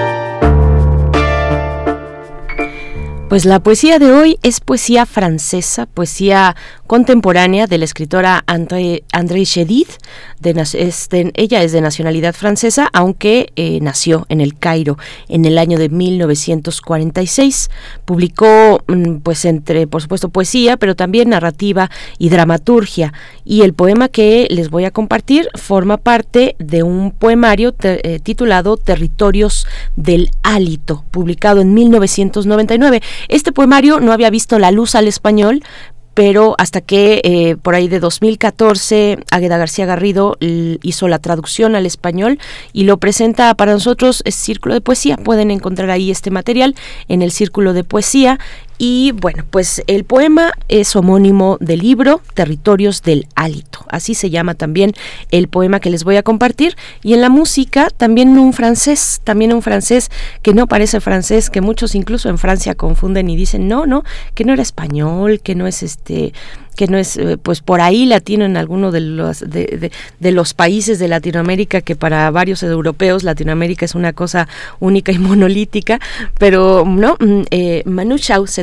Pues la poesía de hoy es poesía francesa, poesía contemporánea de la escritora André Chédid. Ella es de nacionalidad francesa, aunque nació en el Cairo en el año de 1946. Publicó, por supuesto, poesía, pero también narrativa y dramaturgia. Y el poema que les voy a compartir forma parte de un poemario titulado Territorios del Hálito, publicado en 1999. Este poemario no había visto la luz al español, pero hasta que por ahí de 2014 Águeda García Garrido hizo la traducción al español y lo presenta para nosotros. Es Círculo de Poesía. Pueden encontrar ahí este material en el Círculo de Poesía. Y bueno, pues el poema es homónimo del libro Territorios del Hálito. Así se llama también el poema que les voy a compartir. Y en la música también un francés que no parece francés, que muchos incluso en Francia confunden y dicen no, que no era español, que no es pues por ahí latino en alguno de los países de Latinoamérica, que para varios europeos Latinoamérica es una cosa única y monolítica, pero no. Manu Chao se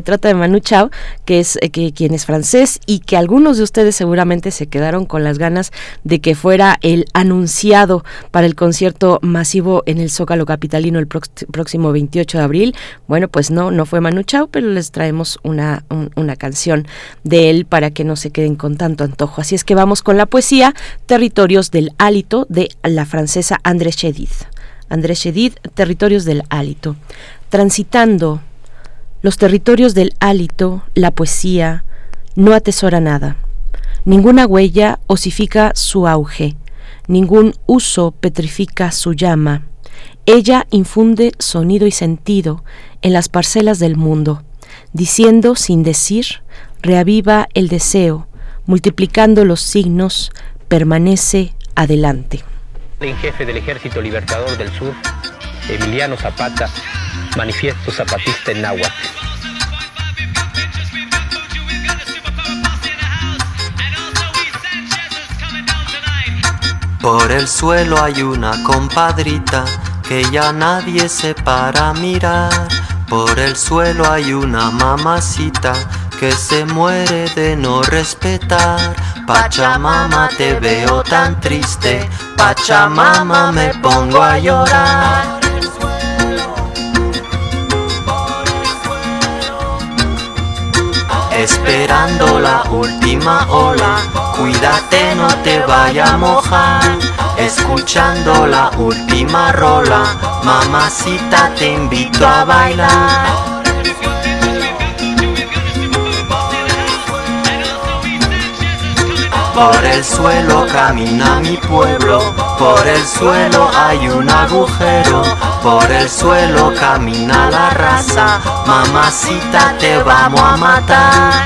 trata de Manu Chao, quien es francés y que algunos de ustedes seguramente se quedaron con las ganas de que fuera el anunciado para el concierto masivo en el Zócalo capitalino el próximo 28 de abril. Bueno, pues no fue Manu Chao, pero les traemos una canción de él para que no se queden con tanto antojo. Así es que vamos con la poesía Territorios del Hálito de la francesa Andrés Chedid. Andrés Chedid, Territorios del Hálito. Transitando los territorios del hálito, la poesía no atesora nada. Ninguna huella osifica su auge, ningún uso petrifica su llama. Ella infunde sonido y sentido en las parcelas del mundo, diciendo sin decir, reaviva el deseo, multiplicando los signos, permanece adelante. En jefe del Ejército Libertador del Sur, Emiliano Zapata, manifiesto zapatista en náhuatl. Por el suelo hay una compadrita que ya nadie se para a mirar. Por el suelo hay una mamacita que se muere de no respetar. Pachamama, te veo tan triste, Pachamama, me pongo a llorar. Esperando la última ola, cuídate no te vaya a mojar. Escuchando la última rola, mamacita te invito a bailar. Por el suelo camina mi pueblo, por el suelo hay un agujero, por el suelo camina la raza, mamacita te vamos a matar.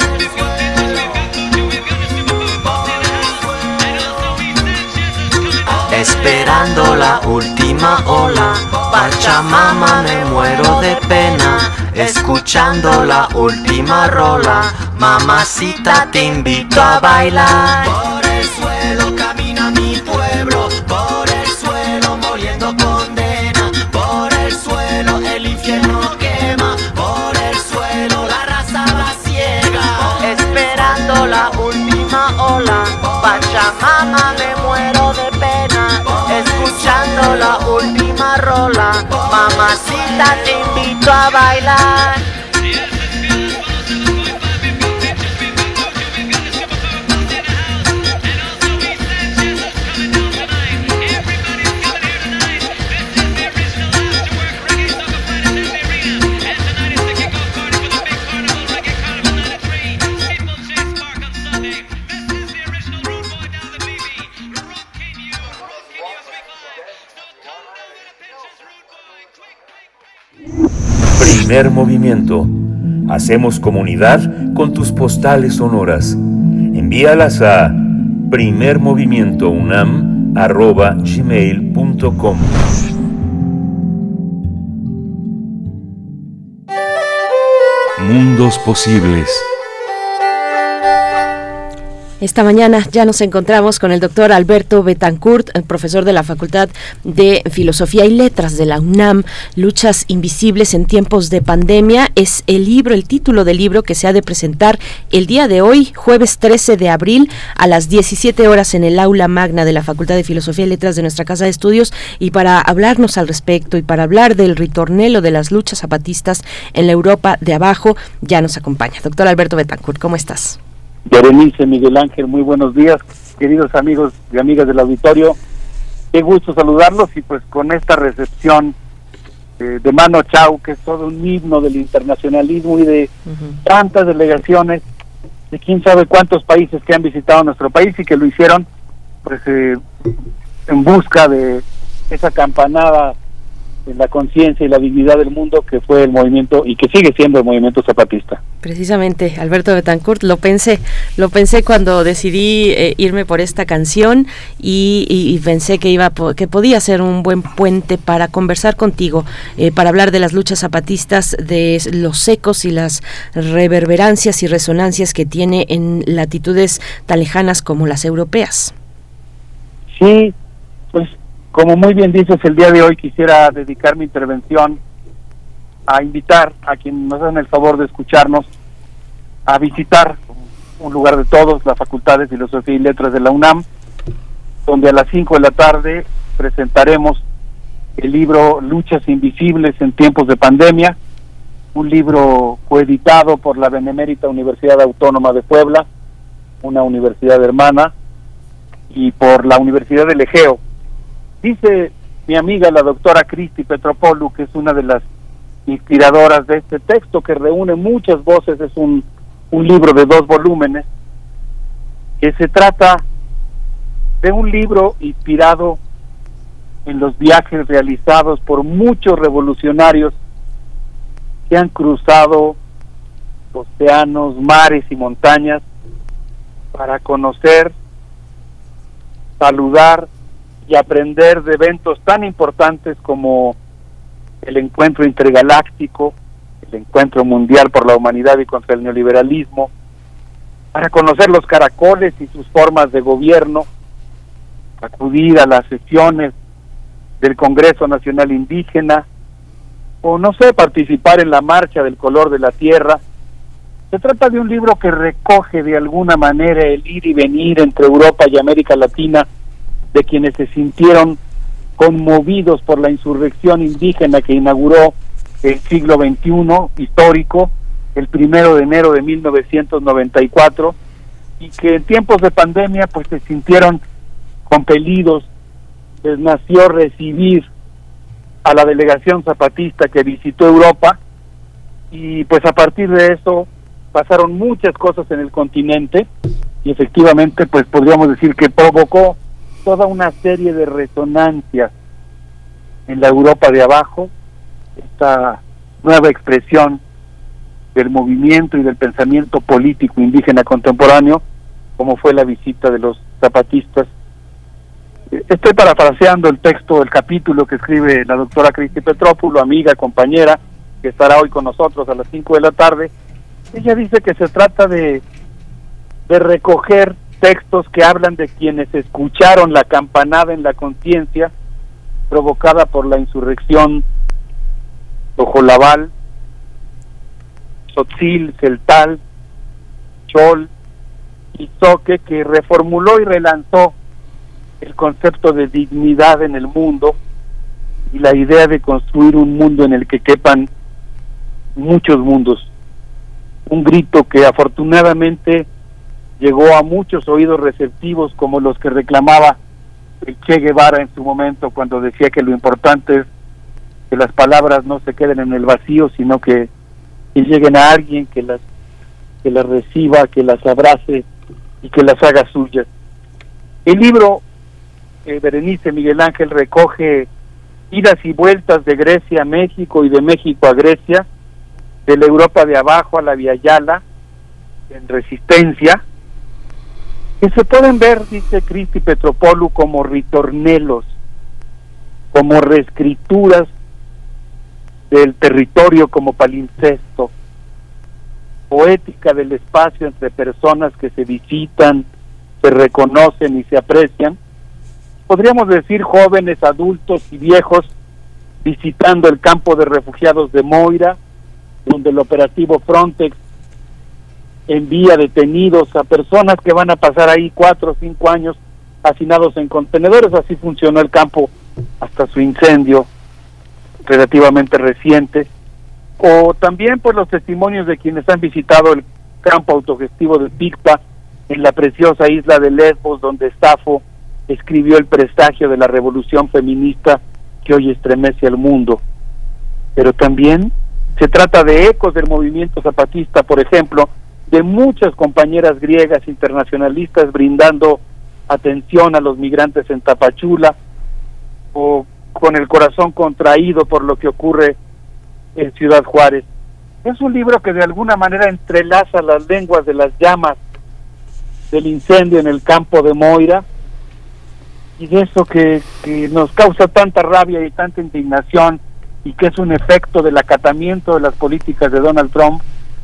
Esperando la última ola, Pachamama, me muero de pena. Escuchando la última rola, mamacita te invito a bailar. Por el suelo camina mi pueblo, por el suelo muriendo condena. Por el suelo el infierno quema, por el suelo la raza va ciega. Esperando la última ola, Pachamama, me muero de pena. Escuchando la última rola, mamacita te invito a bailar. Primer movimiento. Hacemos comunidad con tus postales sonoras. Envíalas a primermovimientounam@gmail.com. Mundos posibles. Esta mañana ya nos encontramos con el doctor Alberto Betancourt, profesor de la Facultad de Filosofía y Letras de la UNAM, Luchas Invisibles en Tiempos de Pandemia. Es el título del libro que se ha de presentar el día de hoy, jueves 13 de abril, a las 17 horas en el aula magna de la Facultad de Filosofía y Letras de nuestra Casa de Estudios. Y para hablarnos al respecto y para hablar del ritornelo de las luchas zapatistas en la Europa de abajo, ya nos acompaña. Doctor Alberto Betancourt, ¿cómo estás? Berenice, Miguel Ángel, muy buenos días, queridos amigos y amigas del auditorio. Qué gusto saludarlos y pues con esta recepción de Manu Chao, que es todo un himno del internacionalismo y de tantas delegaciones de quién sabe cuántos países que han visitado nuestro país y que lo hicieron pues en busca de esa campanada en la conciencia y la dignidad del mundo que fue el movimiento y que sigue siendo el movimiento zapatista. Precisamente, Alberto Betancourt, lo pensé cuando decidí irme por esta canción y pensé que podía ser un buen puente para conversar contigo, para hablar de las luchas zapatistas, de los ecos y las reverberancias y resonancias que tiene en latitudes tan lejanas como las europeas. Sí, pues como muy bien dices, el día de hoy quisiera dedicar mi intervención a invitar a quienes nos hacen el favor de escucharnos a visitar un lugar de todos, la Facultad de Filosofía y Letras de la UNAM, donde a las 5 de la tarde presentaremos el libro Luchas Invisibles en Tiempos de Pandemia, un libro coeditado por la Benemérita Universidad Autónoma de Puebla, una universidad hermana, y por la Universidad del Egeo. Dice mi amiga la doctora Cristi Petropoulou, que es una de las inspiradoras de este texto, que reúne muchas voces, es un libro de 2 volúmenes, que se trata de un libro inspirado en los viajes realizados por muchos revolucionarios que han cruzado océanos, mares y montañas para conocer, saludar y aprender de eventos tan importantes como el encuentro intergaláctico, el encuentro mundial por la humanidad y contra el neoliberalismo, para conocer los caracoles y sus formas de gobierno, acudir a las sesiones del Congreso Nacional Indígena, o no sé, participar en la Marcha del Color de la Tierra. Se trata de un libro que recoge de alguna manera el ir y venir entre Europa y América Latina de quienes se sintieron conmovidos por la insurrección indígena que inauguró el siglo XXI histórico, el 1 de enero de 1994, y que en tiempos de pandemia pues se sintieron compelidos, les nació recibir a la delegación zapatista que visitó Europa, y pues a partir de eso pasaron muchas cosas en el continente, y efectivamente pues podríamos decir que provocó toda una serie de resonancias en la Europa de abajo, esta nueva expresión del movimiento y del pensamiento político indígena contemporáneo, como fue la visita de los zapatistas. Estoy parafraseando el texto, el capítulo que escribe la doctora Cristi Petropoulou, amiga, compañera, que estará hoy con nosotros a las 5 de la tarde. Ella dice que se trata de recoger textos que hablan de quienes escucharon la campanada en la conciencia provocada por la insurrección Tojolabal, Tzotzil, Celtal, Chol y Zoque, que reformuló y relanzó el concepto de dignidad en el mundo y la idea de construir un mundo en el que quepan muchos mundos. Un grito que afortunadamente llegó a muchos oídos receptivos, como los que reclamaba el Che Guevara en su momento, cuando decía que lo importante es que las palabras no se queden en el vacío, sino que lleguen a alguien que las reciba, que las abrace y que las haga suyas. El libro, Berenice, Miguel Ángel, recoge idas y vueltas de Grecia a México y de México a Grecia, de la Europa de abajo a la Via Yala, en resistencia, que se pueden ver, dice Cristi Petropoulou, como ritornelos, como reescrituras del territorio, como palimpsesto, poética del espacio entre personas que se visitan, se reconocen y se aprecian. Podríamos decir jóvenes, adultos y viejos visitando el campo de refugiados de Moira, donde el operativo Frontex envía detenidos a personas que van a pasar ahí 4 o 5 años hacinados en contenedores. Así funcionó el campo hasta su incendio relativamente reciente. O también pues los testimonios de quienes han visitado el campo autogestivo de Picta en la preciosa isla de Lesbos, donde Safo escribió el presagio de la revolución feminista que hoy estremece al mundo. Pero también se trata de ecos del movimiento zapatista, por ejemplo, de muchas compañeras griegas internacionalistas brindando atención a los migrantes en Tapachula, o con el corazón contraído por lo que ocurre en Ciudad Juárez. Es un libro que de alguna manera entrelaza las lenguas de las llamas del incendio en el campo de Moira y de eso que nos causa tanta rabia y tanta indignación, y que es un efecto del acatamiento de las políticas de Donald Trump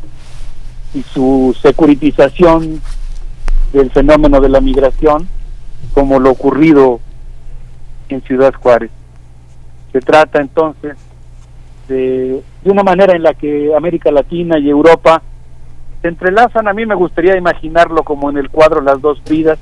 y su securitización del fenómeno de la migración, como lo ocurrido en Ciudad Juárez. Se trata entonces de una manera en la que América Latina y Europa se entrelazan. A mí me gustaría imaginarlo como en el cuadro Las dos vidas,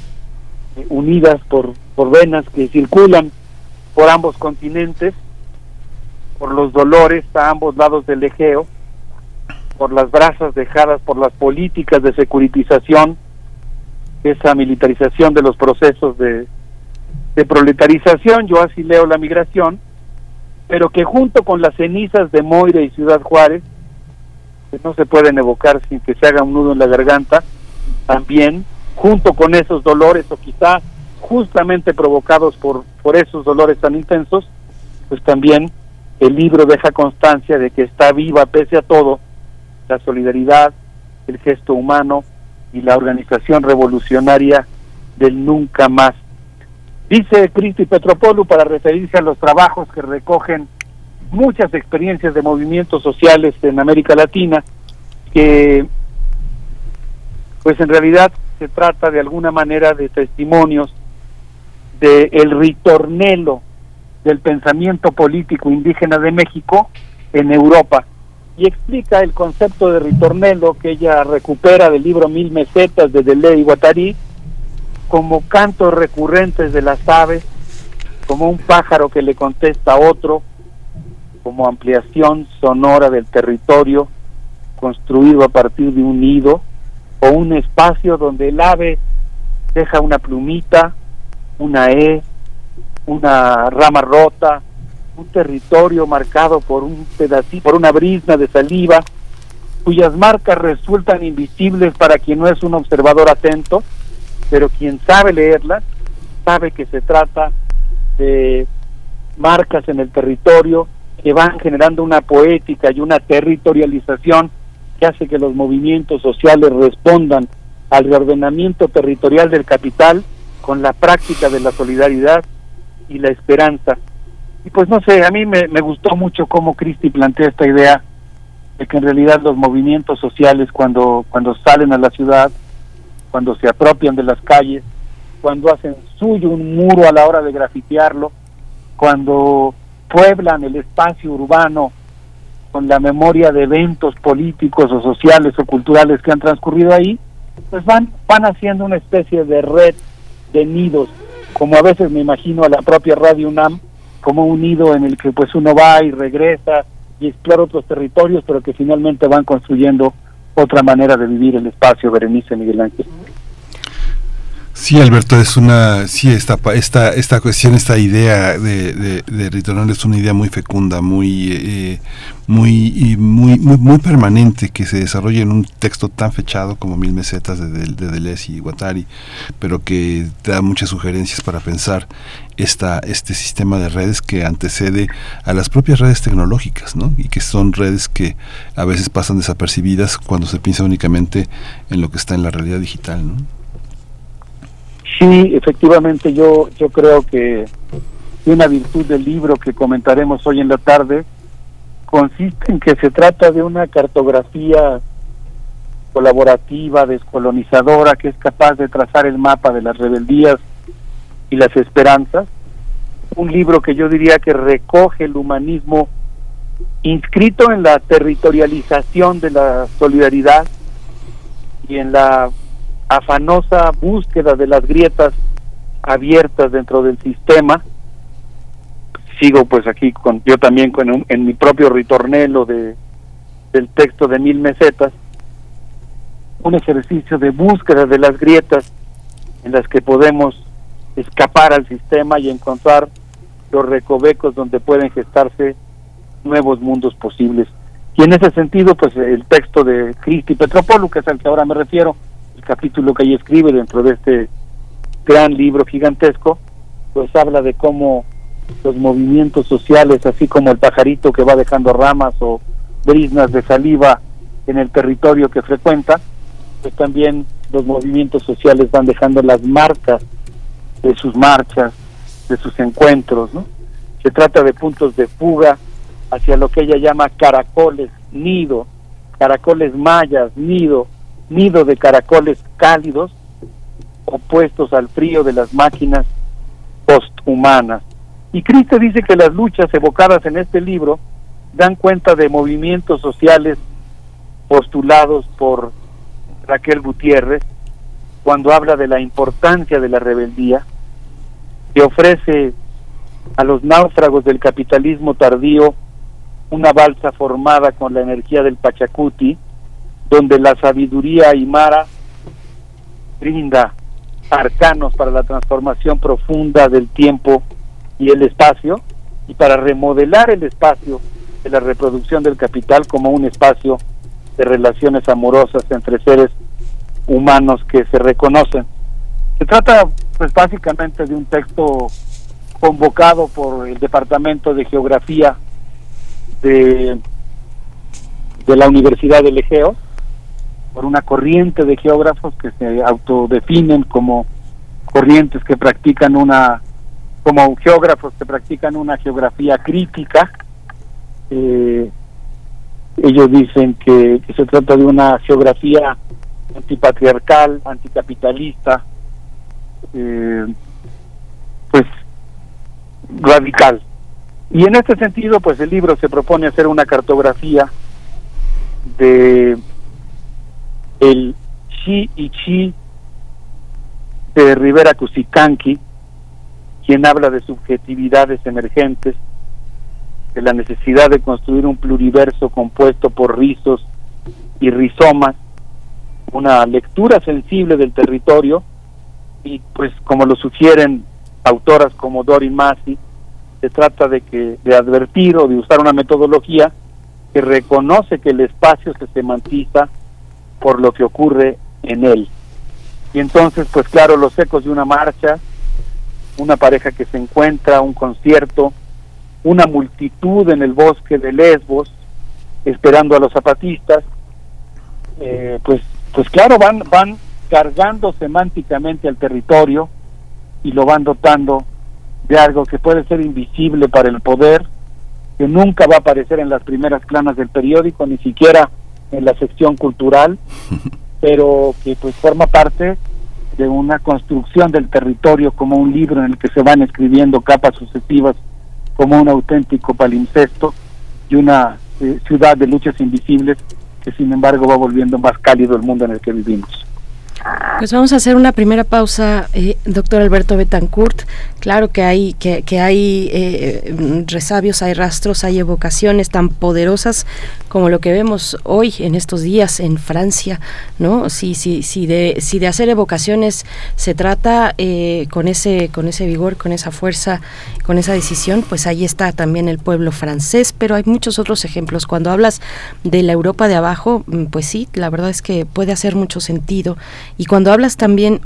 unidas por venas que circulan por ambos continentes, por los dolores a ambos lados del Egeo, por las brasas dejadas por las políticas de securitización, esa militarización de los procesos de proletarización. Yo así leo la migración, pero que junto con las cenizas de Moira y Ciudad Juárez, que no se pueden evocar sin que se haga un nudo en la garganta, también junto con esos dolores, o quizá justamente provocados por esos dolores tan intensos, pues también el libro deja constancia de que está viva pese a todo la solidaridad, el gesto humano y la organización revolucionaria del nunca más. Dice Cristi Petropoulou, para referirse a los trabajos que recogen muchas experiencias de movimientos sociales en América Latina, que pues en realidad se trata de alguna manera de testimonios de el ritornelo del pensamiento político indígena de México en Europa, y explica el concepto de ritornelo que ella recupera del libro 1000 mesetas de Deleuze y Guattari como cantos recurrentes de las aves, como un pájaro que le contesta a otro, como ampliación sonora del territorio construido a partir de un nido o un espacio donde el ave deja una plumita, una una rama rota, un territorio marcado por un pedacito, por una brizna de saliva, cuyas marcas resultan invisibles para quien no es un observador atento, pero quien sabe leerlas, sabe que se trata de marcas en el territorio que van generando una poética y una territorialización que hace que los movimientos sociales respondan al reordenamiento territorial del capital con la práctica de la solidaridad y la esperanza. Y pues no sé, a mí me gustó mucho cómo Cristi plantea esta idea de que en realidad los movimientos sociales cuando salen a la ciudad, cuando se apropian de las calles, cuando hacen suyo un muro a la hora de grafitearlo, cuando pueblan el espacio urbano con la memoria de eventos políticos o sociales o culturales que han transcurrido ahí, pues van haciendo una especie de red de nidos, como a veces me imagino a la propia Radio UNAM, como un nido en el que pues uno va y regresa y explora otros territorios, pero que finalmente van construyendo otra manera de vivir el espacio. Berenice, Miguel Ángel. Sí, Alberto, esta cuestión, esta idea de ritornel es una idea muy fecunda, muy permanente, que se desarrolla en un texto tan fechado como 1000 mesetas de Deleuze y Guattari, pero que da muchas sugerencias para pensar este sistema de redes que antecede a las propias redes tecnológicas, ¿no? Y que son redes que a veces pasan desapercibidas cuando se piensa únicamente en lo que está en la realidad digital, ¿no? Sí, efectivamente, yo creo que una virtud del libro que comentaremos hoy en la tarde consiste en que se trata de una cartografía colaborativa, descolonizadora, que es capaz de trazar el mapa de las rebeldías y las esperanzas. Un libro que yo diría que recoge el humanismo inscrito en la territorialización de la solidaridad y en la afanosa búsqueda de las grietas abiertas dentro del sistema. Sigo pues aquí yo también en mi propio ritornelo del texto de 1000 mesetas, un ejercicio de búsqueda de las grietas en las que podemos escapar al sistema y encontrar los recovecos donde pueden gestarse nuevos mundos posibles. Y en ese sentido, pues el texto de Cristi Petropoulou, que es al que ahora me refiero, el capítulo que ella escribe dentro de este gran libro gigantesco, pues habla de cómo los movimientos sociales, así como el pajarito que va dejando ramas o briznas de saliva en el territorio que frecuenta, pues también los movimientos sociales van dejando las marcas de sus marchas, de sus encuentros, ¿no? Se trata de puntos de fuga hacia lo que ella llama caracoles, nido, caracoles mayas, nido de caracoles cálidos, opuestos al frío de las máquinas posthumanas. Y Cristo dice que las luchas evocadas en este libro dan cuenta de movimientos sociales postulados por Raquel Gutiérrez cuando habla de la importancia de la rebeldía, que ofrece a los náufragos del capitalismo tardío una balsa formada con la energía del Pachacuti, donde la sabiduría aymara brinda arcanos para la transformación profunda del tiempo y el espacio, y para remodelar el espacio de la reproducción del capital como un espacio de relaciones amorosas entre seres humanos que se reconocen. Se trata pues básicamente de un texto convocado por el Departamento de Geografía de la Universidad del Egeo, por una corriente de geógrafos que se autodefinen como corrientes que practican como geógrafos que practican una geografía crítica. Ellos dicen que se trata de una geografía antipatriarcal, anticapitalista, pues radical. Y en este sentido, pues el libro se propone hacer una cartografía de el Chi y Chi de Rivera Cusicanqui, quien habla de subjetividades emergentes, de la necesidad de construir un pluriverso compuesto por rizos y rizomas, una lectura sensible del territorio, y pues como lo sugieren autoras como Dori Masi, se trata de advertir o de usar una metodología que reconoce que el espacio se semantiza por lo que ocurre en él. Y entonces, pues claro, los ecos de una marcha, una pareja que se encuentra, un concierto, una multitud en el bosque de Lesbos, esperando a los zapatistas, pues claro, van cargando semánticamente al territorio y lo van dotando de algo que puede ser invisible para el poder, que nunca va a aparecer en las primeras planas del periódico, ni siquiera en la sección cultural, pero que pues forma parte de una construcción del territorio como un libro en el que se van escribiendo capas sucesivas como un auténtico palimpsesto y una ciudad de luchas invisibles que sin embargo va volviendo más cálido el mundo en el que vivimos. Pues vamos a hacer una primera pausa, doctor Alberto Betancourt. Claro que hay resabios, hay rastros, hay evocaciones tan poderosas como lo que vemos hoy en estos días en Francia, ¿no? Si de hacer evocaciones se trata con ese vigor, con esa fuerza, con esa decisión, pues ahí está también el pueblo francés, pero hay muchos otros ejemplos. Cuando hablas de la Europa de abajo, pues sí, la verdad es que puede hacer mucho sentido. Y cuando hablas también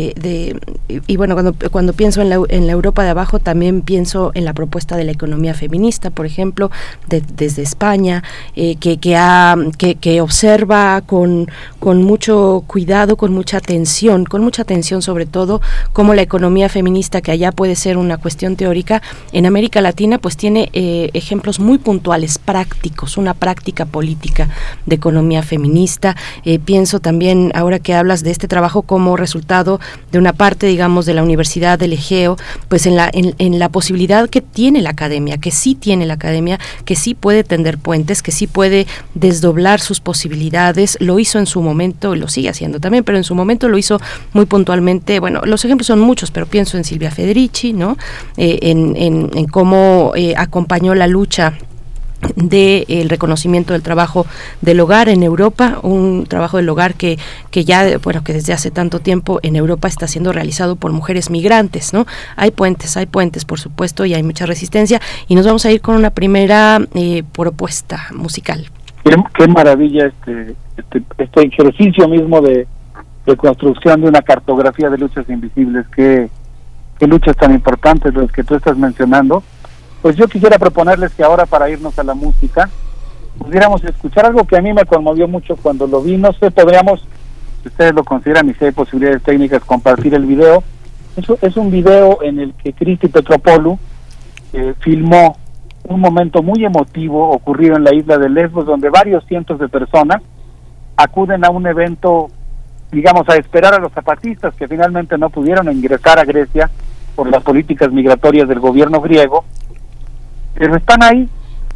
cuando pienso en la Europa de abajo, también pienso en la propuesta de la economía feminista, por ejemplo, desde España, que observa con mucho cuidado, con mucha atención sobre todo, cómo la economía feminista, que allá puede ser una cuestión teórica, en América Latina pues tiene ejemplos muy puntuales, prácticos, una práctica política de economía feminista. Pienso también, ahora que hablas de este trabajo como resultado de una parte, digamos, de la Universidad del Egeo, pues en la posibilidad que tiene la academia, que sí puede tender puentes, que sí puede desdoblar sus posibilidades. Lo hizo en su momento, y lo sigue haciendo también, pero en su momento lo hizo muy puntualmente. Bueno, los ejemplos son muchos, pero pienso en Silvia Federici, ¿no? En cómo acompañó la lucha del reconocimiento del trabajo del hogar en Europa, un trabajo del hogar que desde hace tanto tiempo en Europa está siendo realizado por mujeres migrantes, ¿no? Hay puentes, por supuesto, y hay mucha resistencia, y nos vamos a ir con una primera propuesta musical. Qué maravilla este ejercicio mismo de construcción de una cartografía de luchas invisibles, qué luchas tan importantes las que tú estás mencionando. Pues yo quisiera proponerles que ahora, para irnos a la música, pudiéramos escuchar algo que a mí me conmovió mucho cuando lo vi. No sé, podríamos, si ustedes lo consideran y si hay posibilidades técnicas, compartir el video. Es un video en el que Cristi Petropoulou filmó un momento muy emotivo ocurrido en la isla de Lesbos, donde varios cientos de personas acuden a un evento, digamos, a esperar a los zapatistas que finalmente no pudieron ingresar a Grecia por las políticas migratorias del gobierno griego, pero están ahí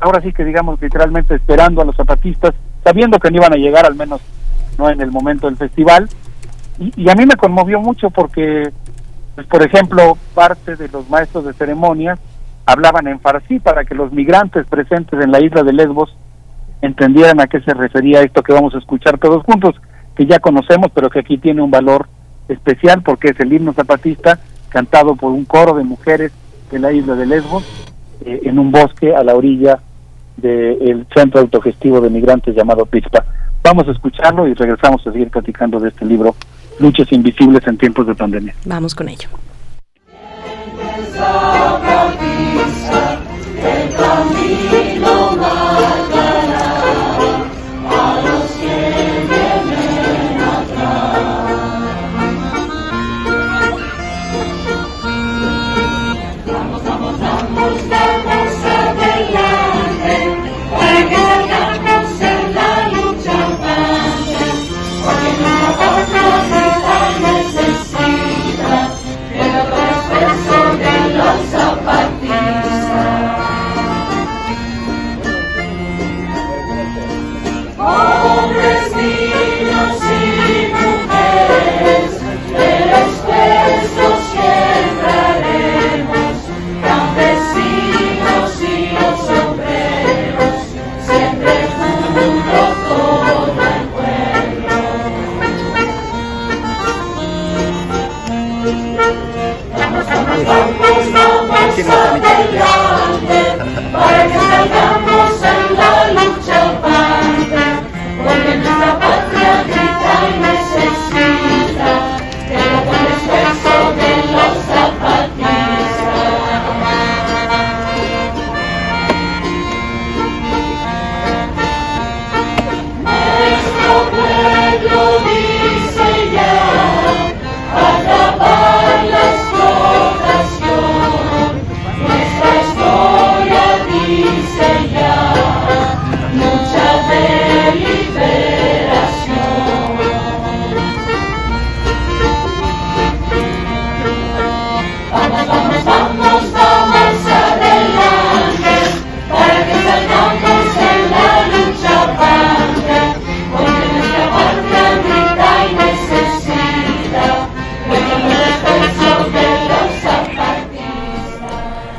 ahora sí que digamos literalmente esperando a los zapatistas, sabiendo que no iban a llegar, al menos no en el momento del festival, y a mí me conmovió mucho porque, pues, por ejemplo, parte de los maestros de ceremonias hablaban en farsi para que los migrantes presentes en la isla de Lesbos entendieran a qué se refería esto que vamos a escuchar todos juntos, que ya conocemos, pero que aquí tiene un valor especial porque es el himno zapatista cantado por un coro de mujeres de la isla de Lesbos, en un bosque a la orilla del centro autogestivo de migrantes llamado Pixpa. Vamos a escucharlo y regresamos a seguir platicando de este libro, Luchas invisibles en tiempos de pandemia. Vamos con ello. El camino marcará a los que vienen atrás. Vamos, vamos, vamos, vamos adelante, para que salgamos en la lucha avante, porque nuestra patria grita necesita el esfuerzo de los zapatistas. Hombres, niños y mujeres, el esfuerzo siempre haremos, campesinos y los obreros, siempre juntos todo el pueblo. Vamos, vamos, vamos, vamos adelante, para que salgamos en la lucha avante, porque nuestra patria grita y necesita el buen esfuerzo de los zapatistas. Nuestro pueblo dice ya, acabar la explotación. Nuestra historia dice ya, lucha de liberación. Vamos, vamos, vamos, vamos adelante, para que salgamos en la lucha avante, porque nuestra patria grita y necesita el esfuerzo de los zapatistas.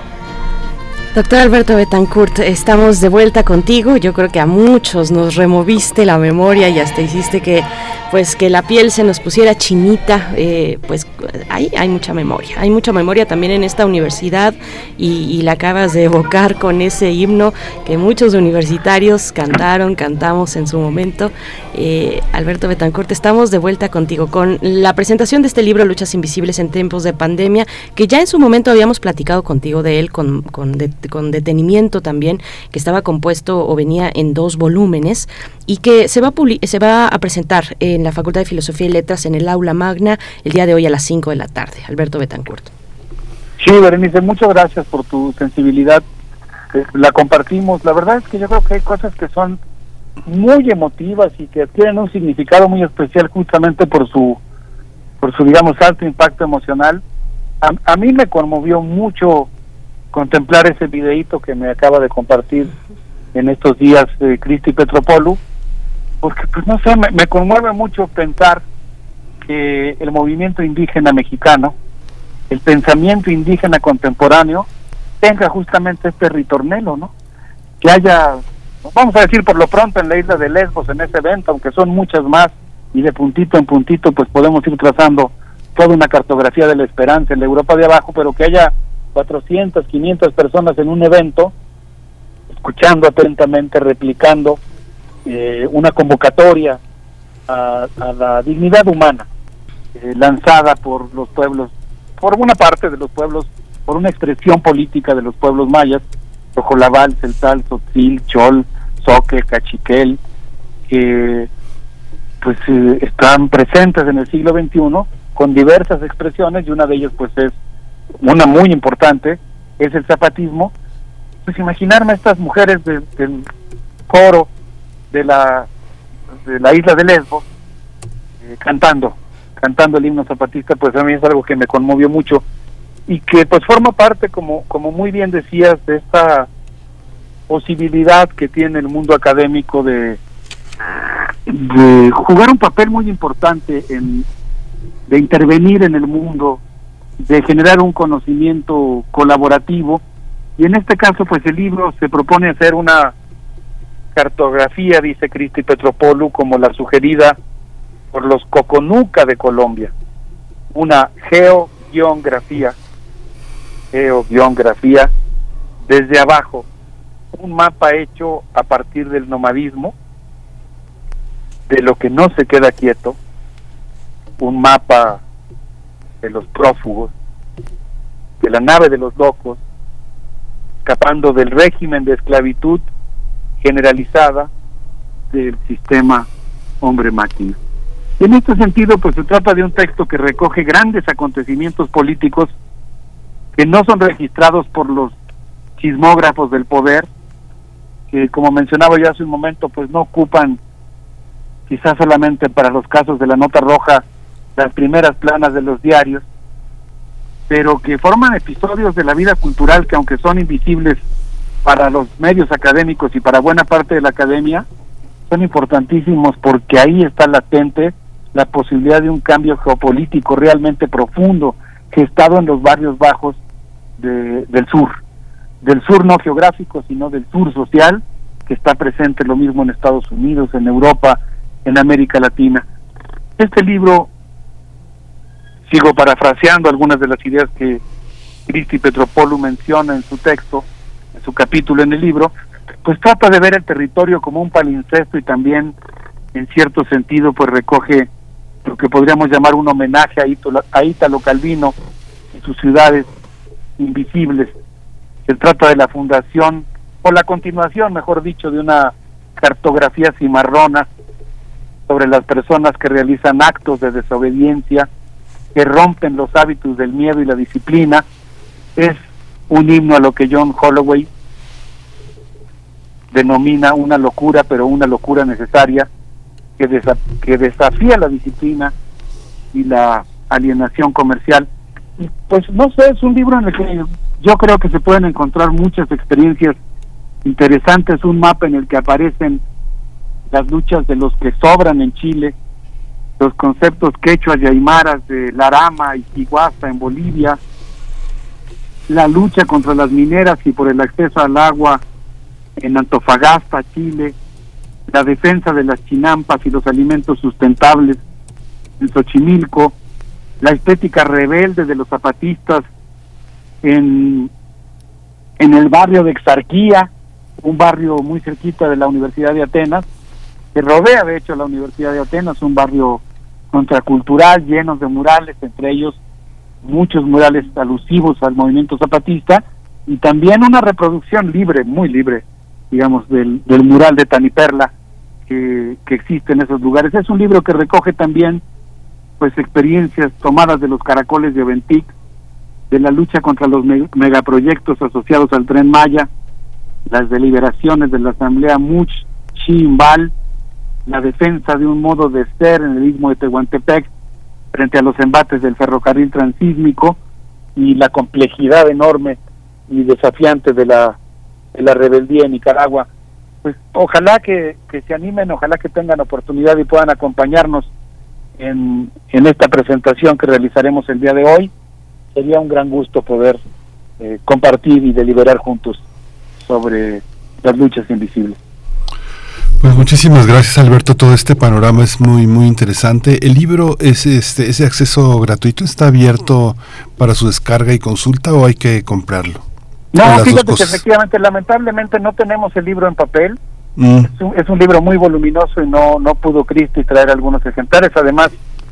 Doctor Alberto Betancourt, estamos de vuelta contigo. Yo creo que a muchos nos removiste la memoria y hasta hiciste que la piel se nos pusiera chinita. Pues hay mucha memoria también en esta universidad y la acabas de evocar con ese himno que muchos universitarios cantamos en su momento. Alberto Betancourt, estamos de vuelta contigo con la presentación de este libro, Luchas invisibles en tiempos de pandemia, que ya en su momento habíamos platicado contigo de él con detenimiento también, que estaba compuesto o venía en 2 volúmenes y que se va a presentar en la Facultad de Filosofía y Letras en el Aula Magna el día de hoy a las 5 de la tarde. Alberto Betancourt. Sí, Berenice, muchas gracias por tu sensibilidad. La compartimos. La verdad es que yo creo que hay cosas que son muy emotivas y que tienen un significado muy especial justamente por su digamos alto impacto emocional. A mí me conmovió mucho contemplar ese videíto que me acaba de compartir en estos días Cristi Petropoulou, porque pues no sé, me conmueve mucho pensar que el movimiento indígena mexicano, el pensamiento indígena contemporáneo, tenga justamente este ritornelo, ¿no? Que haya, vamos a decir por lo pronto en la isla de Lesbos, en ese evento, aunque son muchas más, y de puntito en puntito pues podemos ir trazando toda una cartografía de la esperanza en la Europa de abajo, pero que haya 400, 500 personas en un evento, escuchando atentamente, replicando una convocatoria a la dignidad humana, lanzada por los pueblos, por una parte de los pueblos, por una expresión política de los pueblos mayas, Tojolabal, Celtal, Tzotzil, Chol, Zoque, Cachiquel, que pues están presentes en el siglo XXI con diversas expresiones, y una de ellas pues es una muy importante, es el zapatismo. Pues imaginarme a estas mujeres del coro de la isla de Lesbos cantando el himno zapatista, pues a mí es algo que me conmovió mucho y que pues forma parte, como muy bien decías, de esta posibilidad que tiene el mundo académico de jugar un papel muy importante de intervenir en el mundo, de generar un conocimiento colaborativo, y en este caso pues el libro se propone hacer una cartografía, dice Cristi Petropoulou, como la sugerida por los Coconuca de Colombia, una geografía desde abajo, un mapa hecho a partir del nomadismo, de lo que no se queda quieto, un mapa de los prófugos, de la nave de los locos, escapando del régimen de esclavitud generalizada del sistema hombre-máquina. En este sentido, pues se trata de un texto que recoge grandes acontecimientos políticos que no son registrados por los chismógrafos del poder, que como mencionaba yo hace un momento, pues no ocupan quizás solamente para los casos de la nota roja las primeras planas de los diarios, pero que forman episodios de la vida cultural que, aunque son invisibles para los medios académicos y para buena parte de la academia, son importantísimos porque ahí está latente la posibilidad de un cambio geopolítico realmente profundo gestado en los barrios bajos del sur no geográfico, sino del sur social, que está presente lo mismo en Estados Unidos, en Europa, en América Latina. Este libro, sigo parafraseando algunas de las ideas que Cristi Petropoulou menciona en su texto, en su capítulo en el libro, pues trata de ver el territorio como un palincesto y también, en cierto sentido, pues recoge lo que podríamos llamar un homenaje a Ítalo Calvino y sus ciudades invisibles. Se trata de la fundación, o la continuación, mejor dicho, de una cartografía cimarrona sobre las personas que realizan actos de desobediencia, que rompen los hábitos del miedo y la disciplina. Es un himno a lo que John Holloway denomina una locura, pero una locura necesaria, que desafía la disciplina y la alienación comercial. Y pues no sé, es un libro en el que yo creo que se pueden encontrar muchas experiencias interesantes, un mapa en el que aparecen las luchas de los que sobran en Chile, los conceptos quechuas y aymaras de Larama y Tiguasta en Bolivia, la lucha contra las mineras y por el acceso al agua en Antofagasta, Chile, la defensa de las chinampas y los alimentos sustentables en Xochimilco, la estética rebelde de los zapatistas en el barrio de Exarquía, un barrio muy cerquita de la Universidad de Atenas, que rodea de hecho la Universidad de Atenas, un barrio contracultural, llenos de murales, entre ellos muchos murales alusivos al movimiento zapatista, y también una reproducción libre, muy libre, digamos, del mural de Taniperla que existe en esos lugares. Es un libro que recoge también pues experiencias tomadas de los caracoles de Oventic, de la lucha contra los megaproyectos asociados al Tren Maya, las deliberaciones de la Asamblea Much-Chimbal, la defensa de un modo de ser en el istmo de Tehuantepec frente a los embates del ferrocarril transísmico y la complejidad enorme y desafiante de la rebeldía en Nicaragua. Pues ojalá que se animen, ojalá que tengan oportunidad y puedan acompañarnos en esta presentación que realizaremos el día de hoy. Sería un gran gusto poder compartir y deliberar juntos sobre las luchas invisibles. Pues muchísimas gracias, Alberto. Todo este panorama es muy muy interesante. El libro es ese acceso gratuito, ¿está abierto para su descarga y consulta o hay que comprarlo? No, fíjate que efectivamente, lamentablemente no tenemos el libro en papel. Es un libro muy voluminoso y no pudo Cristi traer algunos ejemplares. Además,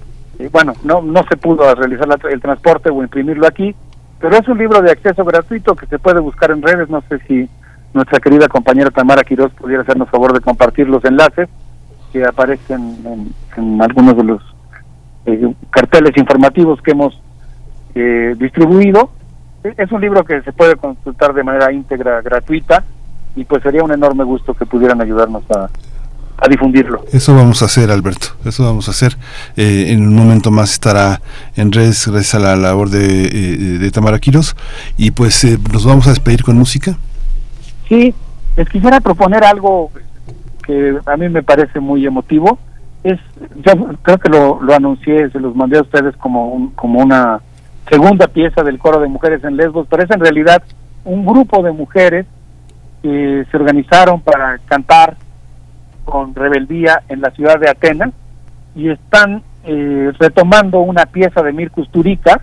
no se pudo realizar el transporte o imprimirlo aquí, pero es un libro de acceso gratuito que se puede buscar en redes. No sé si nuestra querida compañera Tamara Quirós pudiera hacernos favor de compartir los enlaces que aparecen en algunos de los carteles informativos que hemos distribuido. Es un libro que se puede consultar de manera íntegra, gratuita, y pues sería un enorme gusto que pudieran ayudarnos a difundirlo. Eso vamos a hacer, Alberto, eso vamos a hacer. En un momento más estará en redes gracias a la labor de Tamara Quirós, y pues nos vamos a despedir con música. Sí, Les quisiera proponer algo que a mí me parece muy emotivo. Yo creo que lo anuncié, se los mandé a ustedes como una segunda pieza del coro de mujeres en Lesbos, pero es en realidad un grupo de mujeres que se organizaron para cantar con rebeldía en la ciudad de Atenas y están retomando una pieza de Mir Kusturica,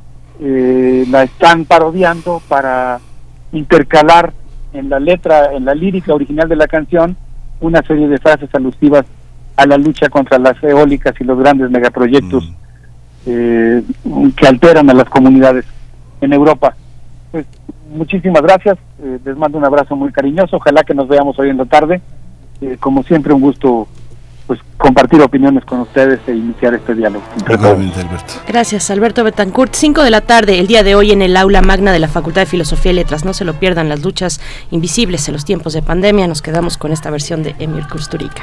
la están parodiando para intercalar en la letra, en la lírica original de la canción, una serie de frases alusivas a la lucha contra las eólicas y los grandes megaproyectos que alteran a las comunidades en Europa. Pues muchísimas gracias, les mando un abrazo muy cariñoso, ojalá que nos veamos hoy en la tarde. Como siempre, un gusto pues compartir opiniones con ustedes e iniciar este diálogo. Gracias, Alberto Betancourt. 5 de la tarde, el día de hoy en el aula magna de la Facultad de Filosofía y Letras. No se lo pierdan, las luchas invisibles en los tiempos de pandemia. Nos quedamos con esta versión de Emir Kusturica.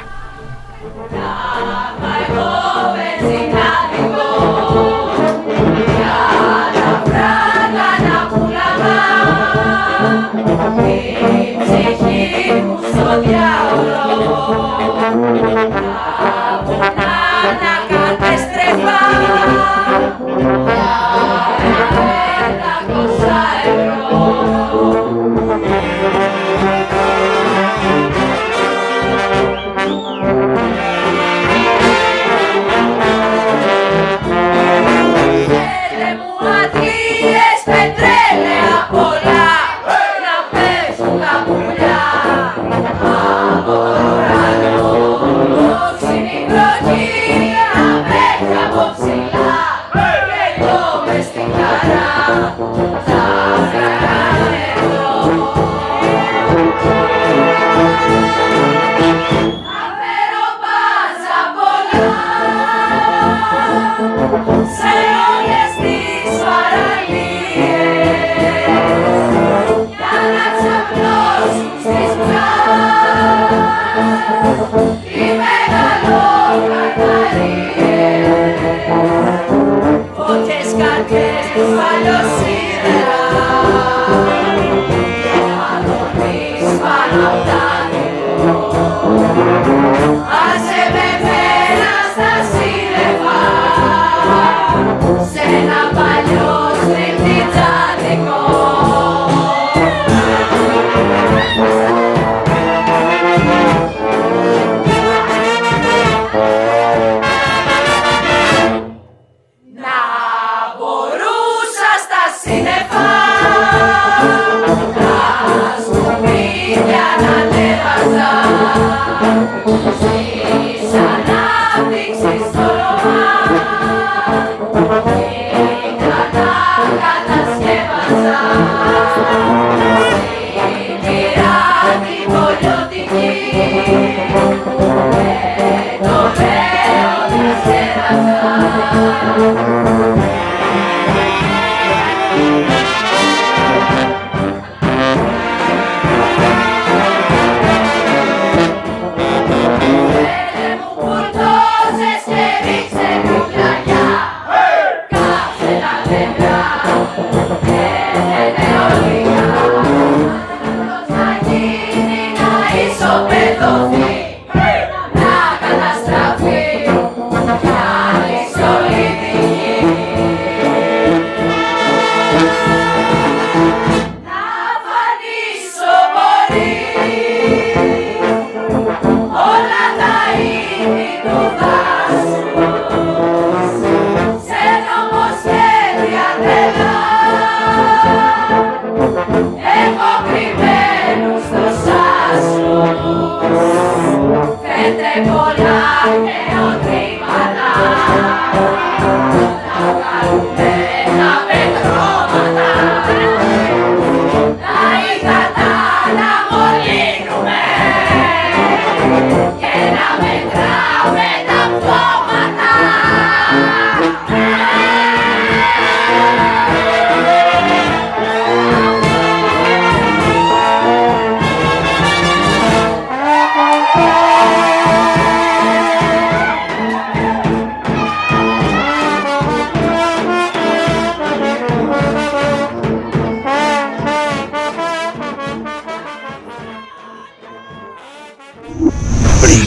Catastrofe,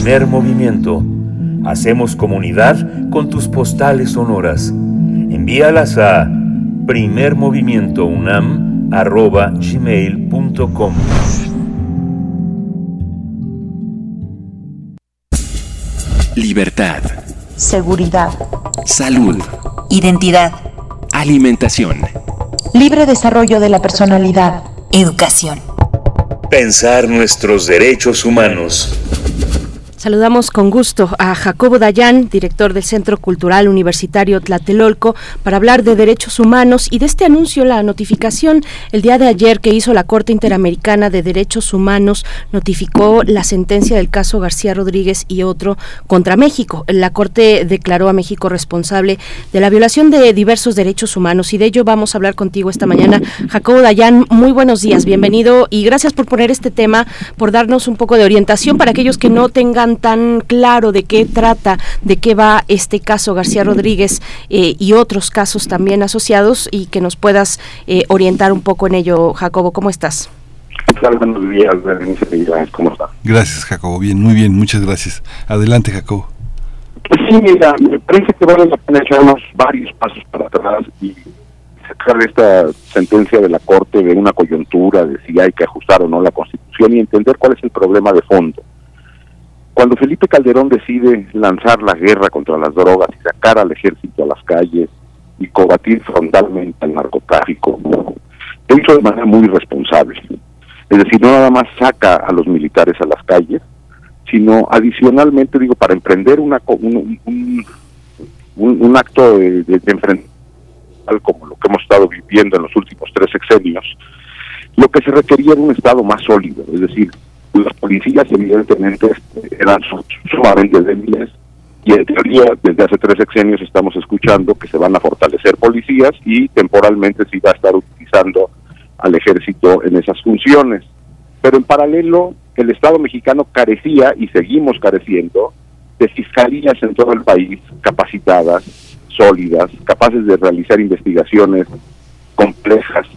Primer Movimiento. Hacemos comunidad con tus postales sonoras. Envíalas a primermovimientounam@gmail.com. Libertad. Seguridad. Salud. Identidad. Alimentación. Libre desarrollo de la personalidad. Educación. Pensar nuestros derechos humanos. Saludamos con gusto a Jacobo Dayan, director del Centro Cultural Universitario Tlatelolco, para hablar de derechos humanos y de este anuncio, la notificación el día de ayer que hizo la Corte Interamericana de Derechos Humanos, notificó la sentencia del caso García Rodríguez y otro contra México. La Corte declaró a México responsable de la violación de diversos derechos humanos y de ello vamos a hablar contigo esta mañana. Jacobo Dayan, muy buenos días, bienvenido y gracias por poner este tema, por darnos un poco de orientación para aquellos que no tengan tan claro de qué trata, de qué va este caso García Rodríguez y otros casos también asociados y que nos puedas orientar un poco en ello. Jacobo, ¿cómo estás? ¿Qué tal? Buenos días, Berenice. ¿Cómo está? Gracias, Jacobo. Bien, muy bien, muchas gracias. Adelante, Jacobo. Pues sí, mira, me parece que vale la pena echarnos varios pasos para atrás y sacar esta sentencia de la Corte de una coyuntura de si hay que ajustar o no la Constitución y entender cuál es el problema de fondo. Cuando Felipe Calderón decide lanzar la guerra contra las drogas y sacar al ejército a las calles y combatir frontalmente al narcotráfico, lo hizo de manera muy responsable. Es decir, no nada más saca a los militares a las calles, sino adicionalmente, para emprender un acto de enfrentamiento como lo que hemos estado viviendo en los últimos 3 sexenios, lo que se requería era un Estado más sólido, es decir, las policías evidentemente eran sumamente débiles y en teoría desde hace 3 sexenios estamos escuchando que se van a fortalecer policías y temporalmente se va a estar utilizando al ejército en esas funciones. Pero en paralelo el Estado mexicano carecía y seguimos careciendo de fiscalías en todo el país capacitadas, sólidas, capaces de realizar investigaciones complejas,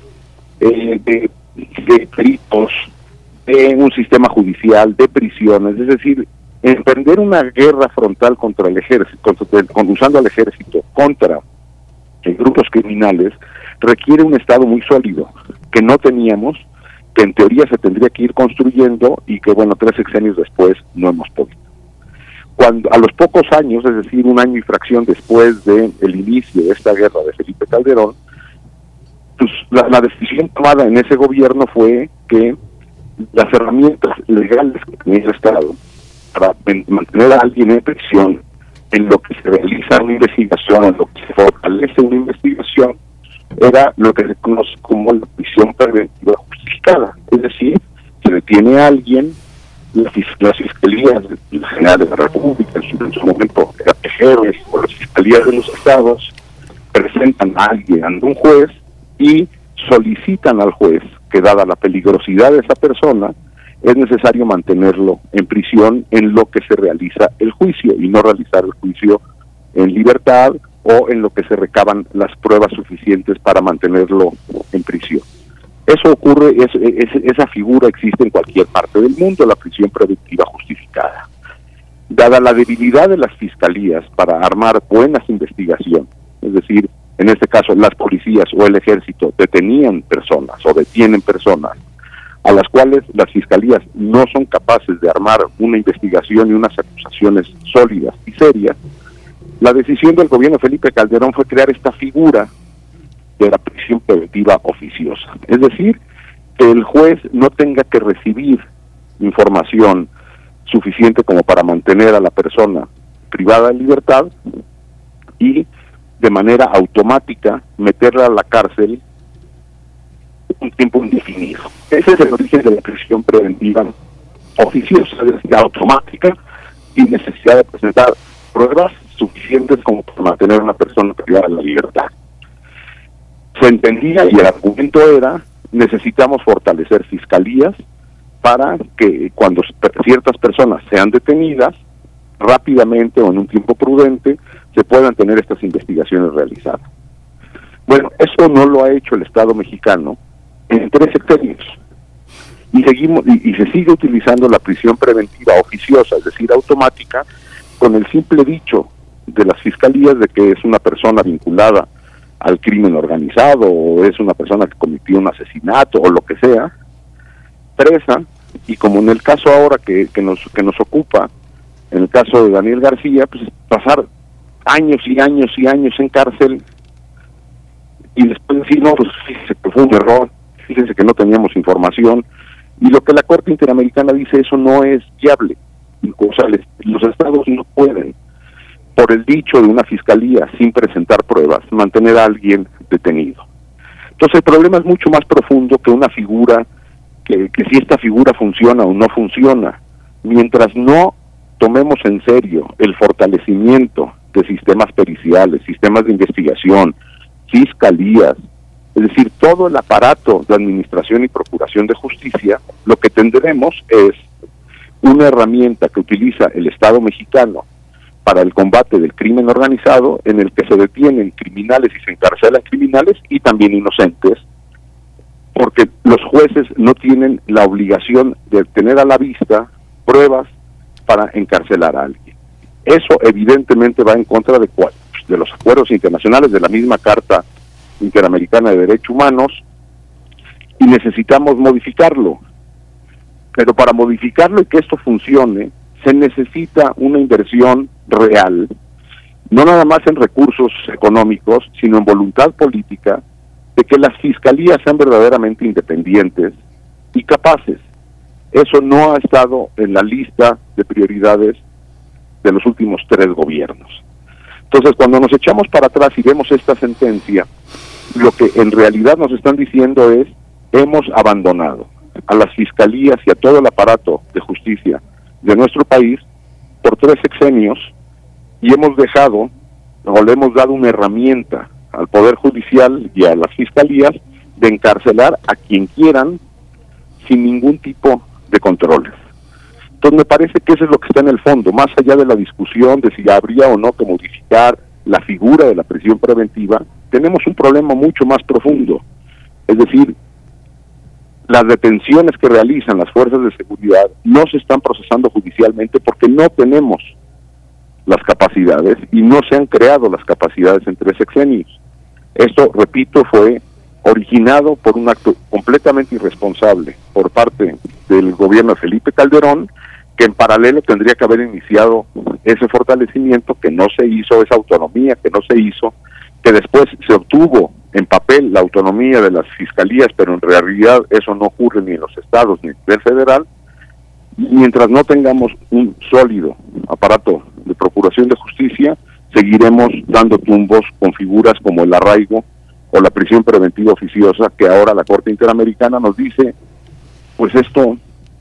de peritos, de un sistema judicial, de prisiones, es decir, emprender una guerra frontal contra el ejército, usando al ejército contra grupos criminales, requiere un Estado muy sólido, que no teníamos, que en teoría se tendría que ir construyendo y que, 3 sexenios después no hemos podido. Cuando a los pocos años, es decir, 1 año y fracción después del inicio de esta guerra de Felipe Calderón, pues la decisión tomada en ese gobierno fue que las herramientas legales que tenía el Estado para mantener a alguien en prisión, en lo que se realiza una investigación, en lo que se fortalece una investigación, era lo que se conoce como la prisión preventiva justificada. Es decir, se detiene a alguien, las fiscalías generales de la República, en su momento era PGR, o las fiscalías de los estados, presentan a alguien ante un juez y solicitan al juez que, dada la peligrosidad de esa persona, es necesario mantenerlo en prisión en lo que se realiza el juicio y no realizar el juicio en libertad o en lo que se recaban las pruebas suficientes para mantenerlo en prisión. Eso ocurre, esa figura existe en cualquier parte del mundo, la prisión preventiva justificada. Dada la debilidad de las fiscalías para armar buenas investigaciones, es decir, en este caso las policías o el ejército detenían personas o detienen personas a las cuales las fiscalías no son capaces de armar una investigación y unas acusaciones sólidas y serias, la decisión del gobierno de Felipe Calderón fue crear esta figura de la prisión preventiva oficiosa. Es decir, que el juez no tenga que recibir información suficiente como para mantener a la persona privada de libertad y de manera automática meterla a la cárcel un tiempo indefinido. Ese es el origen de la prisión preventiva oficiosa, es decir, automática, sin necesidad de presentar pruebas suficientes como para mantener a una persona privada de la libertad. Se entendía y el argumento era: necesitamos fortalecer fiscalías para que cuando ciertas personas sean detenidas, rápidamente o en un tiempo prudente, se puedan tener estas investigaciones realizadas. Bueno, eso no lo ha hecho el Estado mexicano en 3 sexenios. y se sigue utilizando la prisión preventiva oficiosa, es decir, automática, con el simple dicho de las fiscalías de que es una persona vinculada al crimen organizado o es una persona que cometió un asesinato o lo que sea, presa, y como en el caso ahora que nos ocupa, en el caso de Daniel García, pues pasar años y años y años en cárcel y después decir, no, pues fíjense que fue un error, fíjense que no teníamos información, y lo que la Corte Interamericana dice, eso no es viable. O sea, los estados no pueden, por el dicho de una fiscalía, sin presentar pruebas, mantener a alguien detenido. Entonces el problema es mucho más profundo que una figura, que si esta figura funciona o no funciona. Mientras no tomemos en serio el fortalecimiento de sistemas periciales, sistemas de investigación, fiscalías, es decir, todo el aparato de administración y procuración de justicia, lo que tendremos es una herramienta que utiliza el Estado mexicano para el combate del crimen organizado, en el que se detienen criminales y se encarcelan criminales y también inocentes, porque los jueces no tienen la obligación de tener a la vista pruebas para encarcelar a alguien. Eso evidentemente va en contra de los acuerdos internacionales, de la misma Carta Interamericana de Derechos Humanos, y necesitamos modificarlo. Pero para modificarlo y que esto funcione, se necesita una inversión real, no nada más en recursos económicos, sino en voluntad política, de que las fiscalías sean verdaderamente independientes y capaces. Eso no ha estado en la lista de prioridades de los últimos 3 gobiernos. Entonces, cuando nos echamos para atrás y vemos esta sentencia, lo que en realidad nos están diciendo es, hemos abandonado a las fiscalías y a todo el aparato de justicia de nuestro país por 3 sexenios y hemos dejado, o le hemos dado una herramienta al Poder Judicial y a las fiscalías de encarcelar a quien quieran sin ningún tipo de controles. Entonces me parece que eso es lo que está en el fondo, más allá de la discusión de si habría o no que modificar la figura de la prisión preventiva, tenemos un problema mucho más profundo. Es decir, las detenciones que realizan las fuerzas de seguridad no se están procesando judicialmente porque no tenemos las capacidades y no se han creado las capacidades en 3 sexenios. Esto, repito, fue originado por un acto completamente irresponsable por parte del gobierno de Felipe Calderón, que en paralelo tendría que haber iniciado ese fortalecimiento, que no se hizo, esa autonomía que no se hizo, que después se obtuvo en papel la autonomía de las fiscalías, pero en realidad eso no ocurre ni en los estados ni en el federal. Mientras no tengamos un sólido aparato de procuración de justicia, seguiremos dando tumbos con figuras como el arraigo o la prisión preventiva oficiosa, que ahora la Corte Interamericana nos dice, pues esto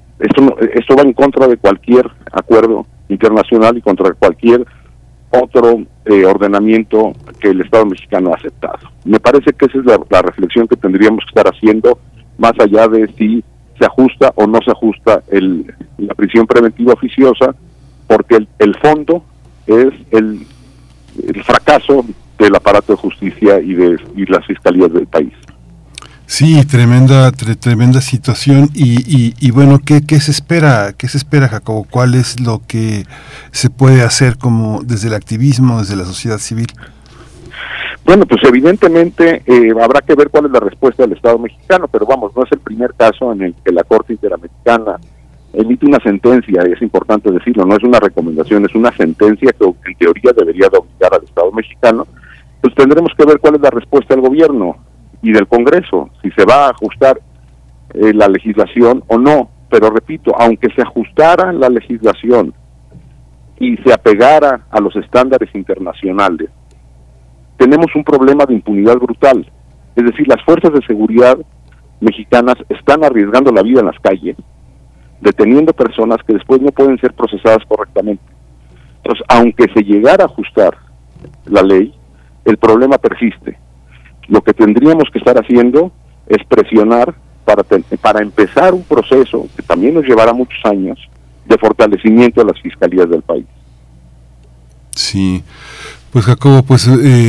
va en contra de cualquier acuerdo internacional y contra cualquier otro ordenamiento que el Estado mexicano ha aceptado. Me parece que esa es la reflexión que tendríamos que estar haciendo, más allá de si se ajusta o no se ajusta la prisión preventiva oficiosa, porque el fondo es el fracaso del aparato de justicia y las fiscalías del país. Sí, tremenda situación y bueno, ¿qué se espera, Jacobo? ¿Cuál es lo que se puede hacer como desde el activismo, desde la sociedad civil? Bueno, pues evidentemente habrá que ver cuál es la respuesta del Estado mexicano, pero vamos, no es el primer caso en el que la Corte Interamericana emite una sentencia, y es importante decirlo, no es una recomendación, es una sentencia que en teoría debería de obligar al Estado mexicano. Pues tendremos que ver cuál es la respuesta del gobierno y del Congreso, si se va a ajustar la legislación o no. Pero repito, aunque se ajustara la legislación y se apegara a los estándares internacionales, tenemos un problema de impunidad brutal. Es decir, las fuerzas de seguridad mexicanas están arriesgando la vida en las calles, deteniendo personas que después no pueden ser procesadas correctamente. Entonces, aunque se llegara a ajustar la ley, el problema persiste. Lo que tendríamos que estar haciendo es presionar para empezar un proceso que también nos llevará muchos años de fortalecimiento de las fiscalías del país. Sí, Pues Jacobo, pues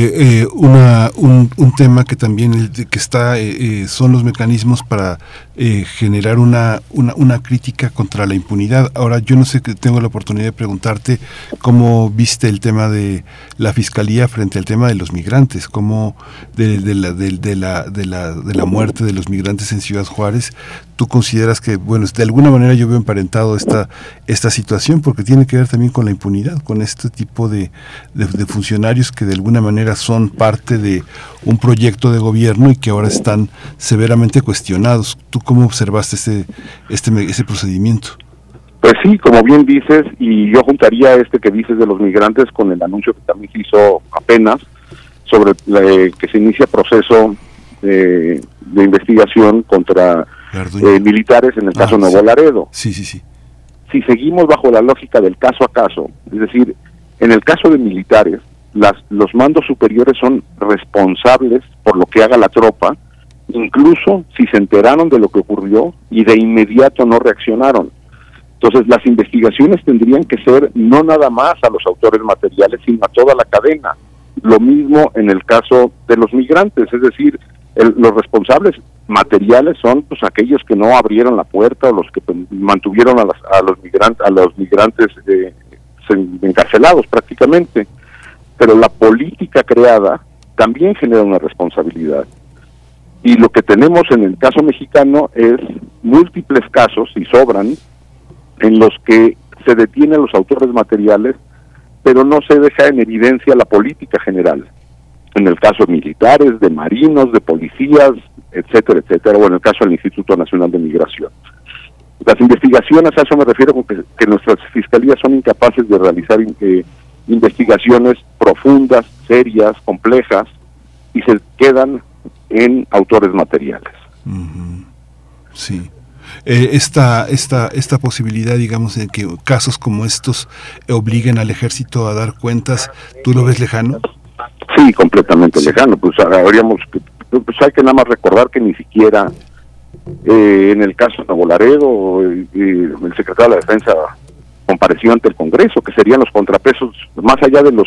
un tema que también que está son los mecanismos para generar una crítica contra la impunidad. Ahora yo no sé, que tengo la oportunidad de preguntarte cómo viste el tema de la fiscalía frente al tema de los migrantes, cómo de la muerte de los migrantes en Ciudad Juárez. ¿Tú consideras que, bueno, de alguna manera yo veo emparentado esta situación, porque tiene que ver también con la impunidad, con este tipo de funcionarios que de alguna manera son parte de un proyecto de gobierno y que ahora están severamente cuestionados? ¿Tú cómo observaste ese procedimiento? Pues sí, como bien dices, y yo juntaría que dices de los migrantes con el anuncio que también se hizo apenas sobre que se inicia proceso de investigación contra militares en el caso Nuevo Laredo. Sí. Si seguimos bajo la lógica del caso a caso, es decir, en el caso de militares, los mandos superiores son responsables por lo que haga la tropa, incluso si se enteraron de lo que ocurrió y de inmediato no reaccionaron. Entonces las investigaciones tendrían que ser no nada más a los autores materiales, sino a toda la cadena. Lo mismo en el caso de los migrantes, es decir, los responsables materiales son pues aquellos que no abrieron la puerta o los que mantuvieron a los migrantes encarcelados prácticamente. Pero la política creada también genera una responsabilidad. Y lo que tenemos en el caso mexicano es múltiples casos, y sobran, en los que se detienen a los autores materiales, pero no se deja en evidencia la política general. En el caso de militares, de marinos, de policías, etcétera, etcétera, o en el caso del Instituto Nacional de Migración. Las investigaciones, a eso me refiero, con que nuestras fiscalías son incapaces de realizar investigaciones profundas, serias, complejas, y se quedan en autores materiales. Sí. Esta posibilidad, digamos, de que casos como estos obliguen al ejército a dar cuentas, ¿tú lo ves lejano? Sí, completamente lejano. Pues hay que nada más recordar que ni siquiera en el caso de Nuevo Laredo el secretario de la Defensa compareció ante el Congreso, que serían los contrapesos, más allá de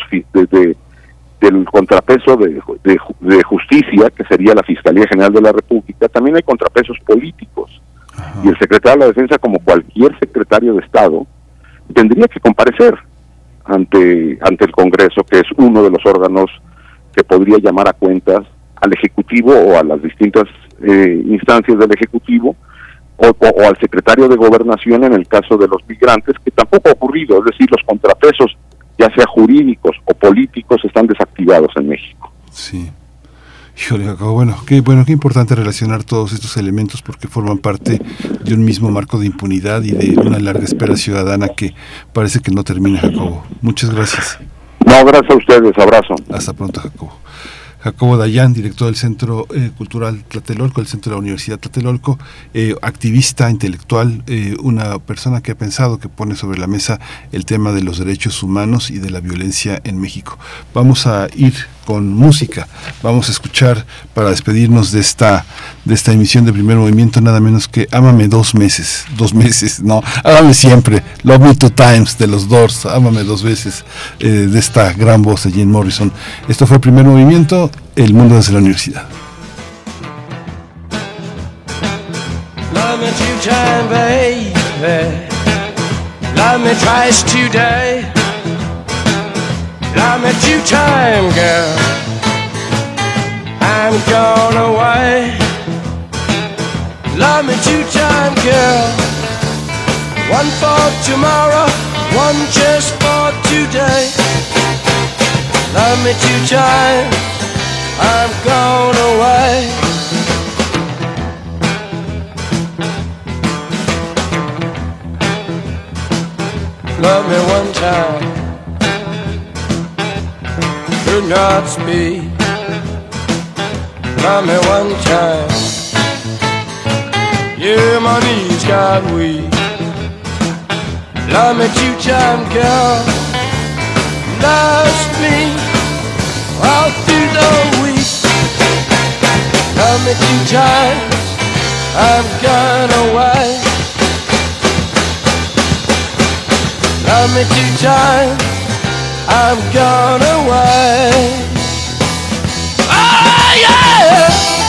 del contrapeso de justicia, que sería la Fiscalía General de la República. También hay contrapesos políticos. Ajá. Y el secretario de la Defensa, como cualquier secretario de Estado, tendría que comparecer ante el Congreso, que es uno de los órganos que podría llamar a cuentas al Ejecutivo o a las distintas instancias del Ejecutivo, o al secretario de Gobernación en el caso de los migrantes, que tampoco ha ocurrido. Es decir, los contrapesos, ya sea jurídicos o políticos, están desactivados en México. Sí. Híjole, bueno, qué importante relacionar todos estos elementos, porque forman parte de un mismo marco de impunidad y de una larga espera ciudadana que parece que no termina, Jacobo. Muchas gracias. No, gracias a ustedes, abrazo. Hasta pronto, Jacobo. Jacobo Dayan, director del Centro Cultural Tlatelolco, del Centro de la Universidad Tlatelolco, activista intelectual, una persona que ha pensado, que pone sobre la mesa el tema de los derechos humanos y de la violencia en México. Vamos a ir con música, vamos a escuchar, para despedirnos de esta emisión de Primer Movimiento, nada menos que Ámame 2 meses, no, Ámame siempre, Love Me 2 Times, de los Doors, Ámame 2 veces, de esta gran voz de Jim Morrison. Esto fue Primer Movimiento, el mundo desde la universidad. Love me 2 times, baby. Love me twice today. Love me 2 times, girl. I'm gone away. Love me 2 times, girl. 1 for tomorrow, 1 just for today. Love me 2 times, I'm gone away. Love me 1 time, do not speak. Love me 1 time, yeah, my knees got weak. Love me 2 times, girl. Love me all through the week. Love me 2 times, I'm gone away. Love me 2 times, I'm gone away. Oh yeah.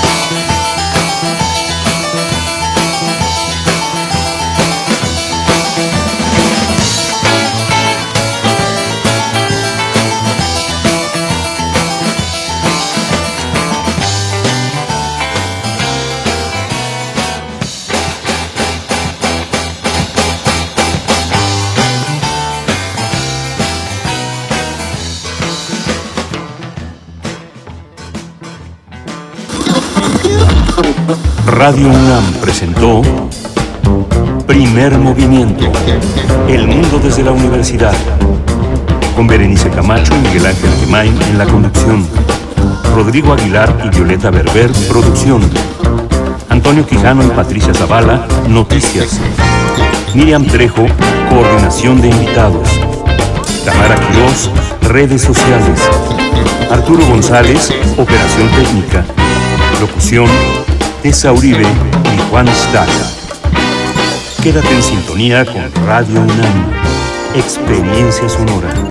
Radio UNAM presentó Primer Movimiento, El Mundo desde la Universidad, con Berenice Camacho y Miguel Ángel Gemain en la conducción, Rodrigo Aguilar y Violeta Berber, producción, Antonio Quijano y Patricia Zavala, noticias, Miriam Trejo, coordinación de invitados, Tamara Quirós, redes sociales, Arturo González, operación técnica, locución, Tessa Uribe y Juan Staca. Quédate en sintonía con Radio UNAM. Experiencia sonora.